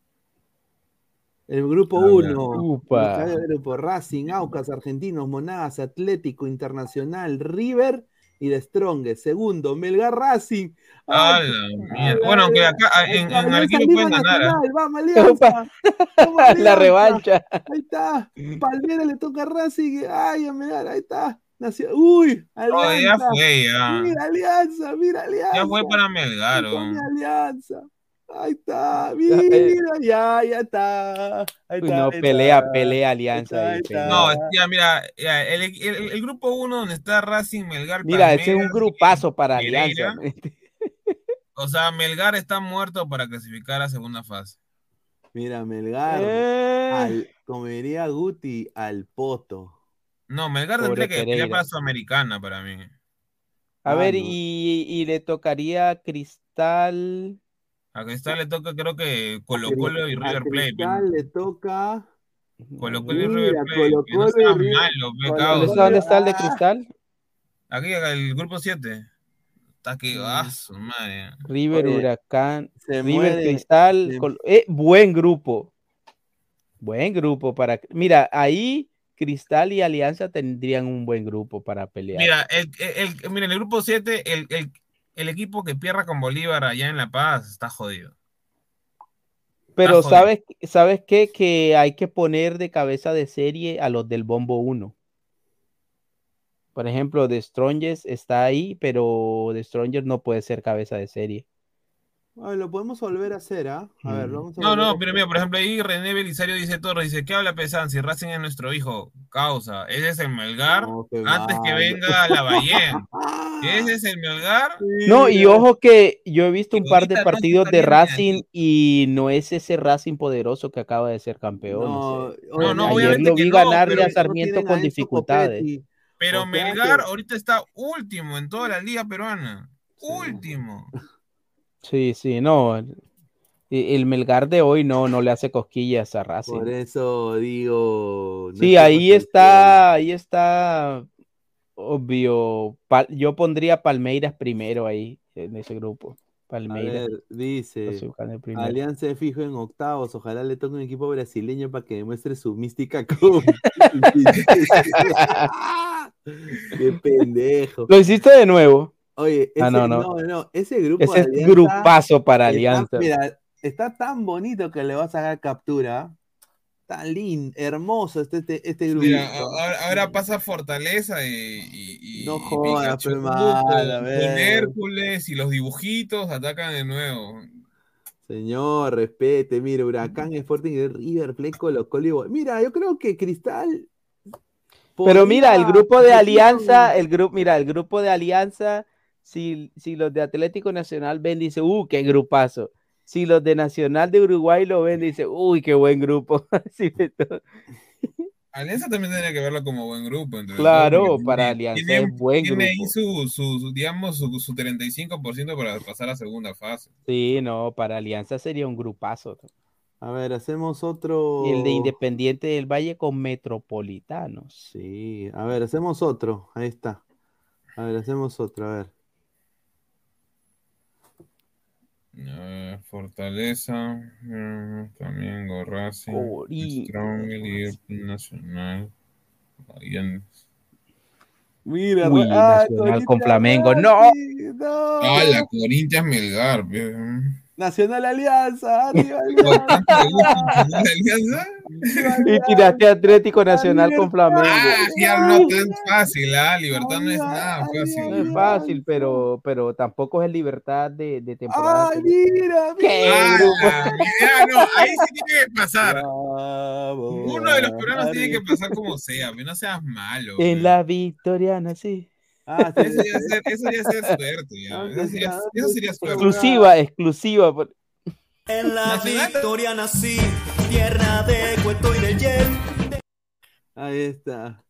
El grupo A ver. uno. Upa. El grupo Racing, Aucas, Argentinos, Monagas, Atlético, Internacional, River y The Strongest. Segundo, Melgar Racing. Ah, ¡Ay! la mierda. Bueno, aunque acá ah, en, en Alianza Arequipa Lima pueden ganar. ¿ah? Nacional, vamos Alianza. Vamos, La Alianza. revancha. Ahí está. Palmera le toca a Racing. Ay, a Melgar, ahí está. Nació- Uy, Oh, ya Alianza. fue, ya. Mira Alianza, mira Alianza. Ya fue para Melgar. Puta, oh. mi Alianza. Ahí está, mira, ya, ya está. Ahí Uy, está, no, ahí pelea, está. pelea Ahí Alianza. está, ahí, ahí pelea. está. No, ya, mira, ya, el, el- el grupo uno donde está Racing, Melgar, Mira, ese es un Palmeiras, grupazo para Pereira. Alianza. O sea, Melgar está muerto para clasificar a segunda fase. Mira, Melgar, Eh, al, como diría Guti, al poto. No, Melgar Pobre tendría que pelear Pereira. para Sudamericana para mí. A Ah, ver, no. y, y le tocaría Cristal. A Cristal le toca, creo que Colo Colo y A River Plate. Cristal le toca. Colo Colo y River Mira, Plate. Colo Que no Colo y sea River- malo, pe, Colo causa. ¿Dónde está, dónde está el de Cristal? Aquí, acá, el grupo siete. Está aquí, Mm. ah, su madre. River, Oye, Huracán, se River, muere- Cristal. se- Col- eh, buen grupo. Buen grupo para. Mira, ahí Cristal y Alianza tendrían un buen grupo para pelear. Mira, el, el, el- mira, en el grupo siete, el, el, el equipo que pierda con Bolívar allá en La Paz está jodido. Pero está jodido. ¿sabes, ¿sabes qué? Que hay que poner de cabeza de serie a los del Bombo uno. Por ejemplo, The Strongest está ahí, pero The Strongest no puede ser cabeza de serie. Ah, lo podemos volver a hacer, ¿ah? A ver, vamos a No, volver a no, pero mira, por ejemplo, ahí René Belisario dice Torres, dice, ¿qué habla Pesán? Si Racing es nuestro hijo, causa, ese es el Melgar No, qué antes que mal. venga la Bayern. Ese es el Melgar. No, y ojo que yo he visto Y un par de ahorita no se partidos está de viendo ni Racing aquí. y no es ese Racing poderoso que acaba de ser campeón. O No, sea, No, no, ayer obviamente lo que vi no, ganarle pero, a no Sarmiento tienen a con Enzo dificultades. Copetti. pero O sea Melgar que, ahorita está último en toda la liga peruana. sí, Último. Sí, sí, no. El, el Melgar de hoy no, no le hace cosquillas a por Racing. eso digo, no Sí, estemos ahí al está, ahí está obvio. Pa- yo pondría Palmeiras primero ahí, en ese grupo. A Palmeiras, ver, dice, los buscan el primero. Alianza de fijo en octavos, ojalá le toque un equipo brasileño para que demuestre su mística con... Qué pendejo. ¿Lo hiciste de nuevo? Oye, Ah, ese, no, no. no, no, ese grupo de Ese es Alianza grupazo para está, Alianza. mira, está tan bonito que le vas a sacar captura. Tan lindo, hermoso este, este, este grupo. Mira, a- ahora, ahora pasa Fortaleza y, y, No y jodas, Pikachu pero con, mal, a con ver. Hércules y los dibujitos atacan de nuevo. Señor, respete, mira, Huracán, Sporting y River Plate, Colo Colo y Bo- Mira, yo creo que Cristal Pero mira, el podría grupo de competir Alianza, con... el grupo, mira, el grupo de Alianza, si, si los de Atlético Nacional ven, dice, uh, qué grupazo. Si los de Nacional de Uruguay lo ven, dice, uy, qué buen grupo. Sí, esto- Alianza también tendría que verlo como buen grupo, entre todo, porque claro, para tiene, Alianza es tiene, buen tiene ahí grupo. su, su, su, digamos, su, su treinta y cinco por ciento para pasar a segunda fase. Sí, no, para Alianza sería un grupazo. A ver, hacemos Y el de otro... Independiente del Valle con Metropolitanos. Sí, a ver, hacemos otro. Ahí está. A ver, hacemos otro, a ver. Eh, Fortaleza, eh, también Racing, Cori- Strong, Liverpool Nacional, Bayern. Mira, Uy, ah, Nacional con Corinthians Flamengo. ¡No! Racing, Ah, la no. Corinthians Melgar. pe. Nacional Alianza, arriba ¿O tanto le gusta Alianza. Nacional Alianza? Arriba Y tiraste Alianza. Atlético A Nacional con Libertad, Flamengo. Ah, ya no tan fácil, ah, Libertad no es arriba, nada arriba fácil. No es fácil, pero, pero tampoco es libertad de, de temporada. Ay, mira, ¡Qué Ah, grupo! la mira, no, ahí sí tiene que pasar. Vamos, Uno de los programas tiene arriba. que pasar como sea, pe, no seas malo. En pe. la Victoriana, sí. Ah, sí, Eso ya es ser, eso ya es ser suerte, ya. ¿dónde Eso, sería, está? eso ¿Dónde sería está suerte. esa Exclusiva, exclusiva. por- En la Nacional. Victoria nací, tierra de cuento y de hiel. Ahí está.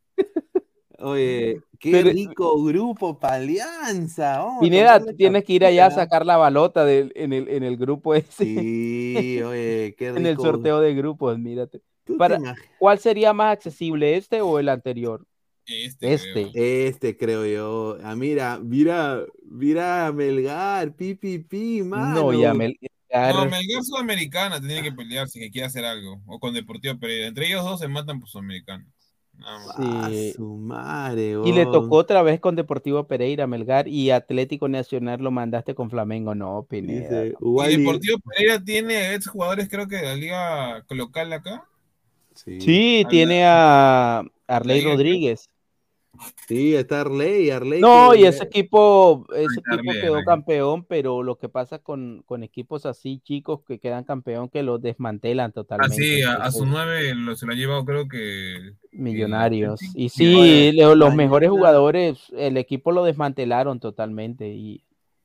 Oye, qué Pero- rico grupo para Alianza. Vamos a Pineda, tomarle tú tienes que ir allá a captura. sacar la balota del- en, el, en el grupo ese, Sí, oye, qué rico. en el sorteo de grupos, mírate. ¿Tú te Para, imaginas? ¿Cuál sería más accesible, este o el anterior? Este, Este. creo. Este creo yo. Ah, mira, mira, mira a Melgar, pi, pi, pi, mano. No, ya me... No, Melgar Sudamericana tiene que pelear si que quiere hacer algo. O con Deportivo Pereira. Entre ellos dos se matan por Sudamericana. Nada más. Ah, Sí. su madre, Y le weón. tocó otra vez con Deportivo Pereira, Melgar, y Atlético Nacional lo mandaste con Flamengo. No, Pineda. Dice, Y Wally. Deportivo Pereira tiene ex jugadores, creo que de la liga local acá. Sí. Sí, A tiene la- a Arley Liga, Rodríguez. Sí, está Arley, Arley. No, que- y ese equipo, ese está equipo Arley, quedó Arley. campeón, pero lo que pasa con, con equipos así chicos que quedan campeón, que los desmantelan Ah, totalmente. sí, a, a su Entonces, nueve lo, se lo ha llevado, creo que. millonarios. el- Y Oye, sí, lo- los mañana- mejores jugadores, el equipo lo desmantelaron totalmente. Y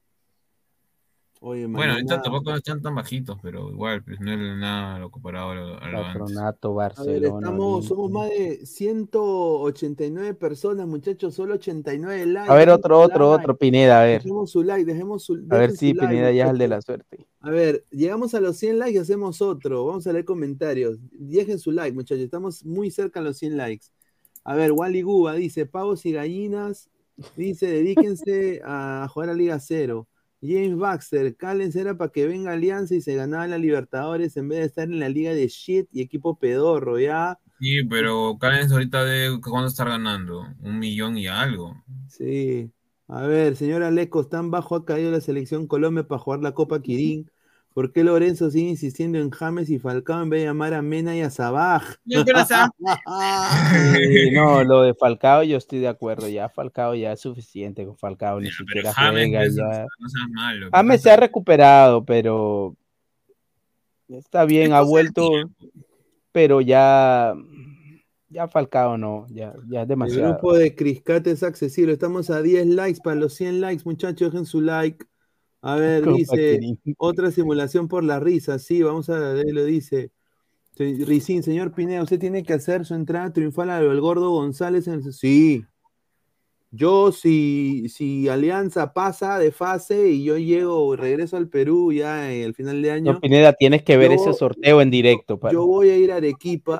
Oye, Bueno, ahorita mañana- tampoco están tan bajitos, pero igual, pues no es nada lo comparado a lo, a lo antes. Patronato, A ver, Barcelona. estamos, somos Olimpia. más de ciento ochenta y nueve personas, muchachos, solo ochenta y nueve likes. A ver, Dejen otro, su otro, like, otro, Pineda, a ver. Dejemos su like, dejemos su, A ver dejen si su like, Pineda ya es el de la muchachos. suerte. A ver, llegamos a los cien likes y hacemos otro. Vamos a leer comentarios. Dejen su like, muchachos. Estamos muy cerca a los cien likes. A ver, Wally Guba dice: pavos y gallinas. Dice: dedíquense a jugar a Liga Cero. James Baxter, cálense era para que venga Alianza y se ganaba la Libertadores en vez de estar en la Liga de shit y equipo pedorro, ¿ya? Sí, pero Callens ahorita de cuándo estar ganando, un millón y algo. Sí. A ver, señora Lecos, tan bajo ha caído la selección Colombia para jugar la Copa Kirin. ¿Por qué Lorenzo sigue insistiendo en James y Falcao en vez de llamar a Mena y a Sabaj? No, pero, o sea, Sí, no, lo de Falcao yo estoy de acuerdo, ya Falcao ya es suficiente con Falcao, ni ya, pero siquiera James, juega pues, o ya. sea, no seas malo. James se ha recuperado, pero está bien, ha vuelto, pero ya, ya Falcao no, ya, ya es El demasiado. grupo de Criscate es accesible. Estamos a diez likes para los cien likes, muchachos, dejen su like. A ver, Compa dice, Kirin. otra simulación por la risa. Sí, vamos a leerlo, dice. Se- Ricín, señor Pineda, usted tiene que hacer su entrada triunfal al Gordo González en el... Sí. Yo, si, si Alianza pasa de fase y yo llego, regreso al Perú ya en el final de año, No, Pineda, tienes que ver yo- ese sorteo en directo. para- yo voy a ir a Arequipa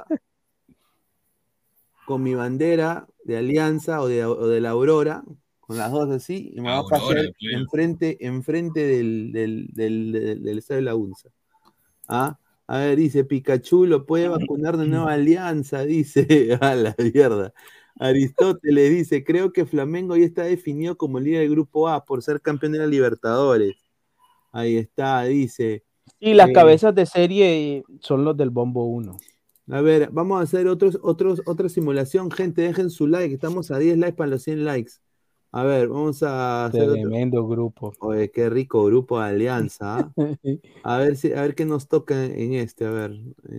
con mi bandera de Alianza o de, o de la Aurora, con las dos así, y me va a Aurora, pasear claro. enfrente, enfrente del, del, del, del, del estadio de la UNSA. ¿Ah? A ver, dice Pikachu lo puede vacunar de nueva Alianza, dice, a la mierda. Aristóteles dice, creo que Flamengo ya está definido como líder del grupo A por ser campeón de la Libertadores. Ahí está, dice. Y las eh, cabezas de serie son los del Bombo uno. A ver, vamos a hacer otros, otros, otra simulación, gente, dejen su like, estamos a diez likes para los cien likes. A ver, vamos a hacer otro. Tremendo grupo. Oye, qué rico grupo de Alianza. ¿ah? A ver si, a ver qué nos toca en este, a ver. eh.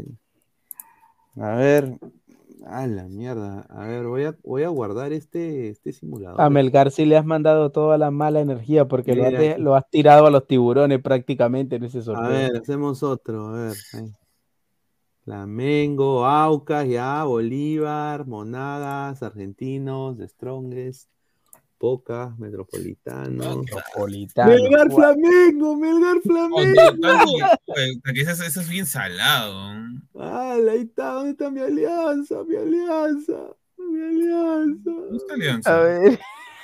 A ver. A la mierda. A ver, voy a, voy a guardar este, este simulador. A Melgar sí le has mandado toda la mala energía porque lo has, Mira de- aquí. lo has tirado a los tiburones prácticamente en ese sorteo. A ver, hacemos otro, a ver. ahí. Flamengo, Aucas, ya, Bolívar, Monagas, Argentinos, The Strongest, Pocas, Metropolitanos. Metropolitano. Melgar Guau. Flamengo, Melgar Oh, Flamengo. Tony, oye, que eso, eso es bien salado. Ah, ahí está, ¿dónde está mi alianza? Mi alianza, mi alianza. ¿Dónde está Alianza? A ver.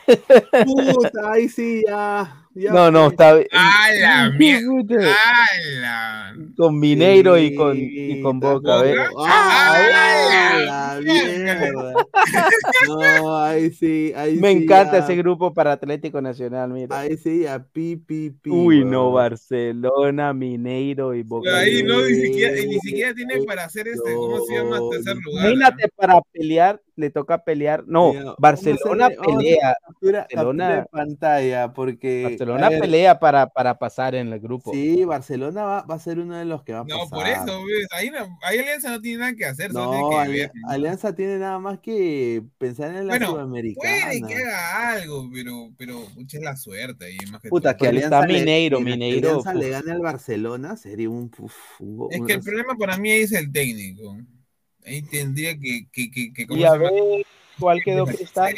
Puta, ahí sí, ya. ya No, no, fue. está bien. ¡A la mierda! Puta. ¡A la! Con Mineiro y con, y con está Boca. A ver. como- ¡Ah, ¡A la la mierda! No, ahí sí, ahí Me sí, encanta ya. ese grupo para Atlético Nacional, mira. Ahí sí, a pi, pi, pi. Uy, no, huevón. Barcelona, Mineiro y Boca. Ahí no, ni Sí. siquiera, ni siquiera tiene para hacer este, ¿cómo se llama? No, Tercer lugar. Imagínate para pelear, le toca pelear. No, Mira, vamos a Barcelona hacerle- vamos a pelea. hacer captura- Barcelona- captura de pantalla, porque. Barcelona a ver, pelea para, para pasar en el grupo. Sí, Barcelona va, va a ser uno de los que va a No, pasar. por eso, ¿ves? Ahí, no- ahí Alianza no tiene nada que hacer, solo No, tiene que Ali- ver. ¿no? Alianza tiene nada más que pensar en la Bueno, Sudamericana. puede que haga algo, pero, pero mucha es la suerte ahí, más que Puta, todo. que Porque Alianza, está le- Mineiro, mira, que Mineiro, Alianza le puf. gane al Barcelona sería un... uf, un go- Es un- que el problema para mí es el técnico. Ahí tendría que, que, que, que ¿cómo Y se a llama? ver cuál quedó Cristal.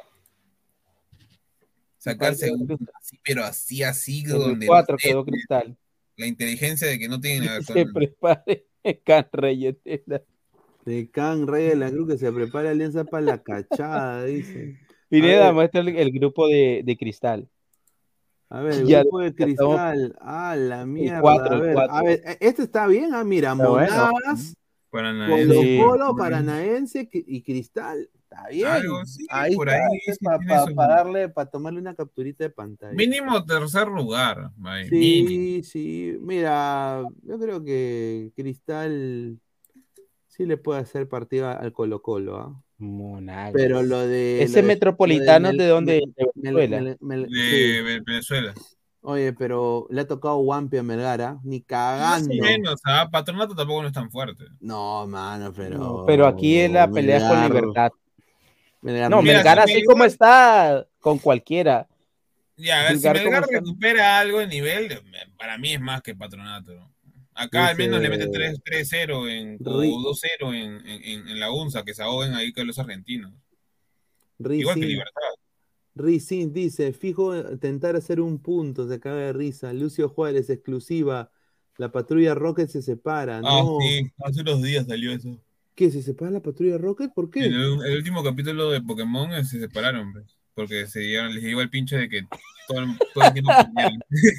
Sacarse ¿Cuál un, quedó Cristal? así, pero así, así, En el donde cuatro no sé, quedó Cristal. la inteligencia de que no tiene nada Se con... prepare Can Reyes. De Can Rey de la Cruz que se prepara Alianza para la cachada, dice. Pineda, ver. muestra el, el grupo de, de Cristal. A ver, el Ya- grupo de ya estamos- Cristal. Ah, la mierda. cuatro, a el ver, cuatro. a ver, e- este está bien, ah, mira, Está bueno. Monagas, Paranaense, Colo Sí. Colo, Paranaense qui- y Cristal. Está bien. Algo así, Ahí por está, ahí este sí pa- tiene pa- su- pa darle, para tomarle una capturita de pantalla. Mínimo tercer lugar. Ahí, mínimo. Sí, sí. Mira, yo creo que Cristal sí le puede hacer partido al Colo Colo, ¿ah? Monagas. Pero lo de. Ese lo de- Metropolitano, lo de ¿de dónde? Mel- ¿De Mel- Venezuela? Mel- Mel- De sí. Ve- Venezuela. Oye, pero le ha tocado Wampi a Melgara, ni Más cagando. o menos, ¿ah? Patronato tampoco no es tan fuerte. No, mano, pero. No, pero aquí es la pelea con Melgar- libertad. Melgar- No, Mira, Melgar si así Melgar- como está, con cualquiera. Ya, a ver, si Melgar, ¿cómo Melgar está? recupera algo de nivel, eh, para mí es más que Patronato. ¿no? Acá al Dice- menos le meten tres tres cero en, o Ri- dos cero en, en, en la UNSA, que se ahoguen ahí con los argentinos. Rizin, Igual que Libertad. Rizin dice: fijo tentar hacer un punto, se caga de risa. Lucio Juárez, exclusiva. La patrulla Rocket se separa. Ah, No. sí, hace unos días salió eso. ¿Qué? ¿Se separa la patrulla Rocket? ¿Por qué? En el, el último capítulo de Pokémon eh, se separaron, pues, porque se llegaron- les llegó el pinche de que todo, el- todo el tiempo pelearon.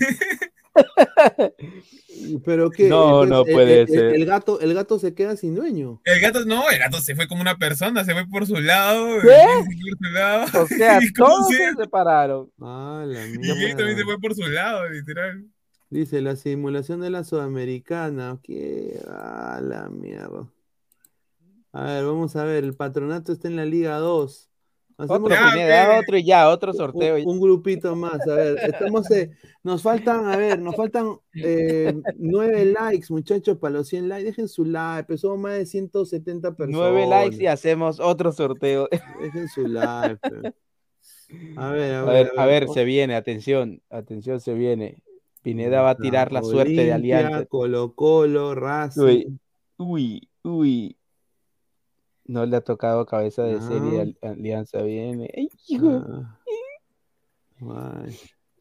¿Pero qué? No, no el- puede el, ser. El gato, el gato se queda sin dueño. El gato, no, el gato se fue como una persona, se fue por su lado. ¿Qué? el Jimmy se fue por su lado. O sea, y como todos sea, se separaron. Ah, la y Jimmy también se mierda. fue por su lado, literal. Dice, la simulación de la Sudamericana. ¿Qué? A la mierda. A ver, vamos a ver. El Patronato está en la Liga dos. Hacemos Otro, Pineda, otro y ya, otro un, sorteo. un grupito más. A ver, estamos. eh, nos faltan, a ver, nos faltan eh, nueve likes, muchachos, para los cien likes. Dejen su like, pues somos más de ciento setenta personas. Nueve likes y hacemos otro sorteo. Dejen su like. pues. A ver, a A ver, ver, a a ver. ver, se viene, atención, atención, se viene. Pineda va a tirar la Olimpia, suerte de Alianza. Colo Colo, Racing. Uy, uy, uy. No le ha tocado cabeza de Ah. serie, Al- Alianza viene. Ay, hijo. Ah. Ay.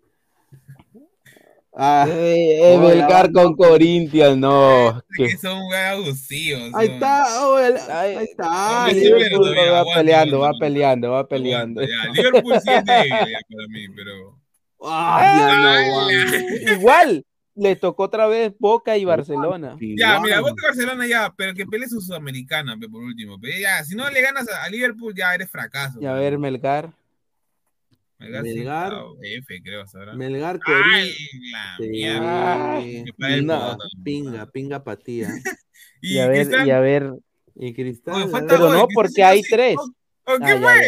Ah, Eh, eh, hola, Melgar va, con no, Corinthians, no. Que que- son muy abusivos. Ahí son. está, oh, el- Ay, ahí está. Ay, Liverpool Liverpool todavía, va aguanta, peleando, va aguanta, peleando, va peleando. Aguanta, ya. Liverpool sí es débil ya para mí, pero. Ah, ya no ¡Hala! aguanto. Igual, le tocó otra vez Boca y Barcelona. Ya, mira, Boca y Barcelona ya, pero que pelee su Sudamericana, pe, por último. Pe. Ya, si no le ganas a, a Liverpool, ya eres fracaso. Y a pe. ver, Melgar. Melgar, sí, Melgar. ah, F, creo, ¿sabrá? Melgar ¡Ay, Corinthians. la Sí, mierda! Que para el pinga, poto, pinga, pinga patía. Y a ver, y a ver. Y Cristal. Oye, a falta ver. Pero oye, no, Cristal porque sí, hay sí. tres. ¿O, o qué Ah, ya, fue? ya.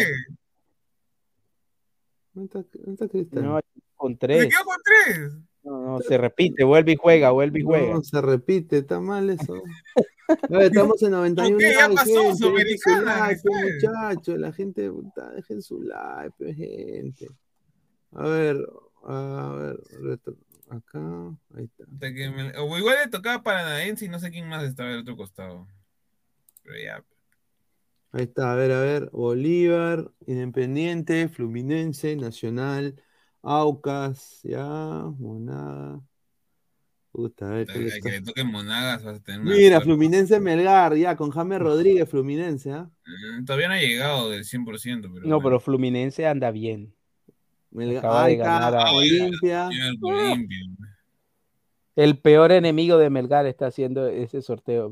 ¿Dónde está, dónde está Cristal? No, con ¿Se tres. quedó con tres? No, no, se repite, vuelve y juega, vuelve y juega. No, se repite, está mal eso. A ver, estamos en noventa y uno ¿Por qué? Ya likes, pasó, gente, dejen su Sudamericana, like, pues, Cristal. muchachos, la gente, puta, dejen su like, pues, gente. A ver, a ver, reto- acá, ahí está. O, sea que me- o igual le tocaba Paranaense y no sé quién más estaba del otro costado. Pero ya. Ahí está, a ver, a ver, Bolívar, Independiente, Fluminense, Nacional, Aucas, ya, Monada. Puta, a ver, ¿qué le Al que está? le toquen Monagas vas a tener una Mira, suerte. Fluminense Melgar, ya, con James Rodríguez, Fluminense, ¿ah? Mm, Todavía no ha llegado del cien por ciento, pero No, bueno. pero Fluminense anda bien. Melgar, Acaba ahí de ganar está, a- Olimpia. Mira el Olimpia. El peor enemigo de Melgar está haciendo ese sorteo.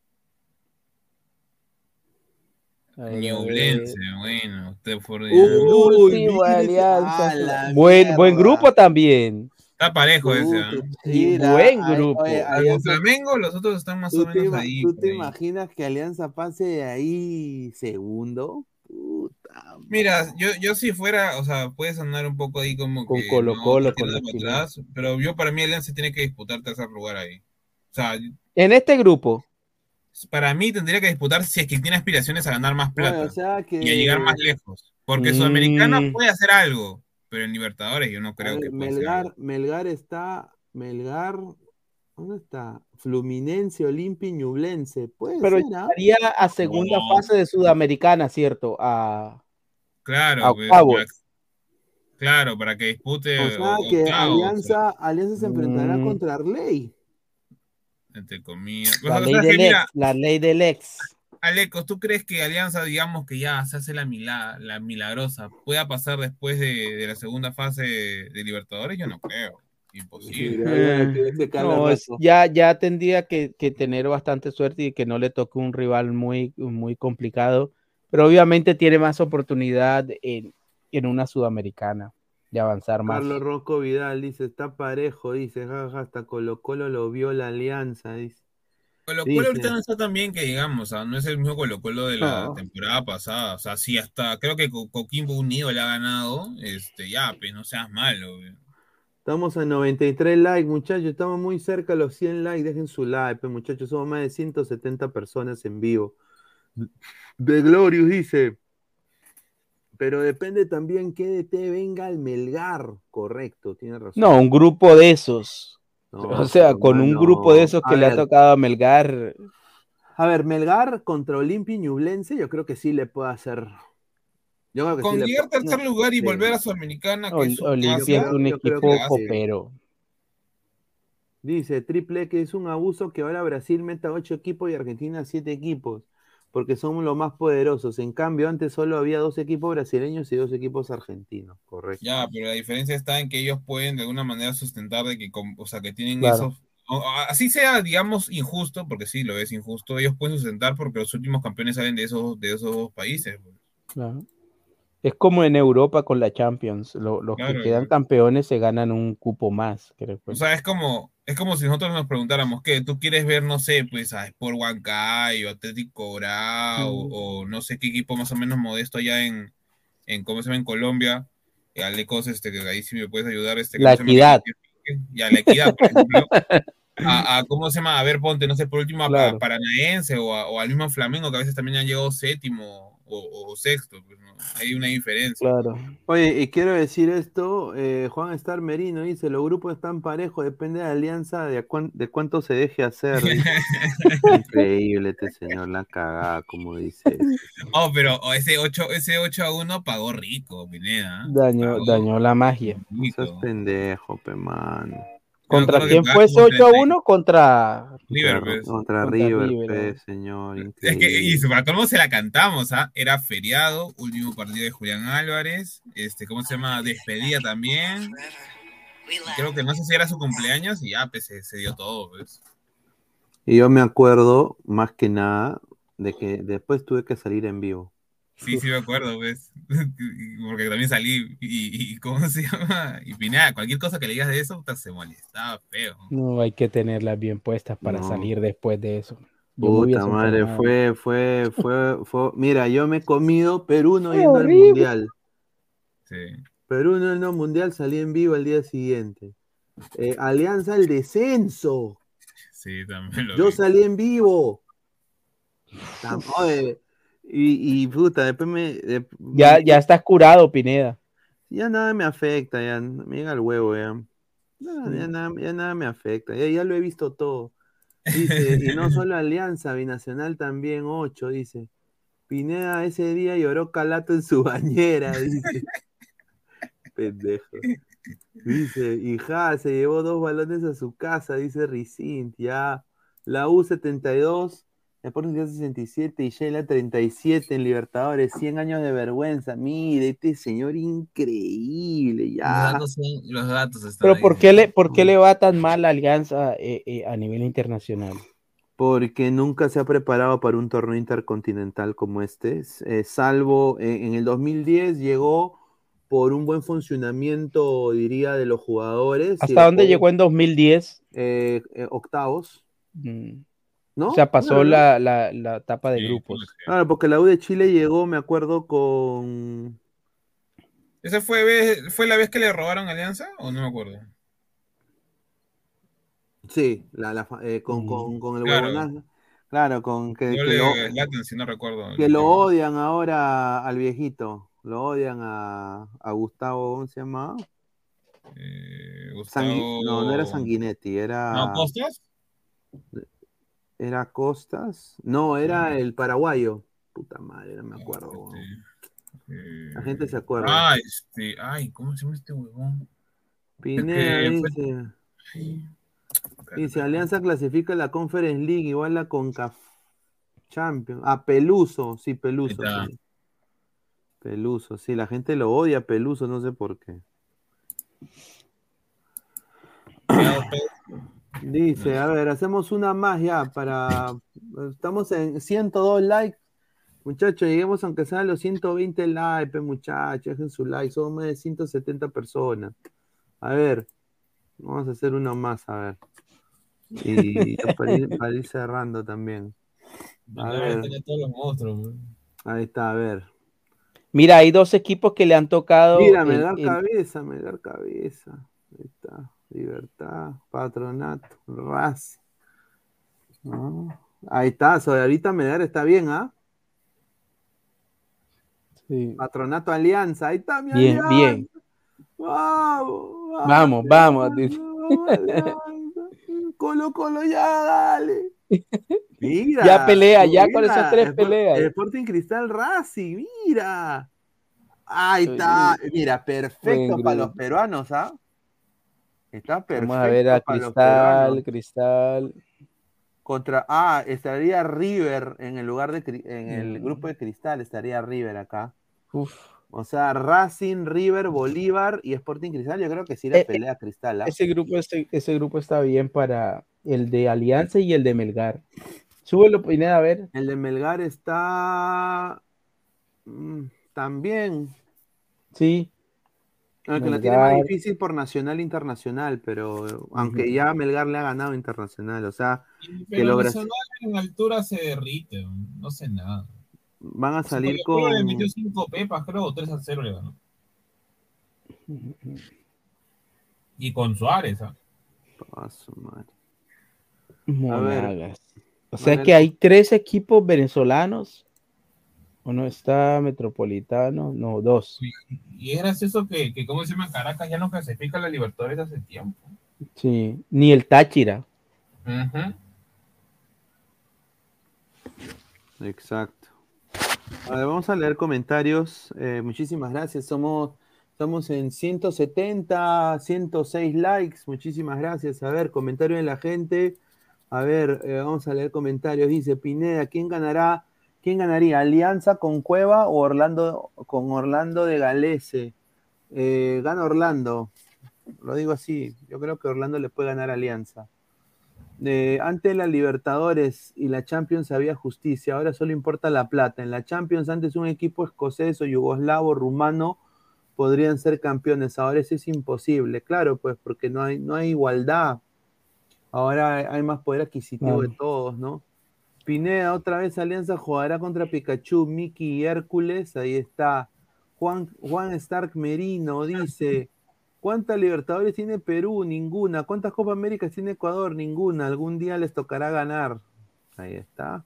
A ver, a Ñublense, ver. bueno, usted fue Uy, Último mire, Alianza. a la Buen, buen mierda. grupo también. Está parejo ese, Tú ¿ah? te- Y mira, buen ay, grupo. oye, Salvo Alianza- Flamengo, los otros están más ¿Tú o te, menos ima- ahí. tú por te ahí. imaginas que Alianza pase de ahí segundo? Puta Mira, yo, yo si fuera, o sea, puede sonar un poco ahí como Con que Colo no, Colo, no con queda la para Chilena. atrás, pero yo para mí Alianza tiene que disputar tercer lugar ahí. O sea, En este grupo. para mí tendría que disputar si es que tiene aspiraciones a ganar más plata Bueno, o sea que. y a llegar más lejos. Porque Mm. Sudamericana puede hacer algo, pero en Libertadores yo no A creo ver, que pueda hacer Melgar, algo. Melgar está. Melgar. ¿Dónde está? Fluminense, Olimpia y Ñublense. Puede Pero ser, ¿ah? llegaría a segunda No. fase de Sudamericana, ¿cierto? A, Claro, a pues, octavos. para- claro, para que dispute O sea o- que octavos, Alianza, Alianza se enfrentará Mm. contra Arley. entre comillas. La O sea, ley que del mira, ex, la ley del ex. Alecos, ¿tú crees que Alianza, digamos que ya se hace la, mila- la milagrosa, pueda pasar después de, de la segunda fase de, de Libertadores? Yo no creo. Imposible. Mira, que se cala No, es- rato. ya, ya tendría que, que tener bastante suerte y que no le toque un rival muy, muy complicado, pero obviamente tiene más oportunidad en, en una sudamericana de avanzar más. Carlos Rocco Vidal dice, está parejo, dice, jaja, hasta Colo Colo lo vio la Alianza, dice. Colo Dice. Colo ahorita no está tan bien que digamos, o sea, no es el mismo Colo Colo de la No. temporada pasada. O sea, sí, hasta creo que Co- Coquimbo Unido le ha ganado, este, ya, pues no seas malo. güey. Estamos a noventa y tres likes, muchachos, estamos muy cerca a los cien likes, dejen su like, pues, muchachos, somos más de ciento setenta personas en vivo. De Glorious dice, pero depende también qué D T venga al Melgar, correcto, tiene razón. No, un grupo de esos. No, O sea, pero, con un mano, grupo de esos que a le ha ver, tocado a Melgar. A ver, Melgar contra Olimpia y Ñublense, yo creo que sí le puede hacer. Yo creo que Con sí le llegar puede. tercer lugar y Sí. volver a Sudamericana, que Ol- es su Olimpia casa, es un yo creo equipo que sí. copero. Dice Triple que es un abuso que ahora Brasil meta ocho equipos y Argentina siete equipos, porque somos los más poderosos. En cambio, antes solo había dos equipos brasileños y dos equipos argentinos, correcto. Ya, pero la diferencia está en que ellos pueden de alguna manera sustentar de que, com- o sea, que tienen Claro. esos, o- o- así sea, digamos, injusto, porque sí, lo es injusto, ellos pueden sustentar porque los últimos campeones salen de esos, de esos dos países. pues. Claro. Es como en Europa con la Champions. Lo- los Claro, que quedan campeones se ganan un cupo más, creo. o sea, es como, es como si nosotros nos preguntáramos, ¿qué? ¿Tú quieres ver, no sé, pues a Sport Huancayo, Atlético Grau, Mm. o, o no sé qué equipo más o menos modesto allá en, en ¿cómo se llama? En Colombia? Eh, Alecos, este, que ahí sí me puedes ayudar, este, La ¿cómo se llama? Equidad. Y a la Equidad, por ejemplo. A, a, ¿cómo se llama? A ver, ponte, no sé, por último a, Claro. a Paranaense o, a- o al mismo Flamengo, que a veces también han llegado séptimo o, o sexto, pues, ¿no? Hay una diferencia. Claro. Oye, y quiero decir esto, eh, Juan Star Merino dice, los grupos están parejos, depende de la alianza, de, a cuán- de cuánto se deje hacer. Dice. Increíble este señor, la cagada, como dice. Oh, pero oh, ese ocho, ese ocho a uno pagó rico, Pineda. Dañó, Pagó dañó la magia. No seas rico. pendejo, pe mano. Yo me ¿Contra acuerdo que quién pagaba fue ese como ocho a treinta y- uno? Contra River, Contra, pues. contra Contra River, River, pe, oh. señor, Es que, y increíble. su patrón se la cantamos, ¿ah? Era feriado, último partido de Julián Álvarez, este, ¿cómo se llama? Despedida también. Y creo que no sé si era su cumpleaños y ya, pues se, se dio todo, pues. Y yo me acuerdo, más que nada, de que después tuve que salir en vivo. Sí, sí me acuerdo, pues. Porque también salí y, y ¿cómo se llama? Y Pineda, cualquier cosa que le digas de eso, puta, se molestaba feo. No, hay que tenerlas bien puestas para No. salir después de eso. Yo me Puta hubiese madre, enfermado. fue, fue, fue, fue. Mira, yo me he comido Perú no Fue yendo al horrible. mundial. Sí. Perú no yendo al mundial, salí en vivo al día siguiente. Eh, Alianza al descenso. Sí, también lo Yo vi. salí en vivo. Tam- oye, y, y puta, después me. de- Ya, ya estás curado, Pineda. Ya nada me afecta, ya me llega el huevo, ya. No, ya, nada, ya nada me afecta, ya, ya lo he visto todo. Dice, y no solo Alianza, Binacional también, ocho, dice. Pineda ese día lloró calato en su bañera, dice. Pendejo. Dice, hija, se llevó dos balones a su casa, dice Ricint, ya. La U setenta y dos, Sporting sesenta y siete y Sheila treinta y siete en Libertadores, cien años de vergüenza. Mire, este señor increíble, Los ya. datos son, los datos están Pero ahí. ¿por qué le, por qué le va tan mal la Alianza eh, eh, a nivel internacional? Porque nunca se ha preparado para un torneo intercontinental como este, eh, salvo eh, en el dos mil diez llegó por un buen funcionamiento, diría, de los jugadores. y ¿Hasta los dónde jugadores, llegó en dos mil diez? eh, eh, octavos, Mm. ¿no? O sea, pasó Claro, ¿no? la, la, la etapa de Sí, grupos. pues, sí. Claro, porque la U de Chile llegó, me acuerdo, con... ¿Esa fue, vez- fue la vez que le robaron Alianza o no me acuerdo? Sí, la, la fa- eh, con, Mm. con, con el Claro. huevonazo. Claro, con que, Gol que lo, de Zlatan, si no recuerdo. que el lo último. odian ahora al viejito. Lo odian a, a Gustavo, ¿cómo se llama? Eh, Sangui- Gustavo. No, no era Sanguinetti, era, ¿No, Costas? era Costas. No, era el paraguayo. Puta madre, no me acuerdo. Este, weón. eh, La gente se acuerda. Ah, este. Ay, ¿cómo se llama este huevón? Pineda que fue- dice, Ay, dice, Alianza clasifica la Conference League, igual la Concaf Champions. Ah, Peluso, sí, Peluso. Ahí está. Sí. Peluso, sí, la gente lo odia a Peluso, no sé por qué. Cuidado, Pedro. Dice, a ver, hacemos una más ya para... Estamos en ciento dos likes. Muchachos, lleguemos aunque sean los ciento veinte likes, pues, muchachos, dejen su like, son más de ciento setenta personas. A ver, vamos a hacer uno más, a ver. Y ya para ir, para ir cerrando también. A Acá ver, están todos los monstruos, güey. ahí está, a ver. Mira, hay dos equipos que le han tocado. Mira, me el- da el- cabeza, me da cabeza. Ahí está, Libertad, Patronato, Raz. ¿No? Ahí está, sobre ahorita Melgar está bien, ¿ah? Sí. Patronato Alianza, ahí está mi Bien, Alianza. bien. Vamos, Vamos, vamos. vamos, Alianza. Colo Colo ya, dale. Mira. Ya pelea, ya mira, con esas tres Sport- peleas. Sporting Cristal Racing, mira. Ahí está, mira, perfecto Buen para grupo. los peruanos, ¿ah? Está perfecto Vamos a ver a para los Cristal, peruanos. Cristal. Contra, ah, estaría River en el lugar de Cri- en el Mm. grupo de Cristal, estaría River acá. Uf. O sea, Racing, River, Bolívar y Sporting Cristal, yo creo que sí la Eh, pelea Cristal, ¿ah? Ese grupo, ese, ese grupo está bien para el de Alianza y el de Melgar. Súbelo, Pineda, a ver. El de Melgar está mm, también. Sí. Aunque la tiene más difícil por nacional e internacional, pero aunque Ujú. ya Melgar le ha ganado internacional, o sea, que Pero lo Nacional en altura se derrite, no sé nada. van a O sea, salir Colo Colo le con... metió cinco pepas, creo, o tres a cero le ganó. Y con Suárez, ¿ah? A su madre. Monagas. O a sea ver. que hay tres equipos venezolanos. Uno está Metropolitano, no, dos. Y es gracioso que, que ¿cómo se llama? Caracas ya no clasifica a la Libertadores hace tiempo. Sí, ni el Táchira. Ujú. Exacto. A ver, vamos a leer comentarios. Eh, muchísimas gracias. Somos, estamos en ciento setenta, ciento seis likes. Muchísimas gracias. A ver, comentario de la gente. A ver, eh, vamos a leer comentarios. Dice Pineda, ¿quién ganará? ¿Quién ganaría? ¿Alianza con Cueva o Orlando con Orlando de Galese? Eh, gana Orlando. Lo digo así. Yo creo que Orlando le puede ganar a Alianza. Eh, antes la Libertadores y la Champions había justicia, ahora solo importa la plata. En la Champions antes un equipo escocés o yugoslavo, rumano podrían ser campeones, ahora eso es imposible, claro, pues porque no hay, no hay igualdad, ahora hay, hay más poder adquisitivo Claro. de todos, ¿no? Pineda, otra vez Alianza jugará contra Pikachu, Mickey y Hércules, ahí está. Juan, Juan Stark Merino dice, ¿cuántas Libertadores tiene Perú? Ninguna. ¿Cuántas Copa Américas tiene Ecuador? Ninguna. Algún día les tocará ganar. Ahí está.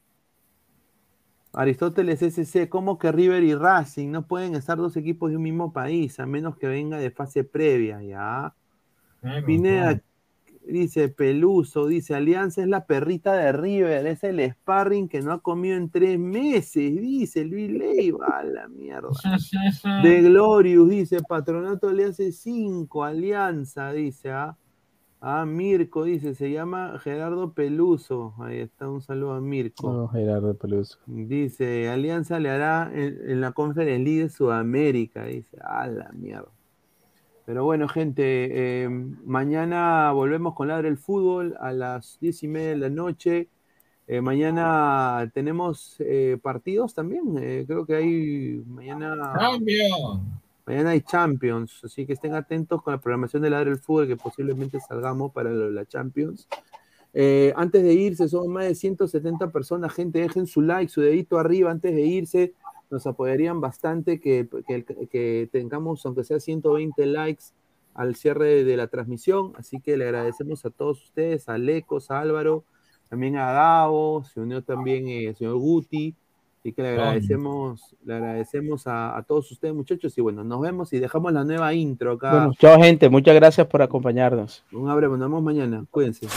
Aristóteles S C, ¿cómo que River y Racing no pueden estar dos equipos de un mismo país, a menos que venga de fase previa? Ya. Claro, Pineda, claro. dice Peluso, dice Alianza es la perrita de River, es el sparring que no ha comido en tres meses, dice Luis Leiva, a la mierda. De Glorious, dice Patronato le hace cinco, Alianza, dice, ah. Ah, Mirko, dice, se llama Gerardo Peluso, ahí está, un saludo a Mirko. No, Gerardo Peluso. Dice, Alianza le hará en, en la Conference League de Sudamérica, dice, a la mierda. Pero bueno, gente, eh, mañana volvemos con Ladra el Fútbol a las diez y media de la noche. Eh, mañana tenemos eh, partidos también. Eh, creo que hay mañana. ¡Cambio! Mañana hay Champions, así que estén atentos con la programación de Ladra el Fútbol, que posiblemente salgamos para lo de la Champions. Eh, antes de irse, son más de ciento setenta personas. Gente, dejen su like, su dedito arriba antes de irse. Nos apoyarían bastante que, que, que tengamos, aunque sea ciento veinte likes al cierre de, de la transmisión. Así que le agradecemos a todos ustedes, a Lecos, a Álvaro, también a Gabo, se unió también eh, el señor Guti. Así que le agradecemos, le agradecemos a, a todos ustedes, muchachos. Y bueno, nos vemos y dejamos la nueva intro acá. Bueno, chao, gente. Muchas gracias por acompañarnos. Un abrazo, nos vemos mañana. Cuídense.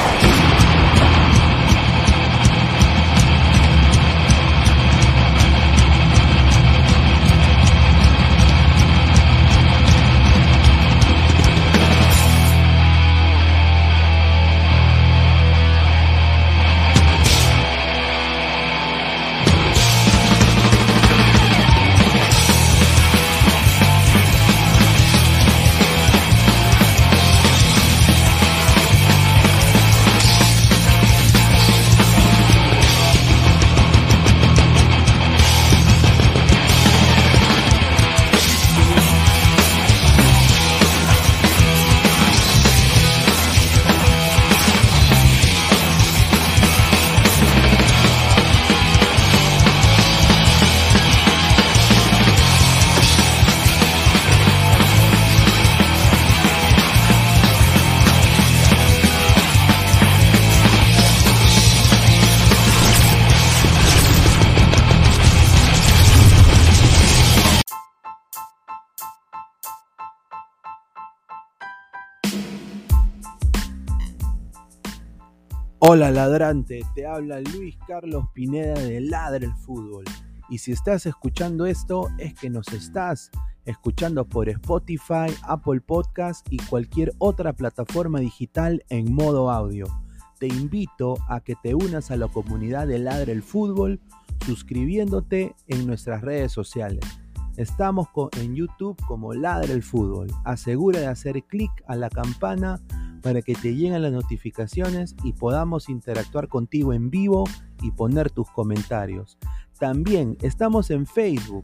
Hola ladrante, te habla Luis Carlos Pineda de Ladra el Fútbol. Y si estás escuchando esto, es que nos estás escuchando por Spotify, Apple Podcast y cualquier otra plataforma digital en modo audio. Te invito a que te unas a la comunidad de Ladra el Fútbol suscribiéndote en nuestras redes sociales. Estamos en YouTube como Ladra el Fútbol. Asegura de hacer clic a la campana para que te lleguen las notificaciones y podamos interactuar contigo en vivo y poner tus comentarios. También estamos en Facebook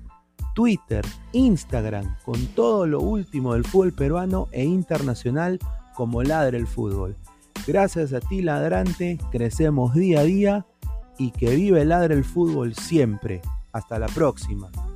Twitter, Instagram, con todo lo último del fútbol peruano e internacional como Ladre el Fútbol. Gracias a ti, ladrante, crecemos día a día y que vive Ladre el Fútbol siempre. Hasta la próxima.